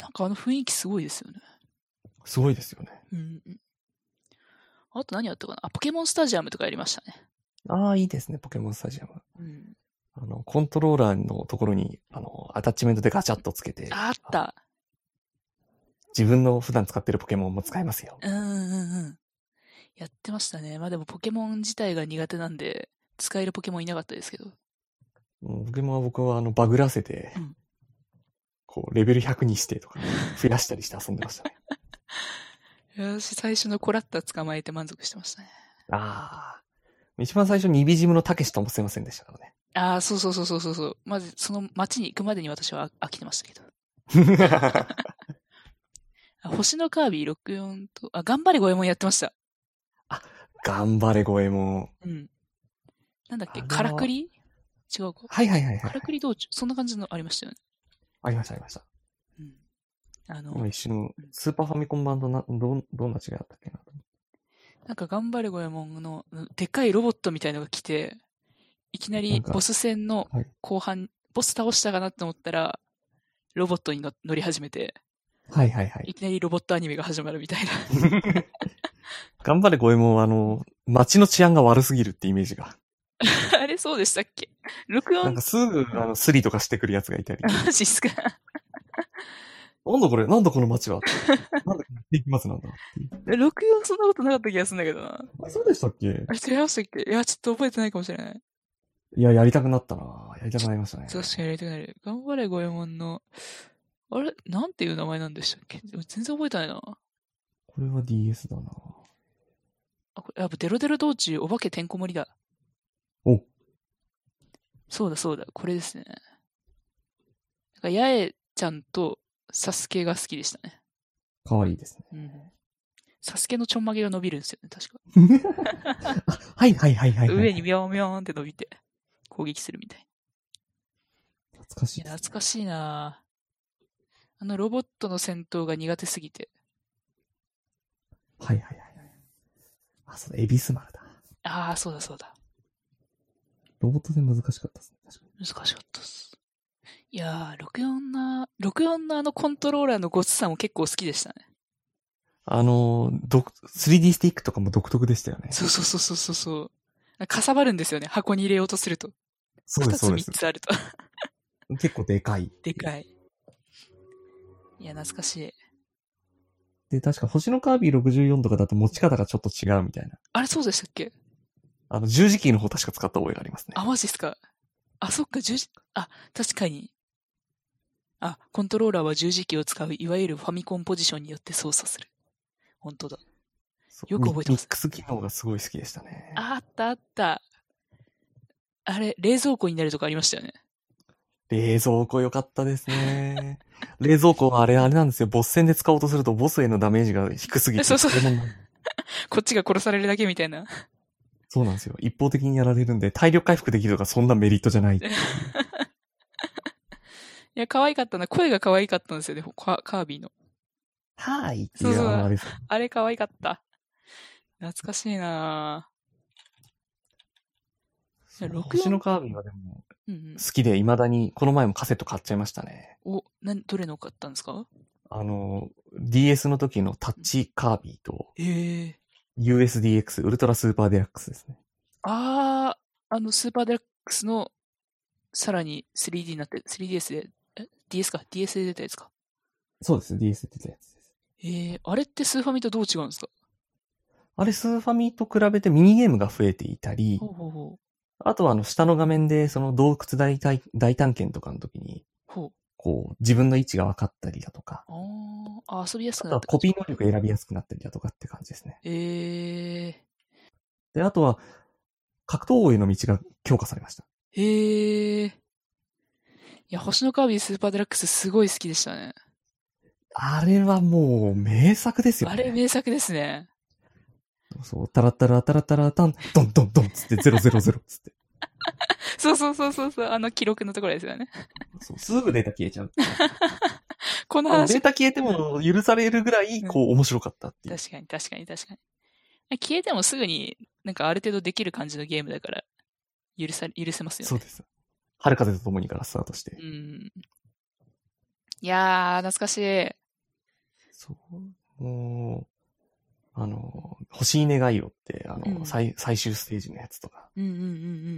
なんかあの雰囲気すごいですよね。 すごいですよね。 うん。あと何やったかなあ、ポケモンスタジアムとかやりましたね。 ああ、いいですね、ポケモンスタジアム。 うん。 あの、コントローラーのところに、あの、アタッチメントでガチャッとつけて。 あった。 自分の普段使ってるポケモンも使えますよ。 うんうんうん。やってましたね。まあでもポケモン自体が苦手なんで、使えるポケモンいなかったですけど。 ポケモンは僕はあの、バグらせて、うん、こう、レベルひゃくにしてとか、増やしたりして遊んでましたね。 私最初のコラッタ捕まえて満足してましたね。 ああ。一番最初にイビジムのたけしともすいませんでしたからね。 ああ、そうそうそうそうそう。まずその街に行くまでに私は飽きてましたけど。星のカービィろくじゅうよんと、あ、頑張れゴエモンやってました。 あ、頑張れゴエモン。 うん。なんだっけ、カラクリ違うか。 はいはいはいはい。 カラクリ道中、そんな感じのありましたよね。 ありましたありました。 うん。あの、 今一瞬、スーパーファミコン版とな、ど、どんな違いだったっけな。 なんか頑張れゴエモンの、でっかいロボットみたいのが来て、いきなりボス戦の後半、はい、ボス倒したかなって思ったら、ロボットに乗り始めて、 はいはいはい。 いきなりロボットアニメが始まるみたいな。 頑張れゴエモンはあの、街の治安が悪すぎるってイメージが。 あれそうでしたっけ ?ろくじゅうよんなんかすぐ、あの、スリとかしてくるやつがいたり。 マジっすかなんだこれなんだこの街はなんだこの敵末なんだろくじゅうよんそんなことなかった気がするんだけどな。 あ、そうでしたっけあ、違いましたっけいや、ちょっと覚えてないかもしれない。 いや、やりたくなったなやりたくなりましたね。 確かにやりたくなる。頑張れゴエモンの、あれなんていう名前なんでしたっけ全然覚えてないな。これは ディーエス だなあ、これやっぱデロデロ道中、お化けてんこ盛りだ。 おそうだそうだ、これですね。なんか、八重ちゃんとサスケが好きでしたね。 かわいいですね。 うん。サスケのちょんまげが伸びるんですよね、確か。 はいはいはいはい、はい。 上にビョービョーンって伸びて、攻撃するみたい。 懐かしい、 ね。懐かしいなあのロボットの戦闘が苦手すぎて。 はいはいはい。あ、そうだ、エビス丸だ。 ああ、そうだそうだ。 ロボットで難しかったですね、確かに。難しかったです。いやー、ろくじゅうよんな、ろくじゅうよんのあのコントローラーのごつさも結構好きでしたね。あの、ど、スリーディー スティックとかも独特でしたよね。 そうそうそうそうそう。かさばるんですよね、箱に入れようとすると。 そうです、そうです。 ふたつみっつあると。 結構でかい。 でかい。いや、懐かしい。 で、確か星のカービィろくじゅうよんとかだと持ち方がちょっと違うみたいな。 あれそうでしたっけあの、十字キーの方確か使った覚えがありますね。 あ、マジっすか。あ、そっか、十字、あ、確かに。あ、コントローラーは十字キーを使う、いわゆるファミコンポジションによって操作する。本当だ。よく覚えてます。 ミックス機能がすごい好きでしたね。 あったあった。あれ、冷蔵庫になるとかありましたよね。 冷蔵庫良かったですね。冷蔵庫はあれ、あれなんですよ。ボス戦で使おうとするとボスへのダメージが低すぎて。 そうそう。こっちが殺されるだけみたいな。 そうなんですよ。一方的にやられるんで、体力回復できるとかそんなメリットじゃない。いや、可愛かったな。声が可愛かったんですよね。カービィの。 はーいっていうあのあれです。 あれ可愛かった。懐かしいなぁ。星のカービィはでも、好きで未だに、この前もカセット買っちゃいましたね。 お、な、どれの買ったんですかあの、ディーエス の時のタッチカービィと、 えー、 ユーエスディーエックス、ウルトラスーパーデラックスですね。 あー、あの、スーパーデラックスの、さらに スリーディー になって、スリーディーエス で、え ディーエス か ディーエス で出たやつか。 そうです、ディーエス で出たやつです。 えー、あれってスーファミとどう違うんですかあれ、スーファミと比べてミニゲームが増えていたり、 ほうほうほうあとはあの、下の画面で、その洞窟大体大探検とかの時に、 ほうこう、自分の位置が分かったりだとか。 ああ、遊びやすくなった。 あとはコピー能力選びやすくなったりだとかって感じですね。 ええー。で、あとは、格闘王への道が強化されました。 へえ。いや、星のカービィスーパーデラックスすごい好きでしたね。 あれはもう名作ですよね。 あれ名作ですね。 そう、タラッタラタラタラタン、ドンドンドンつってゼロゼロゼロつって。 そうそうそうそうそう、あの記録のところですよね。 そう、すぐデータ消えちゃう。 この話。 データ消えても許されるぐらい、こう、面白かったっていう、 うん。確かに、確かに、確かに。消えてもすぐになんかある程度できる感じのゲームだから、許さ、許せますよね。 そうです。春風と共にからスタートして。 うん。いやー、懐かしい。 そう。もう、あの、星い願いをって、あの、うん、最、最終ステージのやつとか。 うんうんうんうん。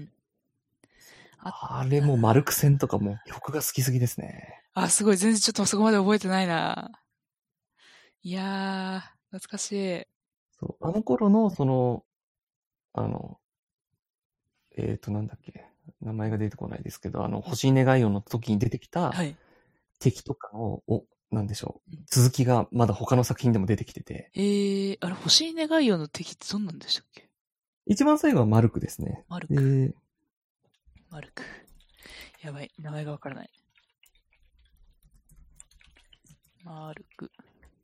あ, あれもマルク戦とかも曲が好きすぎですね。 あ、すごい。全然ちょっとそこまで覚えてないな。いやー、懐かしい。 そう。あの頃の、その、あの、えっと、なんだっけ。名前が出てこないですけど、あの、星い願いをの時に出てきた、敵とかの、お、なんでしょう。続きがまだ他の作品でも出てきてて。 えー、あれ、星い願いをの敵ってどんなんでしたっけ？ 一番最後はマルクですね。 マルク。えー、マルク。やばい、名前がわからない。マルク。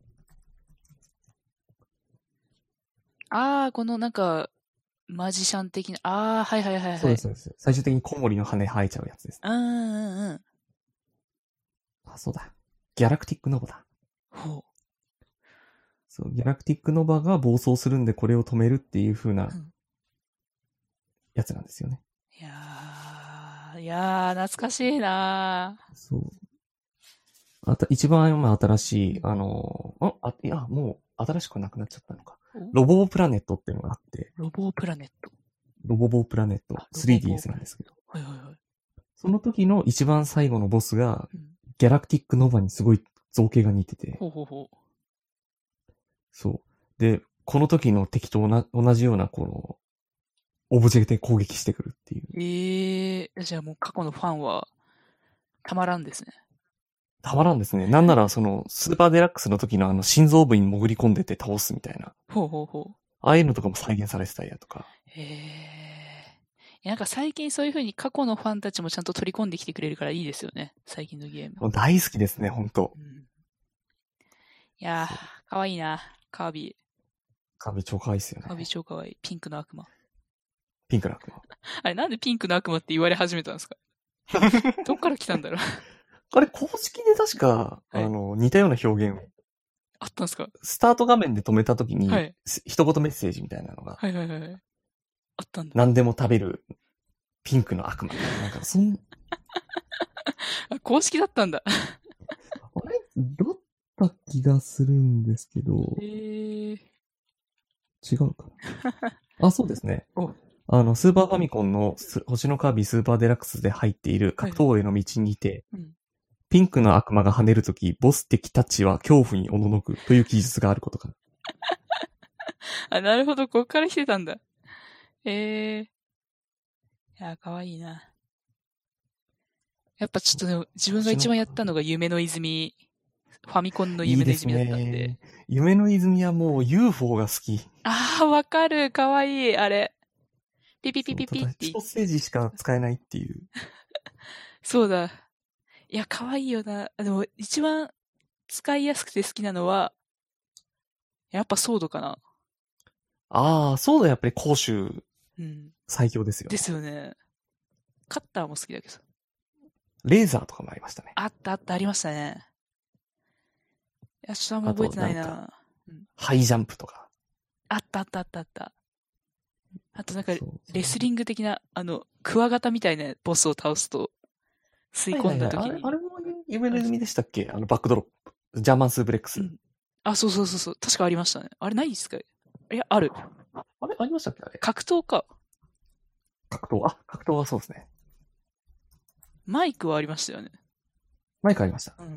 あー、このなんか、マジシャン的な、あー、はいはいはいはい。 そうです、そうです。最終的にコウモリの羽生えちゃうやつです。 うんうんうん。 あ、そうだ。ギャラクティックノバだ。ほう。そう、ギャラクティックノバが暴走するんでこれを止めるっていう風な、やつなんですよね。 いやー、いやー、懐かしいなー。 そう。あた、一番新しい、あのー、あ、いや、もう新しくなくなっちゃったのか。ロボープラネットっていうのがあって。 ロボープラネット。 ロボボープラネット スリーディーエス なんですけど。 はいはいはい。 その時の一番最後のボスが、うん、ギャラクティックノバにすごい造形が似てて。 ほうほうほう。 そう。で、この時の敵と同じような、この、オブジェで攻撃してくるっていう。 ええー、じゃあもう過去のファンは、たまらんですね。 たまらんですね。なんなら、その、スーパーデラックスの時のあの、心臓部に潜り込んでて倒すみたいな。 ほうほうほう。 ああいうのとかも再現されてたりだとか。 へえ。いや、なんか最近そういう風に過去のファンたちもちゃんと取り込んできてくれるからいいですよね。最近のゲーム。 もう大好きですね、ほんと。うん、 いやー、かわいいな、カービィ。 カービィ超かわいいっすよね。 カービィ超かわいい。ピンクの悪魔。 ピンクの悪魔。 あれ、なんでピンクの悪魔って言われ始めたんですか？どっから来たんだろう。 あれ、公式で確か、はい、あの、似たような表現を。 あったんですか？ スタート画面で止めた時に、はい、一言メッセージみたいなのが。 はいはいはい。あったんだ。 何でも食べる、ピンクの悪魔。なんか、そん、 あ、公式だったんだ。あれだった気がするんですけど。 へー。 違うかな。あ、そうですね。あの、スーパーファミコンの星のカービィスーパーデラックスで入っている格闘への道にて、はい、うん、ピンクの悪魔が跳ねるとき、ボス敵たちは恐怖におののくという記述があることかな。 あ、なるほど、こっから来てたんだ。ええー。いや、かわいいな。やっぱちょっとね、自分が一番やったのが夢の泉、ファミコンの夢の泉だったんで。いいですね。 夢の泉はもう ユーフォー が好き。 ああ、わかる。かわいい。あれ。ピピピピピって。 一ステージしか使えないっていう。 そうだ。いや、かわいいよな。でも、一番使いやすくて好きなのは、やっぱソードかな。 ああ、ソードやっぱり攻守、うん、最強ですよね。 ですよね。カッターも好きだけど。 レーザーとかもありましたね。 あったあった、ありましたね。いや、ちょっとあんま覚えてないな。なうん、ハイジャンプとか。 あったあったあったあった。あとなんか、レスリング的な、あの、クワガタみたいなボスを倒すと、吸い込んだ時に。はいはいはい、 あれ、あれも夢の泉でしたっけ？あの、バックドロップ。ジャーマンスープレックス。うん、 あ、そうそうそうそう。確かありましたね。あれないですか？いや、ある。 あれありましたっけあれ。 格闘か。 格闘、あ、格闘はそうですね。 マイクはありましたよね。 マイクありました。 うん。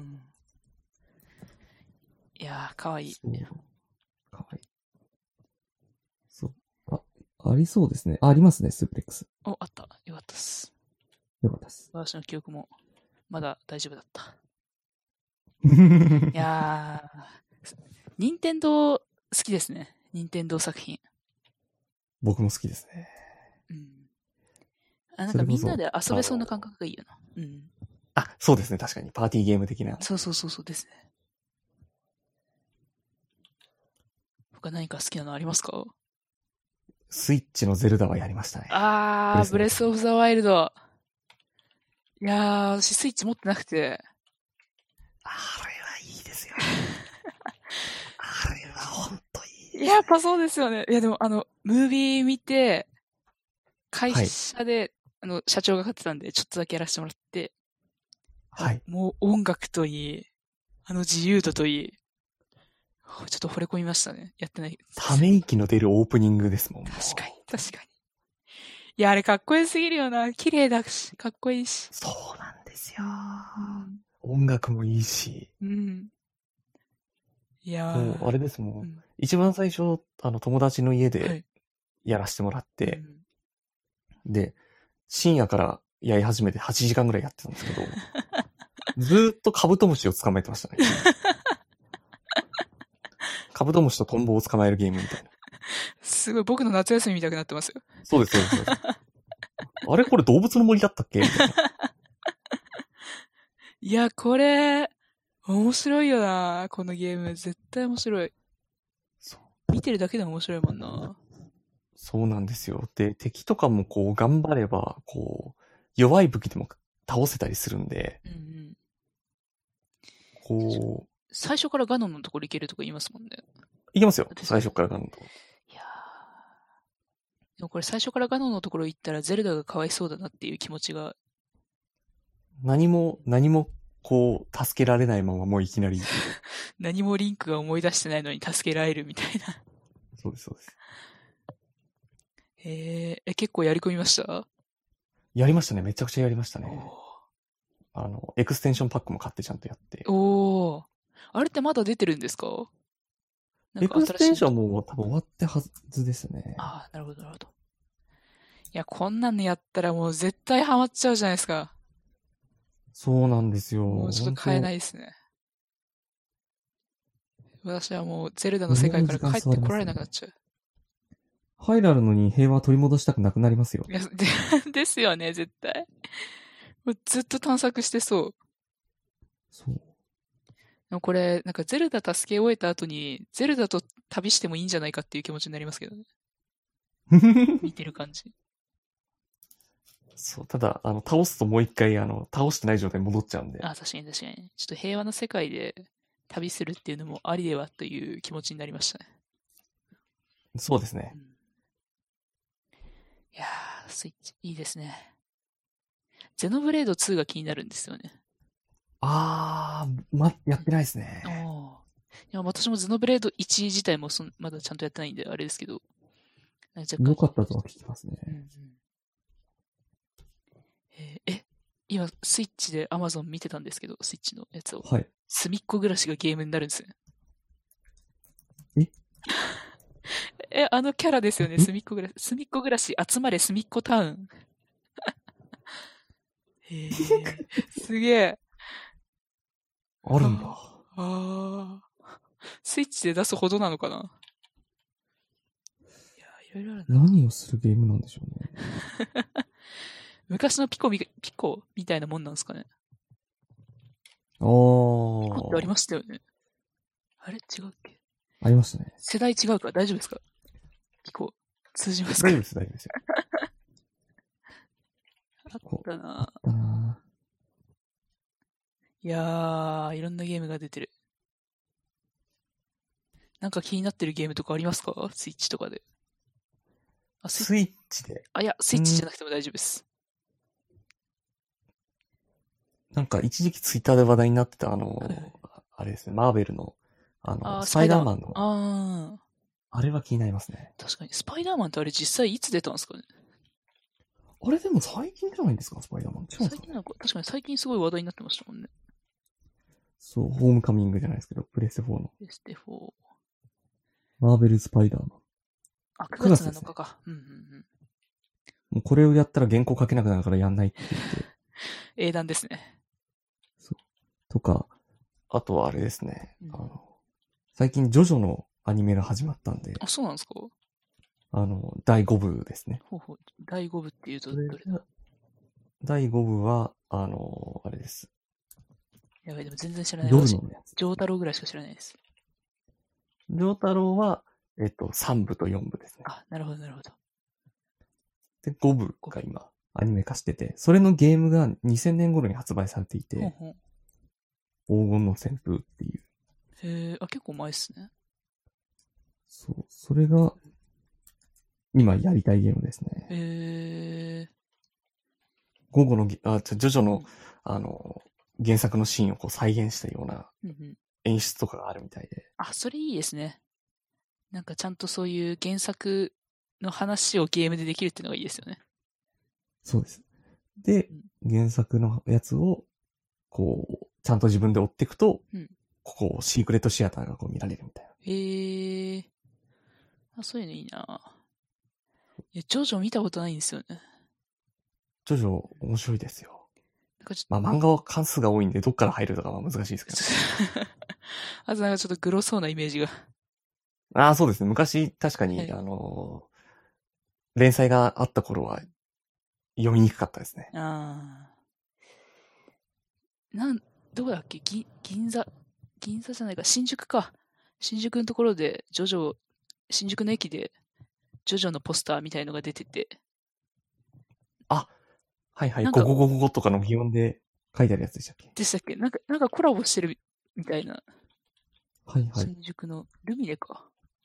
いやー、かわいい。 かわいい。そう。あ、ありそうですね。あ、ありますね、スープレックス。 お、あった。よかったっす。 よかったっす。 私の記憶も、まだ大丈夫だった。いやー、任天堂好きですね。任天堂作品。 僕も好きですね。 うん。あ、なんかみんなで遊べそうな感覚がいいよな。うん。 あ、そうですね。確かに。パーティーゲーム的な。 そうそうそうそうですね。他何か好きなのありますか？ スイッチのゼルダはやりましたね。 あー、ブレスオブザワイルド。いやー、私スイッチ持ってなくて。 あれはいやっぱそうですよね。いやでもあの、ムービー見て、会社で、はい、あの、社長が買ってたんで、ちょっとだけやらせてもらって、 はい。 もう音楽といい、あの自由度といい、ちょっと惚れ込みましたね。やってない。 ため息の出るオープニングですもん。 確かに、確かに。いや、あれかっこよすぎるよな。綺麗だし、かっこいいし。 そうなんですよ。うん、音楽もいいし。 うん。いやもう、あれですもん。うん、一番最初、あの、友達の家でやらせてもらって、はい、で、深夜からやり始めてはちじかんぐらいやってたんですけど、ずーっとカブトムシを捕まえてましたね。カブトムシとトンボを捕まえるゲームみたいな。 すごい、僕の夏休み見たくなってますよ。 そうです、そうです、そうです。あれこれ動物の森だったっけみたいな。 いや、これ、面白いよな、このゲーム。絶対面白い。そう。見てるだけでも面白いもんな。 そうなんですよ。で、敵とかもこう、頑張れば、こう、弱い武器でも倒せたりするんで、うんうん、こう、 最初からガノンのところ行けるとか言いますもんね。 行けますよ。最初からガノンのところ。 いやー。でもこれ最初からガノンのところ行ったらゼルダがかわいそうだなっていう気持ちが。 何も、何も、こう、助けられないままもういきなり。 何もリンクが思い出してないのに助けられるみたいな。 そうです、そうです。 えー、え、結構やり込みました？ やりましたね。めちゃくちゃやりましたね。あの、エクステンションパックも買ってちゃんとやって。 おー。あれってまだ出てるんですか？ エクステンションも多分終わってはずですね。 ああ、なるほど、なるほど。いや、こんなんのやったらもう絶対ハマっちゃうじゃないですか。 そうなんですよ。 もうちょっと買えないですね。私はもうゼルダの世界から帰ってこられなくなっちゃう。 ハイラルのに平和取り戻したくなくなりますよ。 いや、で、ですよね、絶対。もうずっと探索してそう。そう。でもこれ、なんかゼルダ助け終えた後に、ゼルダと旅してもいいんじゃないかっていう気持ちになりますけどね。見てる感じ。 そう、ただ、あの、倒すともう一回、あの、倒してない状態に戻っちゃうんで。 あ、確かに確かに。ちょっと平和な世界で旅するっていうのもありではという気持ちになりましたね。 そうですね。うん、 いやー、スイッチ、いいですね。ゼノブレードツーが気になるんですよね。 あー、ま、やってないですね。 ああ。いや、私もゼノブレードワン自体もそまだちゃんとやってないんで、あれですけど。 よかったとは聞きますね。うんうん、 えー、え、今、スイッチで Amazon 見てたんですけど、スイッチのやつを。 はい。 すみっこ暮らしがゲームになるんですね。 ええ、あのキャラですよね、すみっこ暮らし。すみっこ暮らし、集まれすみっこタウン。へえ、すげえ。 あるんだ。 ああ。スイッチで出すほどなのかな。いや、いろいろあるな。 何をするゲームなんでしょうね。 昔のピコみ、ピコみたいなもんなんですかね。 あー。 ピコってありましたよね。あれ違うっけ？ ありましたね。 世代違うか大丈夫ですか？ピコ、通じますか？ 大丈夫です、大丈夫ですよ。 あったな。 あったな。 いやー、いろんなゲームが出てる。なんか気になってるゲームとかありますか？スイッチとかで。 あ、スイッチ。スイッチで。 あ、いや、スイッチじゃなくても大丈夫です。 なんか一時期ツイッターで話題になってたあの、はい、あれですね、マーベルの、あの、あスパイダーマンの。ああ。あれは気になりますね。 確かに。スパイダーマンってあれ実際いつ出たんですかね？ あれでも最近じゃないですか、スパイダーマン。 最近なんか、確かに最近すごい話題になってましたもんね。 そう、ホームカミングじゃないですけど、プレステフォーの。 プレステフォー。 マーベルスパイダーマン。 あ、くがつなのかか。うんうんうん。 もうこれをやったら原稿書けなくなるからやんないって言って。 英断ですね。 そう。とか、あとはあれですね。うん、あの、最近ジョジョのアニメが始まったんで。 あ、そうなんですか？ あの、だいごぶですね。 ほうほう。だいごぶっていうとどれだ？ だいごぶは、あの、あれです。 やばい、でも全然知らない。 夜のやつ。 ジョータロウぐらいしか知らないです。 ジョータロウは、えっと、さんぶとよんぶですね。 あ、なるほど、なるほど。 で、ごぶが今、アニメ化してて、それのゲームがにせんねん頃に発売されていて、ほうほう、黄金の旋風っていう。 へえ、あ、結構前っすね。 そう、それが、今やりたいゲームですね。 へー。 午後の、あ、ジョジョの、あの、原作のシーンをこう再現したような演出とかがあるみたいで。うんうん、 あ、それいいですね。なんかちゃんとそういう原作の話をゲームでできるっていうのがいいですよね。 そうです。で、うん、原作のやつを、こう、ちゃんと自分で追っていくと、うん、ここ、シークレットシアターがこう見られるみたいな。 へー。あ、そういうのいいな。いや、ジョジョ見たことないんですよね。 ジョジョ面白いですよ。まあ漫画は関数が多いんで、どっから入るとかは難しいですけど。 あとなんかちょっとグロそうなイメージが。 ああ、そうですね。昔、確かに、はい、あのー、連載があった頃は、読みにくかったですね。 ああ。なん、どこだっけぎ銀座、銀座じゃないか、新宿か。新宿のところで、ジョジョ、新宿の駅で、ジョジョのポスターみたいのが出てて。 あ、はいはい。ごごごごとかの擬音で書いてあるやつでしたっけでしたっけなんか、なんかコラボしてるみたいな。 はいはい。 新宿のルミネか。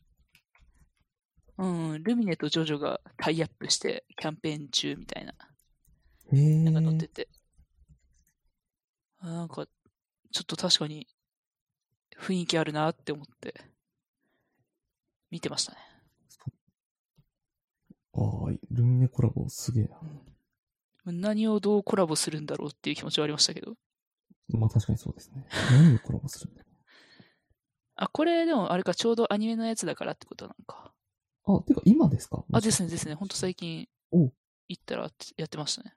うん、ルミネとジョジョがタイアップしてキャンペーン中みたいな。 へー。 なんか載ってて。あ、なんか、ちょっと確かに雰囲気あるなって思って、見てましたね。 ああ、ルミネコラボすげえな、 うん。何をどうコラボするんだろうっていう気持ちはありましたけど。 まあ確かにそうですね。何をコラボするんだろう。 あ、これでもあれか、ちょうどアニメのやつだからってことなのか。 あ、てか今ですか？ あ、ですねですね。ほんと最近、行ったらやってましたね。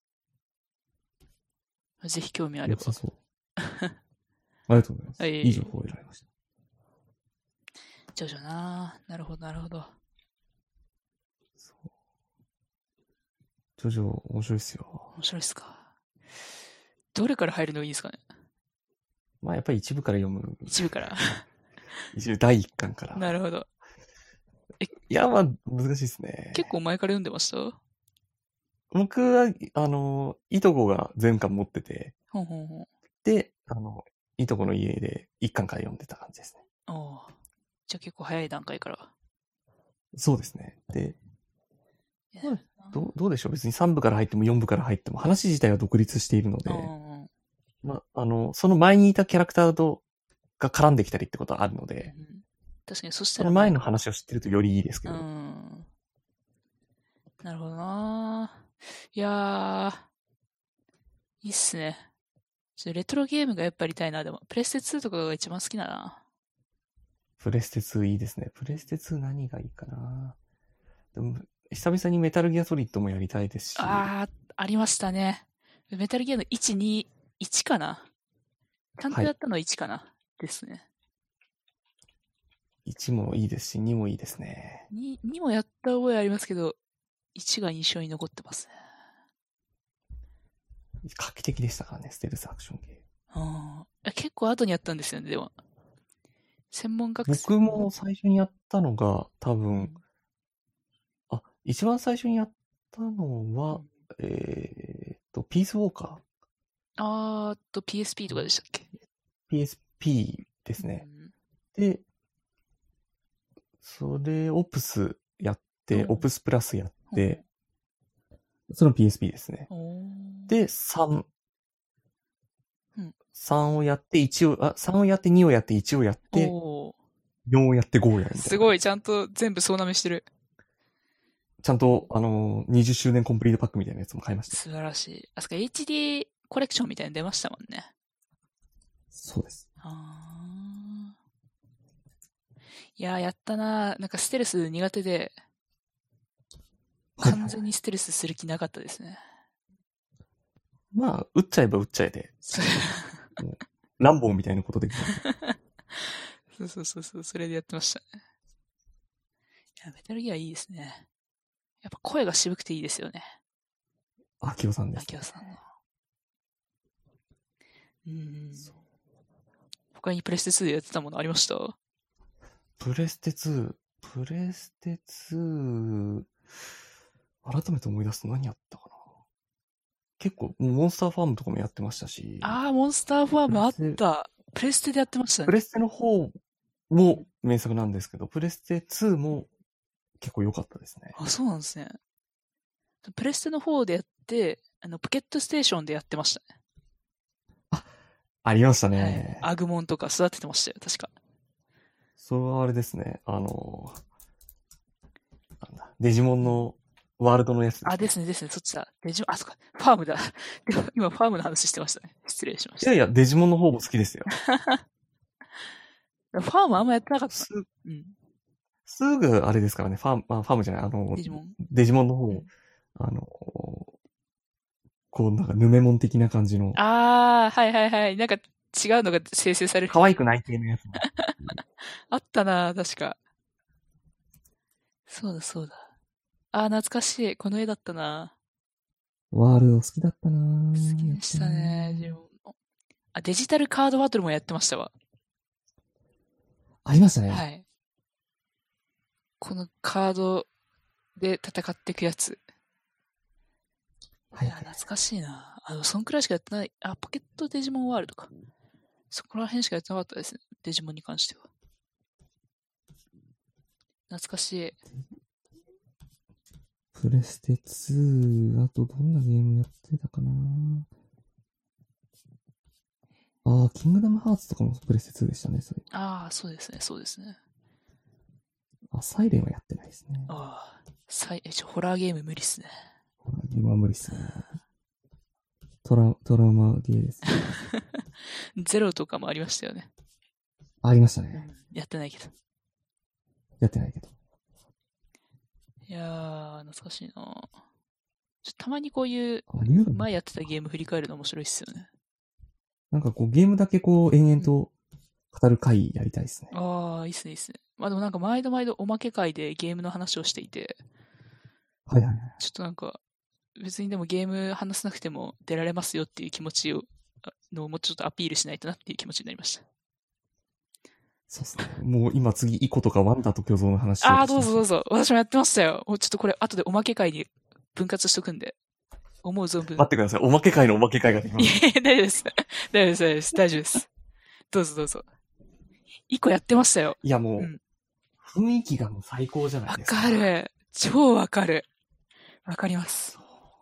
ぜひ興味あれば。 良さそう。ありがとうございます。はい、いい情報を得られました。 ジョジョなぁ。なるほど、なるほど。 そう。ジョジョ面白いっすよ。 面白いっすか。どれから入るのがいいですかね。 まあやっぱり一部から読む。 一部から一部第一巻から。 なるほど。 え、いや、まあ難しいですね。 結構前から読んでました？ 僕は、あの、いとこが全巻持ってて、 ほんほんほん。 で、あの、いとこの家で一巻から読んでた感じですね。 ああ。じゃあ結構早い段階から。 そうですね。で、まあ、ど, どうでしょう別にさん部から入ってもよん部から入っても話自体は独立しているので、まあ、あの、その前にいたキャラクターとが絡んできたりってことはあるので、 うん、確かにそしたらその前の話を知ってるとよりいいですけど。 うん、なるほどないやー、いいっすね。ちょレトロゲームがやっぱりたいな。でも、プレステツーとかが一番好きだな。 プレステツーいいですね。プレステツー何がいいかな。でも、久々にメタルギアソリッドもやりたいですし。 あー、ありましたね。メタルギアのいち、に、いちかな。ちゃんとやったのはいちかな、はい、ですね。 いちもいいですし、にもいいですね。 に、にもやった覚えありますけど、いちが印象に残ってますね。 画期的でしたからね、ステルスアクションゲーム。結構後にやったんですよね、でも。専門学生。 僕も最初にやったのが、多分、あ、一番最初にやったのは、うん、えー、っと、ピースウォーカー。 あーっと、ピーエスピー とかでしたっけ？ ピーエスピー ですね。うん、で、それ、オプスやって、オプスプラスやって、その ピーエスピー ですね。で、さん、うん、さんをやって、いちを、あ、さんをやって、にをやって、いちをやって、よんをやって、ごをやるみたいな。 すごい、ちゃんと全部総なめしてる。 ちゃんと、あのー、にじゅっしゅうねんコンプリートパックみたいなやつも買いました。 素晴らしい。あそこ エイチディー コレクションみたいなの出ましたもんね。 そうです。 あいやー、やったなー。なんかステルス苦手で、完全にステルスする気なかったですね。はいはいはい、まあ、撃っちゃえば撃っちゃえで。ランボーみたいなことできた。 そうそうそうそう、それでやってましたね。いや、メタルギアいいですね。やっぱ声が渋くていいですよね。 あきおさんです、ね。 あきおさんの。うん。他にプレステツーでやってたものありました？ プレステツー、プレステツー、改めて思い出すと何やったかな。結構、モンスターファームとかもやってましたし。 ああ、モンスターファームあった。プレステでやってましたね。 プレステの方も名作なんですけど、プレステツーも結構良かったですね。 あ、そうなんですね。プレステの方でやって、あの、ポケットステーションでやってましたね。 あ、ありましたね。 はい。アグモンとか育ててましたよ、確か。 それはあれですね。あの、なんだ、デジモンのワールドのやつです、ね。 あ、ですね、ですね、そっちだ。デジモン、あ、そっか、ファームだ。今、ファームの話してましたね。失礼しました。 いやいや、デジモンの方も好きですよ。 ファームあんまやってなかった。 す、 うん。 すぐあれですからね、ファーム、あ、ファームじゃない、あの、 デジモンデジモンの方、 うん、 あの、こう、なんか、ヌメモン的な感じの。 あー、はいはいはい。なんか違うのが生成される。 可愛くない系のやつも。 あったな、確か。そうだそうだ。あー、懐かしい。この絵だったな。 ワールド好きだったな好きでしたね、自分も。あ、デジタルカードバトルもやってましたわ。 ありましたね。 はい。このカードで戦っていくやつ。 はいいや、懐かしいな。あの、そんくらいしかやってない。あ、ポケットデジモンワールドか。そこら辺しかやってなかったですね。デジモンに関しては。懐かしい。 プレステツー、あとどんなゲームやってたかなああ、キングダムハーツとかもプレステツーでしたね、それ。 ああ、そうですね、そうですね。 あ、サイレンはやってないですね。 ああ、さい、え、ちょ、ホラーゲーム無理っすね。 ホラーゲームは無理っすね。トラ、トラウマゲーですね。 ゼロとかもありましたよね。 ありましたね。 やってないけど。 やってないけど。 いやー、懐かしいなちょたまにこういう、前やってたゲーム振り返るの面白いっすよね。 なんかこう、ゲームだけこう、延々と語る回やりたいですね。 ああ、いいっすね、いいっすね。まあでもなんか毎度毎度おまけ会でゲームの話をしていて、 はいはいはい。 ちょっとなんか、別にでもゲーム話さなくても出られますよっていう気持ちを、のもうちょっとアピールしないとなっていう気持ちになりました。 そうっすね。もう今次、イコとかワンダと巨像の話しああ、どうぞどうぞ。私もやってましたよ。ちょっとこれ後でおまけ会に分割しとくんで。思う存分。 待ってください。おまけ会のおまけ会ができます。 いや、大丈夫です。大丈夫です、大丈夫です。大丈夫です。どうぞどうぞ。一個やってましたよ。 いやもう、うん、雰囲気がもう最高じゃないですか。 わかる。超わかる。わかります。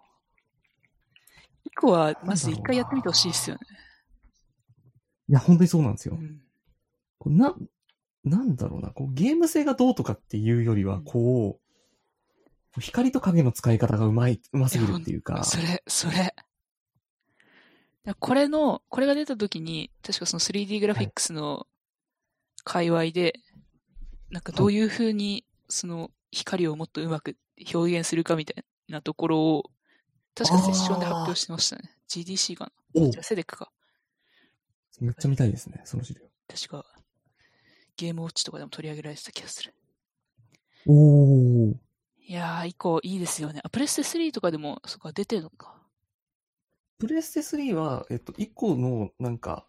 一個はマジで一回やってみてほしいですよね。 いや、本当にそうなんですよ。うん、こうな、なんだろうな、こうゲーム性がどうとかっていうよりは、こう、光と影の使い方がうまい、うますぎるっていうか。 それ、それ。これの、これが出た時に、確かその スリーディー グラフィックスの界隈で、なんかどういう風に、その光をもっとうまく表現するかみたいなところを、確かセッションで発表してましたね。ジーディーシー かな。じゃあセデックか。 めっちゃ見たいですね、その資料。 確か、ゲームウォッチとかでも取り上げられてた気がする。 おー。 いやー、以降いいですよね。あ、プレステスリーとかでも、そっか、出てるのか。 プレステスリーは、えっと、以降の、なんか、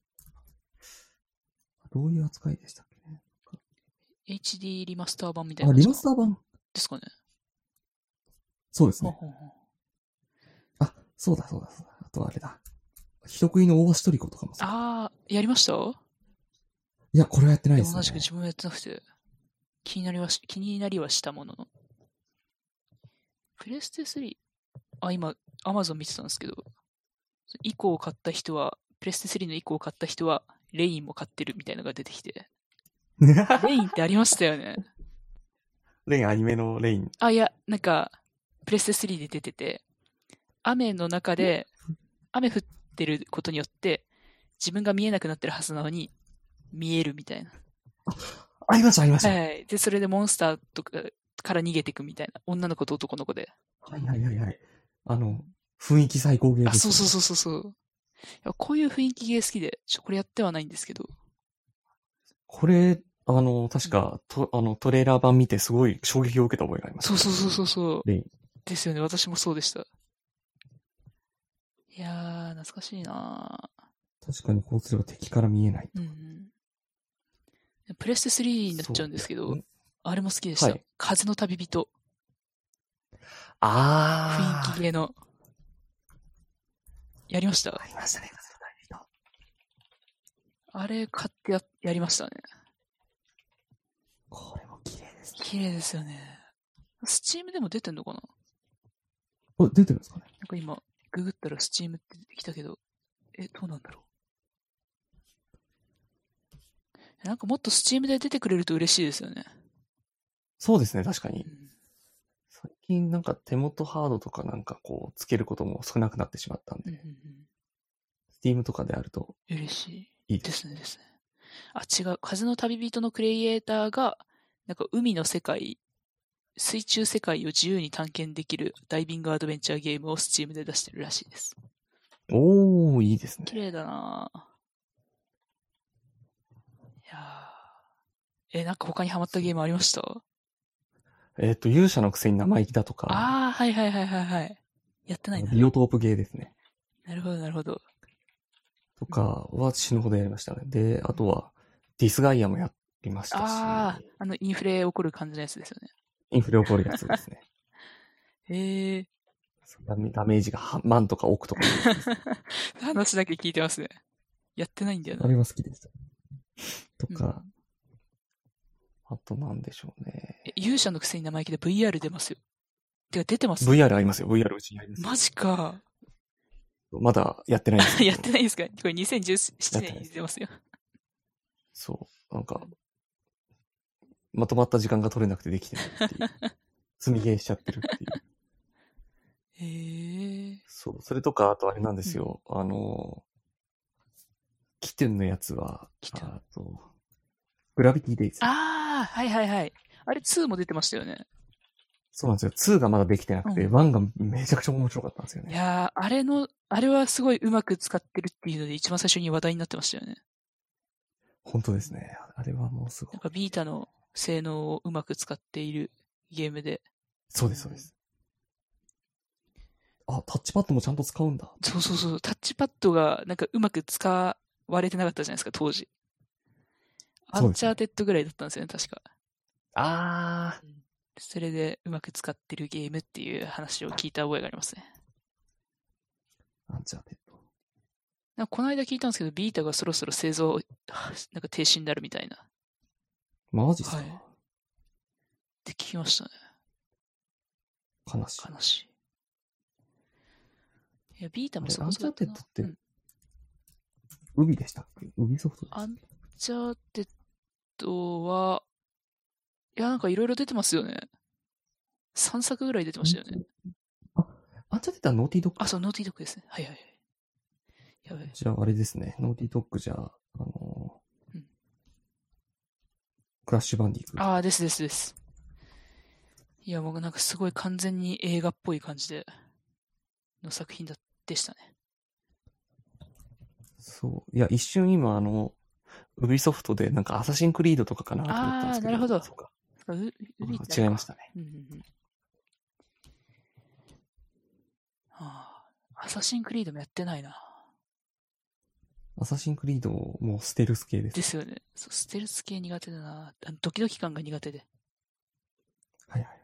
どういう扱いでしたっけね。 エイチディー リマスター版みたいな。 あ、リマスター版ですかね。 そうですね。ほうほうほうあ、そうだそうだそうだ。あとあれだ。人食いの大橋トリコとかもさ。 あー、やりました？ いや、これはやってないですね。 同じく自分はやってなくて、気になりはし、気になりはしたものの。プレステスリー、あ、今、アマゾン見てたんですけど、以降を買った人は、プレステスリーの以降を買った人は、レインも買ってるみたいなのが出てきて。レインってありましたよね。 レイン、アニメのレイン。 あ、いや、なんか、プレステスリーで出てて、雨の中で、雨降ってることによって、自分が見えなくなってるはずなのに、見えるみたいな。 ありました、ありました。 はい。で、それでモンスターとかから逃げていくみたいな。女の子と男の子で。 はいはいはいはい。あの、雰囲気最高ゲーです、 ね。あ、そうそうそうそう。いやこういう雰囲気ゲー好きで、ちょ、これやってはないんですけど。 これ、あの、確か、と、あの、トレーラー版見てすごい衝撃を受けた覚えがあります、 ね。そうそうそうそう。 レイン。 ですよね。私もそうでした。いやー、懐かしいな確かにこうすれば敵から見えないと。 うんうん、プレステスリーになっちゃうんですけど、あれも好きでした。はい、風の旅人。 あー。雰囲気ゲーの。やりました？ ありましたね、風の旅人。 あれ買ってや、やりましたね。 これも綺麗ですね。 綺麗ですよね。スチームでも出てんのかな？ あ、出てるんですかね？ なんか今、ググったらスチームって出てきたけど、え、どうなんだろう。なんかもっとスチームで出てくれると嬉しいですよね。 そうですね、確かに。 うん、 最近なんか手元ハードとかなんかこう、つけることも少なくなってしまったんで、 うんうんうん、 Steam とかであると嬉しい。 いいでですね。 すね、ですね。あ、違う。風の旅人のクリエイターが、なんか海の世界、水中世界を自由に探検できるダイビングアドベンチャーゲームをスチームで出してるらしいです。 おー、いいですね。 綺麗だなぁ。いやーえ、なんか他にハマったゲームありました？ えっと、勇者のくせに生意気だとか、 ああ、はいはいはいはいはい。やってないな。 ビオトープゲーですね。 なるほどなるほど。 とかは死ぬほどやりましたね。で、あとは、ディスガイアもやりましたし、 ああ、あのインフレ起こる感じのやつですよね。 インフレ起こるやつですね。 へえ。 ダメダメージが万とか億とかいうやつですね。 話だけ聞いてますね。やってないんだよな。 あれは好きでした。とか、 うんあとなんでしょうね。 え勇者のくせに生意気で ブイアール 出ますよ。てか出てますブイアール ありますよ。ブイアール うちにありますよ。 マジか。 まだやってないんですけど。 やってないですか？これにせんじゅうななねんに出ますよ。 そう。なんか、まとまった時間が取れなくてできてないっていう。積みゲーしちゃってるっていう。 へえ。 そう。それとか、あとあれなんですよ。うん、あの、キテュンのやつは、あと、グラビティデイズ。 ああ、はいはいはい。あれツーも出てましたよね。 そうなんですよ。ツーがまだできてなくて、うん、ワンがめちゃくちゃ面白かったんですよね。 いやー、あれの、あれはすごいうまく使ってるっていうので一番最初に話題になってましたよね。 本当ですね。あれはもうすごい。 なんかビータの性能をうまく使っているゲームで。 そうです、そうです。あ、タッチパッドもちゃんと使うんだ。 そうそうそう。タッチパッドがなんかうまく使われてなかったじゃないですか、当時。アンチャーテッドぐらいだったんですよね、確か。 あー。 それでうまく使ってるゲームっていう話を聞いた覚えがありますね。 アンチャーテッド。 なんかこの間聞いたんですけど、ビータがそろそろ製造、なんか停止になるみたいな。 マジっすか？はい。 って聞きましたね。 悲しい。 悲しい。いや、ビータもそうアンチャーテッドって、 うん、 ウビでしたっけ？ウビソフトです。 アンチャーテッドは、いや、なんかいろいろ出てますよね。さんさくぐらい出てましたよね。 あ、アンチャーテッドはノーティードッグ。 あ、そう、ノーティードッグですね。はいはいはい。やばい。 じゃあ、あれですね。ノーティードッグじゃあ、あのーうん、クラッシュバンディクー。 ああ、ですですです。いや、僕なんかすごい完全に映画っぽい感じで、の作品だでしたね。 そう。いや、一瞬今、あの、ウビソフトでなんかアサシンクリードとかかなと思ったんですけど。ああ、なるほど。そうか。うウビ違いましたね。うんうんうん、 はあ、アサシンクリードもやってないな。 アサシンクリードもステルス系です。 ですよね。そう、ステルス系苦手だな。ドキドキ感が苦手で。 はいはい。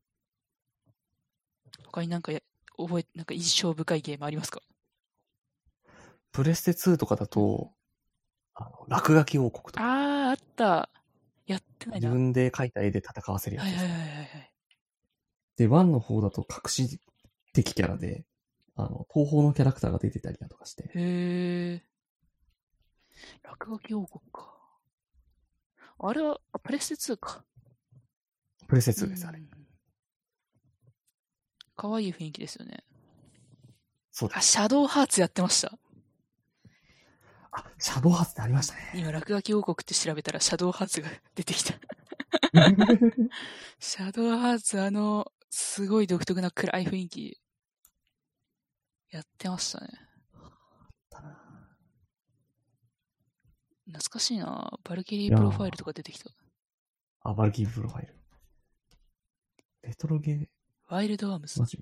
他になんか覚え、なんか印象深いゲームありますか？ プレステツーとかだと、あの、落書き王国とか。 ああ、あった。やってないな。 自分で描いた絵で戦わせるやつです、ね。 はいはいはいはい。 で、ワンの方だと隠し敵キャラで、あの、東方のキャラクターが出てたりだとかして。 へえ。落書き王国か。あれは、プレステツーか。 プレステツーです、あれ。 かわいい雰囲気ですよね。 そうです。 あ、シャドウハーツやってました。 あ、シャドウハーツってありましたね。 今、落書き王国って調べたらシャドウハーツが出てきた。シャドウハーツ、あの、すごい独特な暗い雰囲気、やってましたね。懐かしいな。バルキリープロファイルとか出てきた。 あ、バルキリープロファイル。レトロゲー。 ワイルドアームズ。 マジ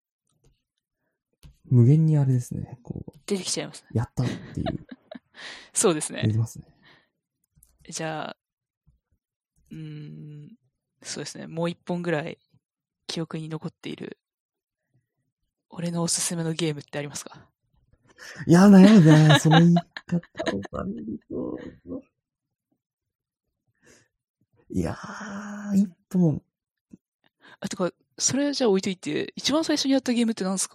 無限にあれですね。こう。 出てきちゃいます、ね。 やったっていう。 そうですね。 出てますね。 じゃあ、うーん、そうですね。もう一本ぐらい記憶に残っている、俺のおすすめのゲームってありますか？ いや、悩むね。その言い方をされると。 いやー、一本。 あ、てか、それじゃあ置いといて、一番最初にやったゲームって何ですか？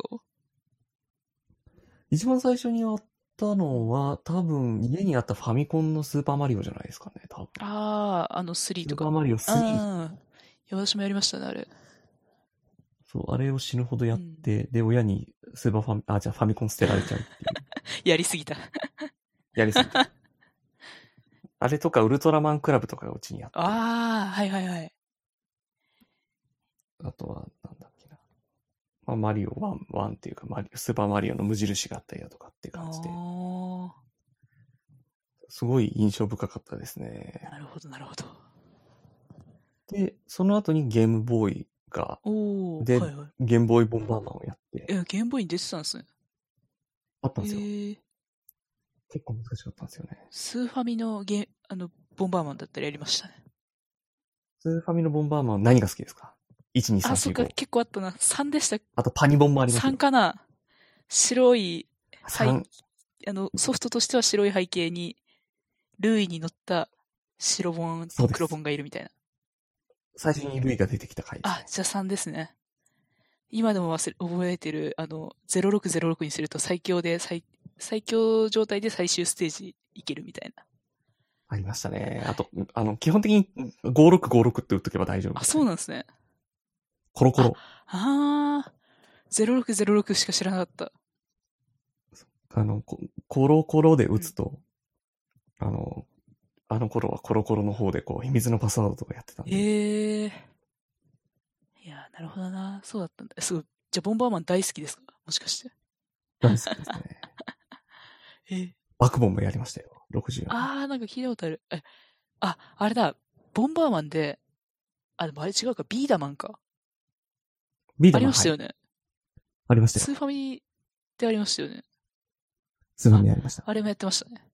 一番最初にやったのは、多分、家にあったファミコンのスーパーマリオじゃないですかね、多分。 ああ、あのスリーとか。 スーパーマリオスリー。 ああ、私もやりましたね、あれ。 そう、あれを死ぬほどやって、うん、で、親にスーパーファミ、あ、じゃあファミコン捨てられちゃうっていう。 やりすぎた。 やりすぎた。あれとかウルトラマンクラブとかがうちにあって。 ああ、はいはいはい。 あとは、なんだっけな。まあ、マリオワン、ワンっていうか、マリオ、スーパーマリオの無印があったりだとかって感じで。すごい印象深かったですね。 なるほど、なるほど。 で、その後にゲームボーイが、で、はいはい、ゲームボーイボンバーマンをやって。 え、ゲームボーイに出てたんですね。 あったんですよ。えー、結構難しかったんですよね。 スーファミのゲあの、ボンバーマンだったらやりましたね。 スーファミのボンバーマン何が好きですか？ いち、に、さん、よん、ご。 あ、そっか、結構あったな。さんでした。 あとパニボンもありますよ。 さんかな。白い、はい、あの、ソフトとしては白い背景に、ルイに乗った白ボンと黒ボンがいるみたいな。 最初にルイが出てきた回です、ね。 あ、じゃあさんですね。今でも忘れ、覚えてる、あの、ゼロろくゼロろくにすると最強で、最、最強状態で最終ステージ行けるみたいな。 ありましたね。あと、あの、基本的にごろくごろくって打っとけば大丈夫、ね。 あ、そうなんですね。 コロコロ。 ああ、ゼロろくゼロろくしか知らなかった。 あの、コロコロで打つと、うん、あの、あの頃はコロコロの方でこう、秘密のパスワードとかやってたんで。 へえー。いや、なるほどな。そうだったんだ。すごい。じゃあ、ボンバーマン大好きですか？もしかして。 大好きですね。 えバクボンもやりましたよ。ろくじゅう。 あー、なんか聞いたことある。え、あ、あれだ。ボンバーマンで、あ、でもあれ違うか。ビーダマンか。 ビーダマンありましたよね。はい、 ありましたよ。 スーファミってありましたよね。 スーファミありました。 あれもやってましたね。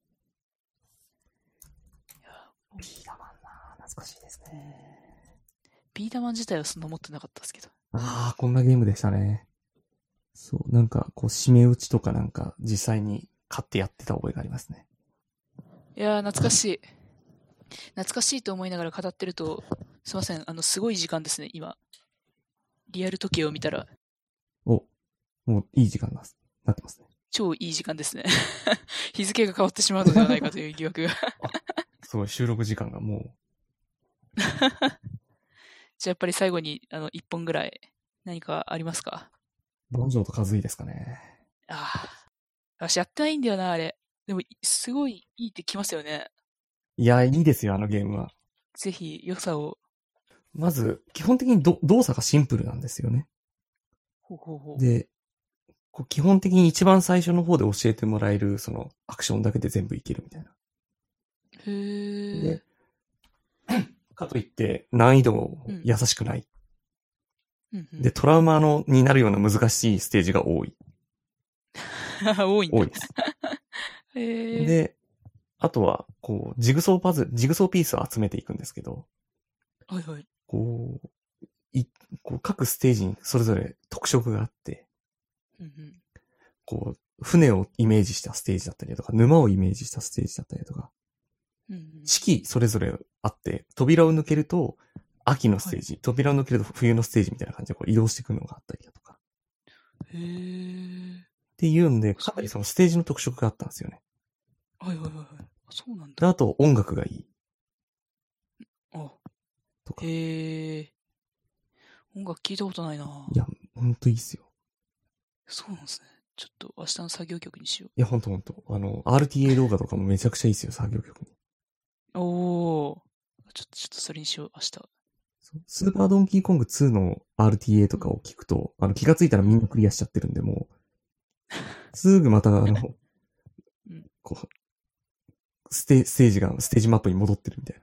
ビーダマンな、懐かしいですね。 ビーダマン自体はそんな持ってなかったですけど。 ああ、こんなゲームでしたね。そう、なんか、こう、締め打ちとかなんか、実際に買ってやってた覚えがありますね。 いやー、懐かしい。懐かしいと思いながら語ってると、すいません、あの、すごい時間ですね、今。リアル時計を見たら。 お、もういい時間なってますね。 超いい時間ですね。日付が変わってしまうのではないかという疑惑が。 すごい、収録時間がもう。 じゃあやっぱり最後に、あの、一本ぐらい、何かありますか？ ボンジョーとカズイですかね。 ああ。私やってないんだよな、あれ。でも、すごいいいってきますよね。 いや、いいですよ、あのゲームは。 ぜひ、良さを。 まず、基本的にど動作がシンプルなんですよね。 ほうほうほう。 で、こう基本的に一番最初の方で教えてもらえる、その、アクションだけで全部いけるみたいな。 へー。 で、かといって、難易度優しくない。 うんうん、 で、トラウマのになるような難しいステージが多い。 多いんだ。 多いです。 へー。 で、あとは、こう、ジグソーパズル、ジグソーピースを集めていくんですけど、 はいはい。 こう、い、こう各ステージにそれぞれ特色があって、 うんうん、 こう、船をイメージしたステージだったりとか、沼をイメージしたステージだったりとか、 うんうん、四季それぞれあって、扉を抜けると秋のステージ、はい、扉を抜けると冬のステージみたいな感じでこう移動していくのがあったりだとか。 へー。 っていうんで、かなりそのステージの特色があったんですよね。 はいはいはいはい。そうなんだ。 で、あと音楽がいい。 あ。 とか。 へえ。音楽聞いたことないな。 いや、ほんといいっすよ。 そうなんですね。ちょっと明日の作業曲にしよう。 いや、ほんとほんと。あの、アールティーエー 動画とかもめちゃくちゃいいっすよ、作業曲に。 おー。ちょっと、ちょっとそれにしよう、明日。 スーパードンキーコングツーの アールティーエー とかを聞くと、うん、あの、気がついたらみんなクリアしちゃってるんで、もう、すぐまたあの、うん、こう、ステ、ステージが、ステージマップに戻ってるみたいな。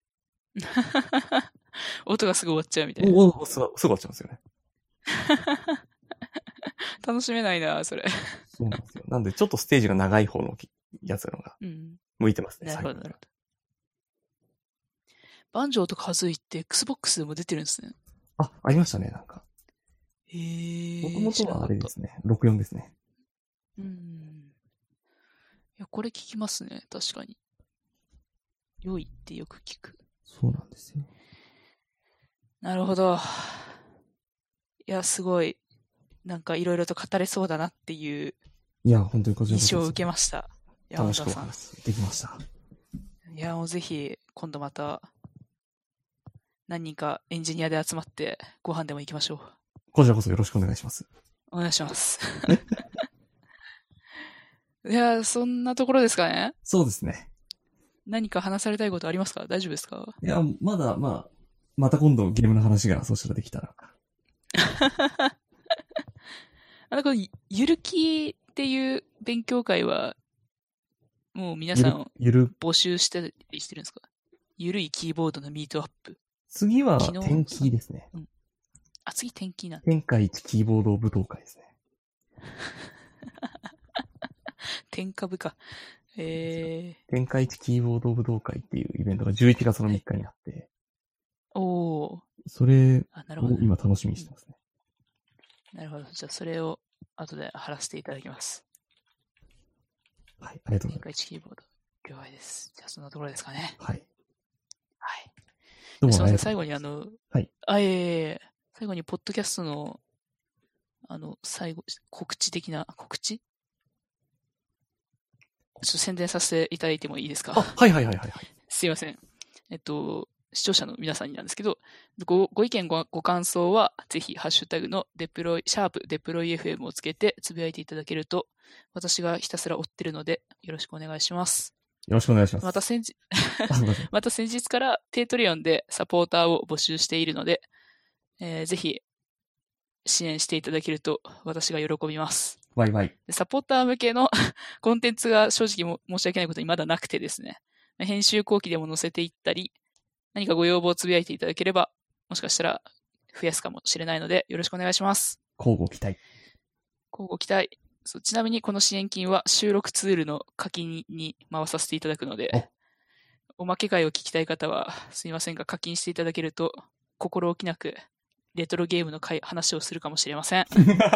音がすぐ終わっちゃうみたいな。 おお、すぐ終わっちゃうんですよね。 楽しめないな、それ。 そうなんですよ。なんで、ちょっとステージが長い方のやつのが、向いてますね。 うん、なるほど、なるほど。バンジョーとカズイって Xbox でも出てるんですね。 あ、ありましたね、なんか。 へー。 もともとはあれですね。ろくじゅうよんですね。 うん。いや、これ聞きますね、確かに。良いってよく聞く。 そうなんですよ。 なるほど。いや、すごい、なんかいろいろと語れそうだなっていういや、本当にこちらこそ印象を受けました。 楽しくお話できました。 いや、もうぜひ、今度また、何人かエンジニアで集まってご飯でも行きましょう。 こちらこそよろしくお願いします。 お願いします。いや、そんなところですかね。 そうですね。何か話されたいことありますか？大丈夫ですか？ いや、まだ、まあ、また今度ゲームの話がそうしたらできたら。 あの、このゆるきっていう勉強会は、もう皆さんゆる募集してりしてるんですか？ゆるいキーボードのミートアップ。 次は天気ですね。 うん。あ、次天気なんだ。 天下一キーボード舞踏会ですね。 天下部か。えー。天下一キーボード舞踏会っていうイベントがじゅういちがつのみっかにあって。 おー。 それを今楽しみにしてますね。 なるほど。じゃあそれを後で貼らせていただきます。 はい、ありがとうございます。 天下一キーボード了解です。じゃあそんなところですかね。 はい。 はい。 どうもすみません、最後にあの、 はい。 あ、いえいえ、最後にポッドキャストの、あの、最後、告知的な、告知ちょっと宣伝させていただいてもいいですか？ あ、はいはいはいはい、はい。 すいません。えっと、視聴者の皆さんになんですけど、ご、ご意見ご、ご感想は、ぜひ、ハッシュタグのデプロイ、シャープデプロイ エフエム をつけてつぶやいていただけると、私がひたすら追ってるので、よろしくお願いします。 よろしくお願いします。 また先日、また先日からペイトリオンでサポーターを募集しているので、えー、ぜひ支援していただけると私が喜びます。 ワイワイ。 サポーター向けのコンテンツが正直も申し訳ないことにまだなくてですね、編集後期でも載せていったり、何かご要望をつぶやいていただければ、もしかしたら増やすかもしれないので、よろしくお願いします。 交互期待。 交互期待。そう、ちなみにこの支援金は収録ツールの課金に回させていただくので、おまけ会を聞きたい方はすいませんが課金していただけると、心置きなくレトロゲームの話をするかもしれません。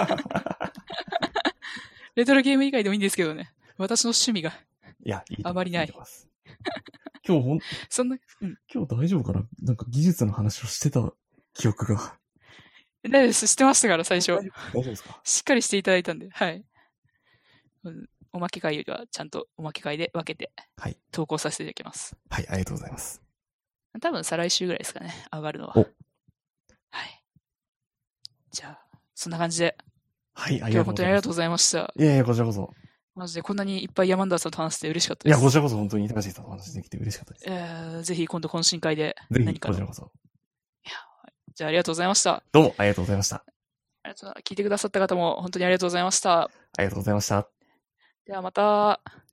レトロゲーム以外でもいいんですけどね。私の趣味がいやいいあまりない。 今日ほん、 そんな、うん、 今日大丈夫かな？なんか技術の話をしてた記憶が。 大丈夫です。してましたから、最初。 大丈夫ですか？ しっかりしていただいたんで、はい。おまけ会はちゃんとおまけ会で分けて、はい。投稿させていただきます。 はい、ありがとうございます。 多分再来週ぐらいですかね、上がるのは。 お。 はい。じゃあ、そんな感じで。 はい、 ありがとうございます。今日は本当にありがとうございました。 いやいや、こちらこそ。 マジでこんなにいっぱい山田さんと話して嬉しかったです。 いや、こちらこそ本当に高橋さんと話できて嬉しかったです。 えー、ぜひ今度懇親会で何か。ぜひ、こちらこそ。 いや、じゃあありがとうございました。 どうもありがとうございました。 ありがとうございます。聞いてくださった方も本当にありがとうございました。 ありがとうございました。 ではまた。